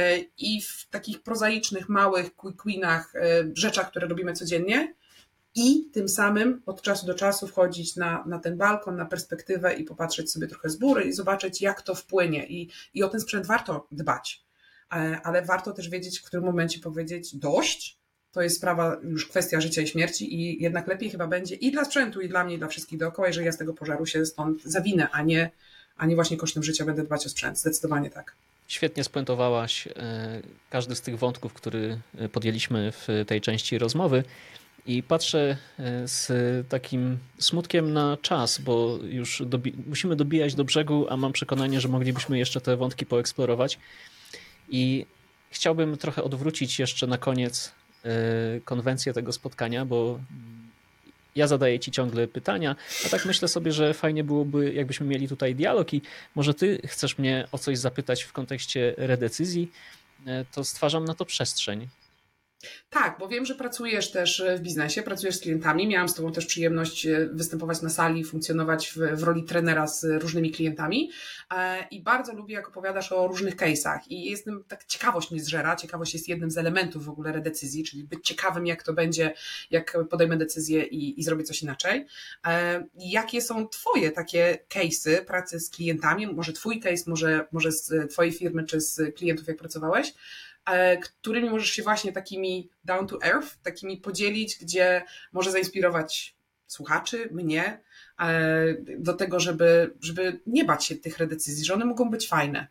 [SPEAKER 2] i w takich prozaicznych, małych quick winach, rzeczach, które robimy codziennie i tym samym od czasu do czasu wchodzić na, na ten balkon, na perspektywę i popatrzeć sobie trochę z góry i zobaczyć, jak to wpłynie i, i o ten sprzęt warto dbać, ale warto też wiedzieć, w którym momencie powiedzieć dość, to jest sprawa już kwestia życia i śmierci i jednak lepiej chyba będzie i dla sprzętu, i dla mnie, i dla wszystkich dookoła, jeżeli ja z tego pożaru się stąd zawinę, a nie, a nie właśnie kosztem życia będę dbać o sprzęt, zdecydowanie tak.
[SPEAKER 1] Świetnie spuentowałaś każdy z tych wątków, który podjęliśmy w tej części rozmowy i patrzę z takim smutkiem na czas, bo już dobi- musimy dobijać do brzegu, a mam przekonanie, że moglibyśmy jeszcze te wątki poeksplorować i chciałbym trochę odwrócić jeszcze na koniec konwencję tego spotkania, bo ja zadaję ci ciągle pytania, a tak myślę sobie, że fajnie byłoby, jakbyśmy mieli tutaj dialog i może ty chcesz mnie o coś zapytać w kontekście redecyzji, to stwarzam na to przestrzeń.
[SPEAKER 2] Tak, bo wiem, że pracujesz też w biznesie, pracujesz z klientami. Miałam z tobą też przyjemność występować na sali, funkcjonować w, w roli trenera z różnymi klientami i bardzo lubię, jak opowiadasz o różnych case'ach i jestem, tak ciekawość mnie zżera, ciekawość jest jednym z elementów w ogóle redecyzji, czyli być ciekawym, jak to będzie, jak podejmę decyzję i, i zrobię coś inaczej. Jakie są twoje takie case'y pracy z klientami, może twój case, może, może z twojej firmy, czy z klientów, jak pracowałeś, którymi możesz się właśnie takimi down to earth, takimi podzielić, gdzie może zainspirować słuchaczy, mnie, do tego, żeby, żeby nie bać się tych redecyzji, że one mogą być fajne.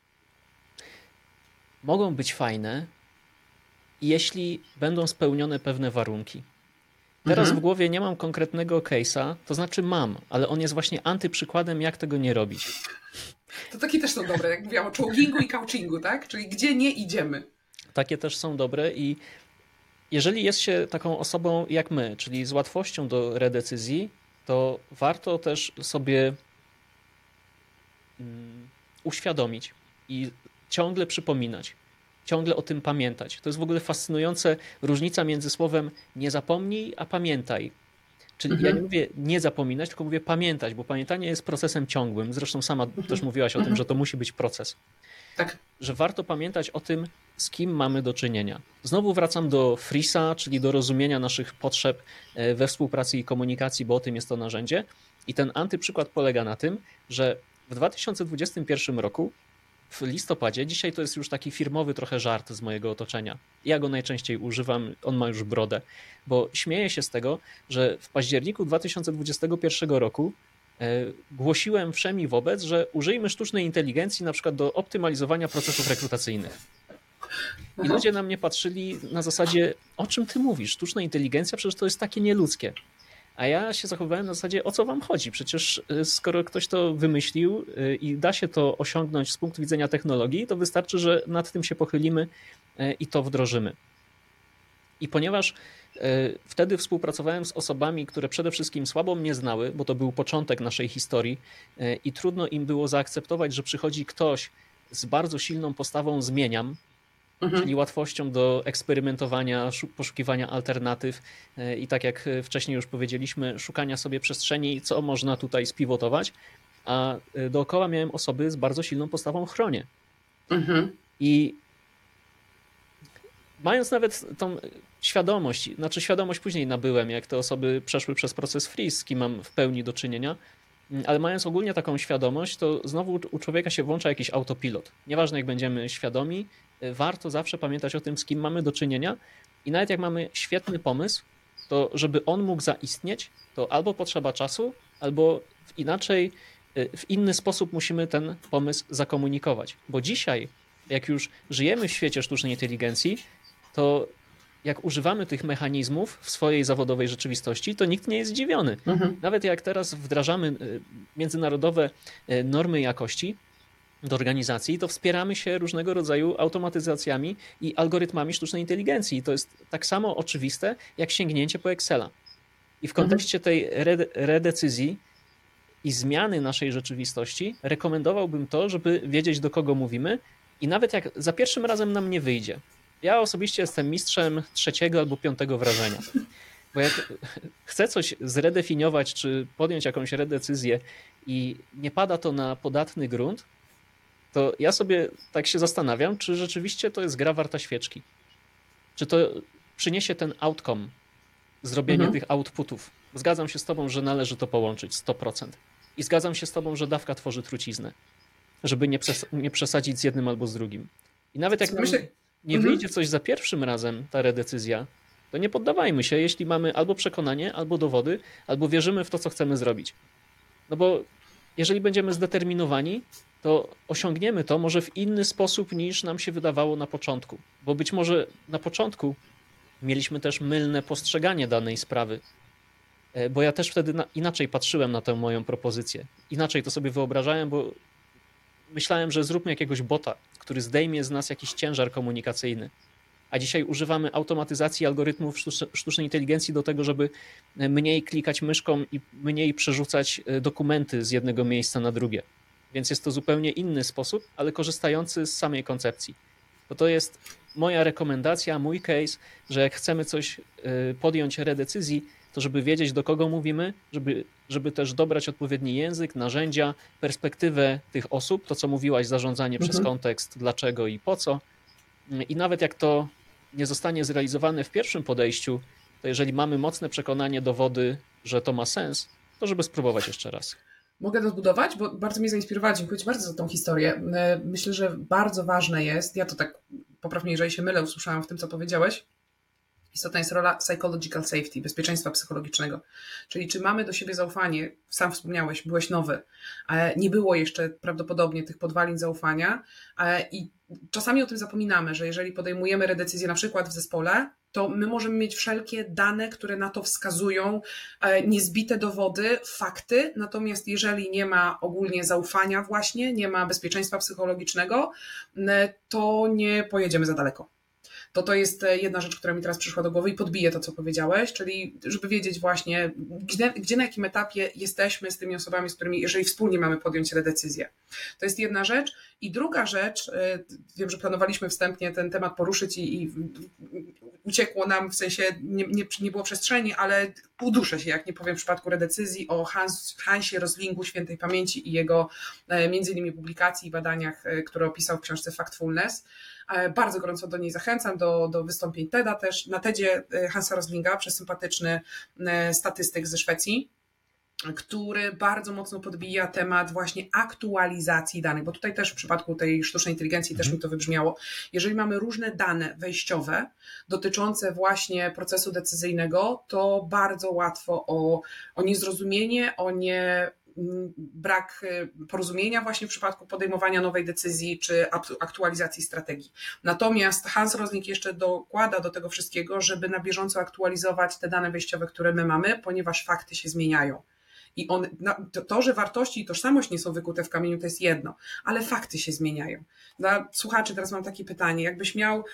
[SPEAKER 1] Mogą być fajne, jeśli będą spełnione pewne warunki. Teraz mhm. w głowie nie mam konkretnego case'a, to znaczy mam, ale on jest właśnie antyprzykładem, jak tego nie robić.
[SPEAKER 2] To takie też są dobre, jak mówiłam o czołgingu i coachingu, tak? Czyli gdzie nie idziemy.
[SPEAKER 1] Takie też są dobre i jeżeli jest się taką osobą jak my, czyli z łatwością do redecyzji, to warto też sobie um, uświadomić i ciągle przypominać, ciągle o tym pamiętać. To jest w ogóle fascynujące różnica między słowem nie zapomnij, a pamiętaj. Czyli mhm. ja nie mówię nie zapominać, tylko mówię pamiętać, bo pamiętanie jest procesem ciągłym. Zresztą sama mhm. też mówiłaś o mhm. tym, że to musi być proces.
[SPEAKER 2] Tak.
[SPEAKER 1] Że warto pamiętać o tym, z kim mamy do czynienia. Znowu wracam do FRISA, czyli do rozumienia naszych potrzeb we współpracy i komunikacji, bo o tym jest to narzędzie. I ten antyprzykład polega na tym, że w dwa tysiące dwudziestym pierwszym roku w listopadzie, dzisiaj to jest już taki firmowy trochę żart z mojego otoczenia. Ja go najczęściej używam, on ma już brodę, bo śmieję się z tego, że w październiku dwa tysiące dwudziestego pierwszego roku e, głosiłem wszemi wobec, że użyjmy sztucznej inteligencji na przykład do optymalizowania procesów rekrutacyjnych. I ludzie na mnie patrzyli na zasadzie, o czym ty mówisz? Sztuczna inteligencja? Przecież to jest takie nieludzkie. A ja się zachowywałem na zasadzie, o co wam chodzi? Przecież skoro ktoś to wymyślił i da się to osiągnąć z punktu widzenia technologii, to wystarczy, że nad tym się pochylimy i to wdrożymy. I ponieważ wtedy współpracowałem z osobami, które przede wszystkim słabo mnie znały, bo to był początek naszej historii i trudno im było zaakceptować, że przychodzi ktoś z bardzo silną postawą zmieniam, Mhm. czyli łatwością do eksperymentowania, poszukiwania alternatyw i tak jak wcześniej już powiedzieliśmy, szukania sobie przestrzeni, co można tutaj spiwotować, a dookoła miałem osoby z bardzo silną postawą chronie. Mhm. I mając nawet tą świadomość, znaczy świadomość później nabyłem, jak te osoby przeszły przez proces freeze, z kim mam w pełni do czynienia, ale mając ogólnie taką świadomość, to znowu u człowieka się włącza jakiś autopilot. Nieważne jak będziemy świadomi, warto zawsze pamiętać o tym, z kim mamy do czynienia i nawet jak mamy świetny pomysł, to żeby on mógł zaistnieć, to albo potrzeba czasu, albo inaczej, w inny sposób musimy ten pomysł zakomunikować. Bo dzisiaj, jak już żyjemy w świecie sztucznej inteligencji, to jak używamy tych mechanizmów w swojej zawodowej rzeczywistości, to nikt nie jest zdziwiony. Mhm. Nawet jak teraz wdrażamy międzynarodowe normy jakości do organizacji, to wspieramy się różnego rodzaju automatyzacjami i algorytmami sztucznej inteligencji. To jest tak samo oczywiste, jak sięgnięcie po Excela. I w kontekście tej redecyzji i zmiany naszej rzeczywistości rekomendowałbym to, żeby wiedzieć, do kogo mówimy i nawet jak za pierwszym razem nam nie wyjdzie. Ja osobiście jestem mistrzem trzeciego albo piątego wrażenia. Bo jak chcę coś zredefiniować, czy podjąć jakąś redecyzję i nie pada to na podatny grunt, to ja sobie tak się zastanawiam, czy rzeczywiście to jest gra warta świeczki. Czy to przyniesie ten outcome, zrobienie mhm. tych outputów. Zgadzam się z tobą, że należy to połączyć sto procent. I zgadzam się z tobą, że dawka tworzy truciznę, żeby nie, przes- nie przesadzić z jednym albo z drugim. I nawet jak nam nie mhm. wyjdzie coś za pierwszym razem, ta redecyzja, to nie poddawajmy się, jeśli mamy albo przekonanie, albo dowody, albo wierzymy w to, co chcemy zrobić. No bo jeżeli będziemy zdeterminowani, to osiągniemy to może w inny sposób niż nam się wydawało na początku. Bo być może na początku mieliśmy też mylne postrzeganie danej sprawy. Bo ja też wtedy na, inaczej patrzyłem na tę moją propozycję. Inaczej to sobie wyobrażałem, bo myślałem, że zróbmy jakiegoś bota, który zdejmie z nas jakiś ciężar komunikacyjny. A dzisiaj używamy automatyzacji algorytmów sztucznej inteligencji do tego, żeby mniej klikać myszką i mniej przerzucać dokumenty z jednego miejsca na drugie. Więc jest to zupełnie inny sposób, ale korzystający z samej koncepcji. Bo to jest moja rekomendacja, mój case, że jak chcemy coś podjąć redecyzji, to żeby wiedzieć, do kogo mówimy, żeby, żeby też dobrać odpowiedni język, narzędzia, perspektywę tych osób, to co mówiłaś, zarządzanie mhm. przez kontekst, dlaczego i po co. I nawet jak to nie zostanie zrealizowane w pierwszym podejściu, to jeżeli mamy mocne przekonanie, dowody, że to ma sens, to żeby spróbować jeszcze raz.
[SPEAKER 2] Mogę to zbudować, bo bardzo mnie zainspirowała. Dziękuję Ci bardzo za tą historię. Myślę, że bardzo ważne jest, ja to tak, poprawnie, jeżeli się mylę, usłyszałam w tym, co powiedziałeś, istotna jest rola psychological safety, bezpieczeństwa psychologicznego. Czyli czy mamy do siebie zaufanie, sam wspomniałeś, byłeś nowy, nie było jeszcze prawdopodobnie tych podwalin zaufania i czasami o tym zapominamy, że jeżeli podejmujemy redecyzję na przykład w zespole, to my możemy mieć wszelkie dane, które na to wskazują, niezbite dowody, fakty, natomiast jeżeli nie ma ogólnie zaufania właśnie, nie ma bezpieczeństwa psychologicznego, to nie pojedziemy za daleko. To to jest jedna rzecz, która mi teraz przyszła do głowy i podbije to, co powiedziałeś, czyli żeby wiedzieć właśnie, gdzie, gdzie na jakim etapie jesteśmy z tymi osobami, z którymi, jeżeli wspólnie mamy podjąć redecyzję. To jest jedna rzecz. I druga rzecz, wiem, że planowaliśmy wstępnie ten temat poruszyć i, i uciekło nam, w sensie nie, nie, nie było przestrzeni, ale uduszę się, jak nie powiem w przypadku redecyzji o Hans, Hansie Roslingu świętej pamięci i jego między innymi publikacji i badaniach, które opisał w książce Factfulness. Bardzo gorąco do niej zachęcam, do, do wystąpień TEDa też. Na TEDzie Hansa Roslinga, przesympatyczny statystyk ze Szwecji, który bardzo mocno podbija temat właśnie aktualizacji danych, bo tutaj też w przypadku tej sztucznej inteligencji też mi to wybrzmiało. Jeżeli mamy różne dane wejściowe dotyczące właśnie procesu decyzyjnego, to bardzo łatwo o, o niezrozumienie, o nie brak porozumienia właśnie w przypadku podejmowania nowej decyzji czy aktualizacji strategii. Natomiast Hans Rosling jeszcze dokłada do tego wszystkiego, żeby na bieżąco aktualizować te dane wejściowe, które my mamy, ponieważ fakty się zmieniają. I on, to, że wartości i tożsamość nie są wykute w kamieniu, to jest jedno, ale fakty się zmieniają. Dla słuchaczy teraz mam takie pytanie, jakbyś miał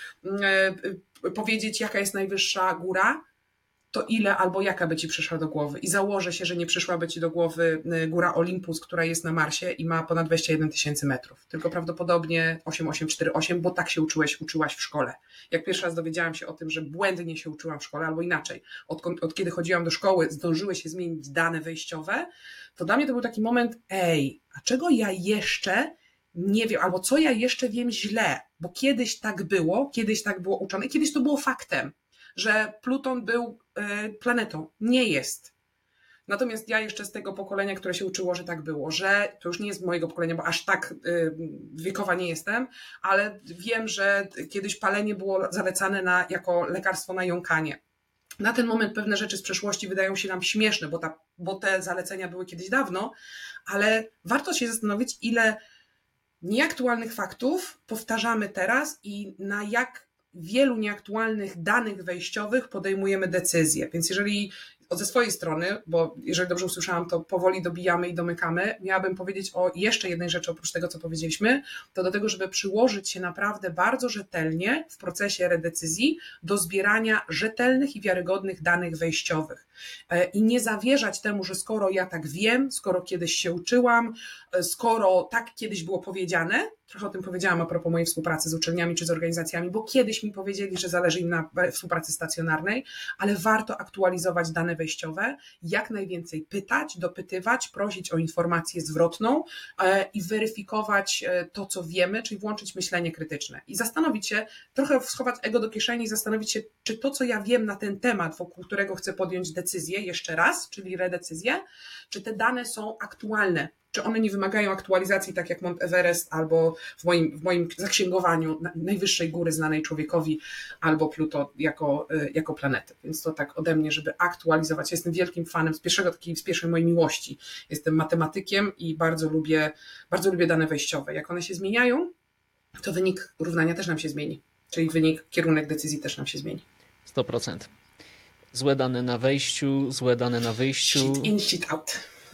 [SPEAKER 2] e, powiedzieć, jaka jest najwyższa góra, to ile albo jaka by Ci przyszła do głowy? I założę się, że nie przyszłaby Ci do głowy góra Olympus, która jest na Marsie i ma ponad dwadzieścia jeden tysięcy metrów, tylko prawdopodobnie osiem osiem cztery osiem, bo tak się uczyłeś, uczyłaś w szkole. Jak pierwszy raz dowiedziałam się o tym, że błędnie się uczyłam w szkole, albo inaczej, od, od kiedy chodziłam do szkoły, zdążyły się zmienić dane wejściowe, to dla mnie to był taki moment, ej, a czego ja jeszcze nie wiem, albo co ja jeszcze wiem źle, bo kiedyś tak było, kiedyś tak było uczone i kiedyś to było faktem, że Pluton był planetą. Nie jest. Natomiast ja jeszcze z tego pokolenia, które się uczyło, że tak było, że to już nie jest mojego pokolenia, bo aż tak wiekowa nie jestem, ale wiem, że kiedyś palenie było zalecane na, jako lekarstwo na jąkanie. Na ten moment pewne rzeczy z przeszłości wydają się nam śmieszne, bo, ta, bo te zalecenia były kiedyś dawno, ale warto się zastanowić, ile nieaktualnych faktów powtarzamy teraz i na jak wielu nieaktualnych danych wejściowych podejmujemy decyzje. Więc jeżeli ze swojej strony, bo jeżeli dobrze usłyszałam, to powoli dobijamy i domykamy, miałabym powiedzieć o jeszcze jednej rzeczy oprócz tego, co powiedzieliśmy, to do tego, żeby przyłożyć się naprawdę bardzo rzetelnie w procesie redecyzji do zbierania rzetelnych i wiarygodnych danych wejściowych. I nie zawierzać temu, że skoro ja tak wiem, skoro kiedyś się uczyłam, skoro tak kiedyś było powiedziane, trochę o tym powiedziałam a propos mojej współpracy z uczelniami czy z organizacjami, bo kiedyś mi powiedzieli, że zależy im na współpracy stacjonarnej, ale warto aktualizować dane wejściowe, jak najwięcej pytać, dopytywać, prosić o informację zwrotną i weryfikować to, co wiemy, czyli włączyć myślenie krytyczne i zastanowić się, trochę schować ego do kieszeni i zastanowić się, czy to, co ja wiem na ten temat, wokół którego chcę podjąć decyzję jeszcze raz, czyli redecyzję, czy te dane są aktualne, czy one nie wymagają aktualizacji, tak jak Mount Everest albo w moim, w moim zaksięgowaniu najwyższej góry znanej człowiekowi albo Pluto jako, jako planety. Więc to tak ode mnie, żeby aktualizować. Ja jestem wielkim fanem z pierwszego takiej, z pierwszej mojej miłości. Jestem matematykiem i bardzo lubię, bardzo lubię dane wejściowe. Jak one się zmieniają, to wynik równania też nam się zmieni. Czyli wynik, kierunek decyzji też nam się zmieni.
[SPEAKER 1] sto procent. Złe dane na wejściu, złe dane na wyjściu.
[SPEAKER 2] Shit in, shit out.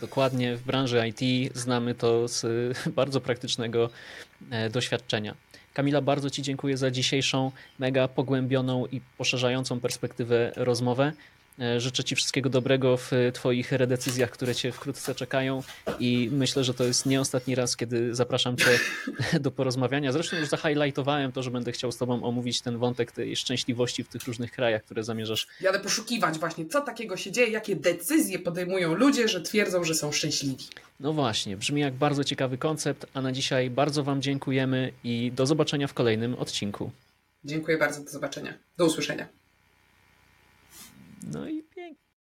[SPEAKER 1] Dokładnie, w branży I T znamy to z bardzo praktycznego doświadczenia. Kamila, bardzo Ci dziękuję za dzisiejszą mega pogłębioną i poszerzającą perspektywę rozmowę. Życzę Ci wszystkiego dobrego w Twoich redecyzjach, które Cię wkrótce czekają i myślę, że to jest nie ostatni raz, kiedy zapraszam Cię do porozmawiania. Zresztą już zahighlightowałem to, że będę chciał z Tobą omówić ten wątek tej szczęśliwości w tych różnych krajach, które zamierzasz.
[SPEAKER 2] Jadę poszukiwać właśnie, co takiego się dzieje, jakie decyzje podejmują ludzie, że twierdzą, że są szczęśliwi.
[SPEAKER 1] No właśnie, brzmi jak bardzo ciekawy koncept, a na dzisiaj bardzo Wam dziękujemy i do zobaczenia w kolejnym odcinku.
[SPEAKER 2] Dziękuję bardzo, do zobaczenia. Do usłyszenia.
[SPEAKER 1] No i pięknie.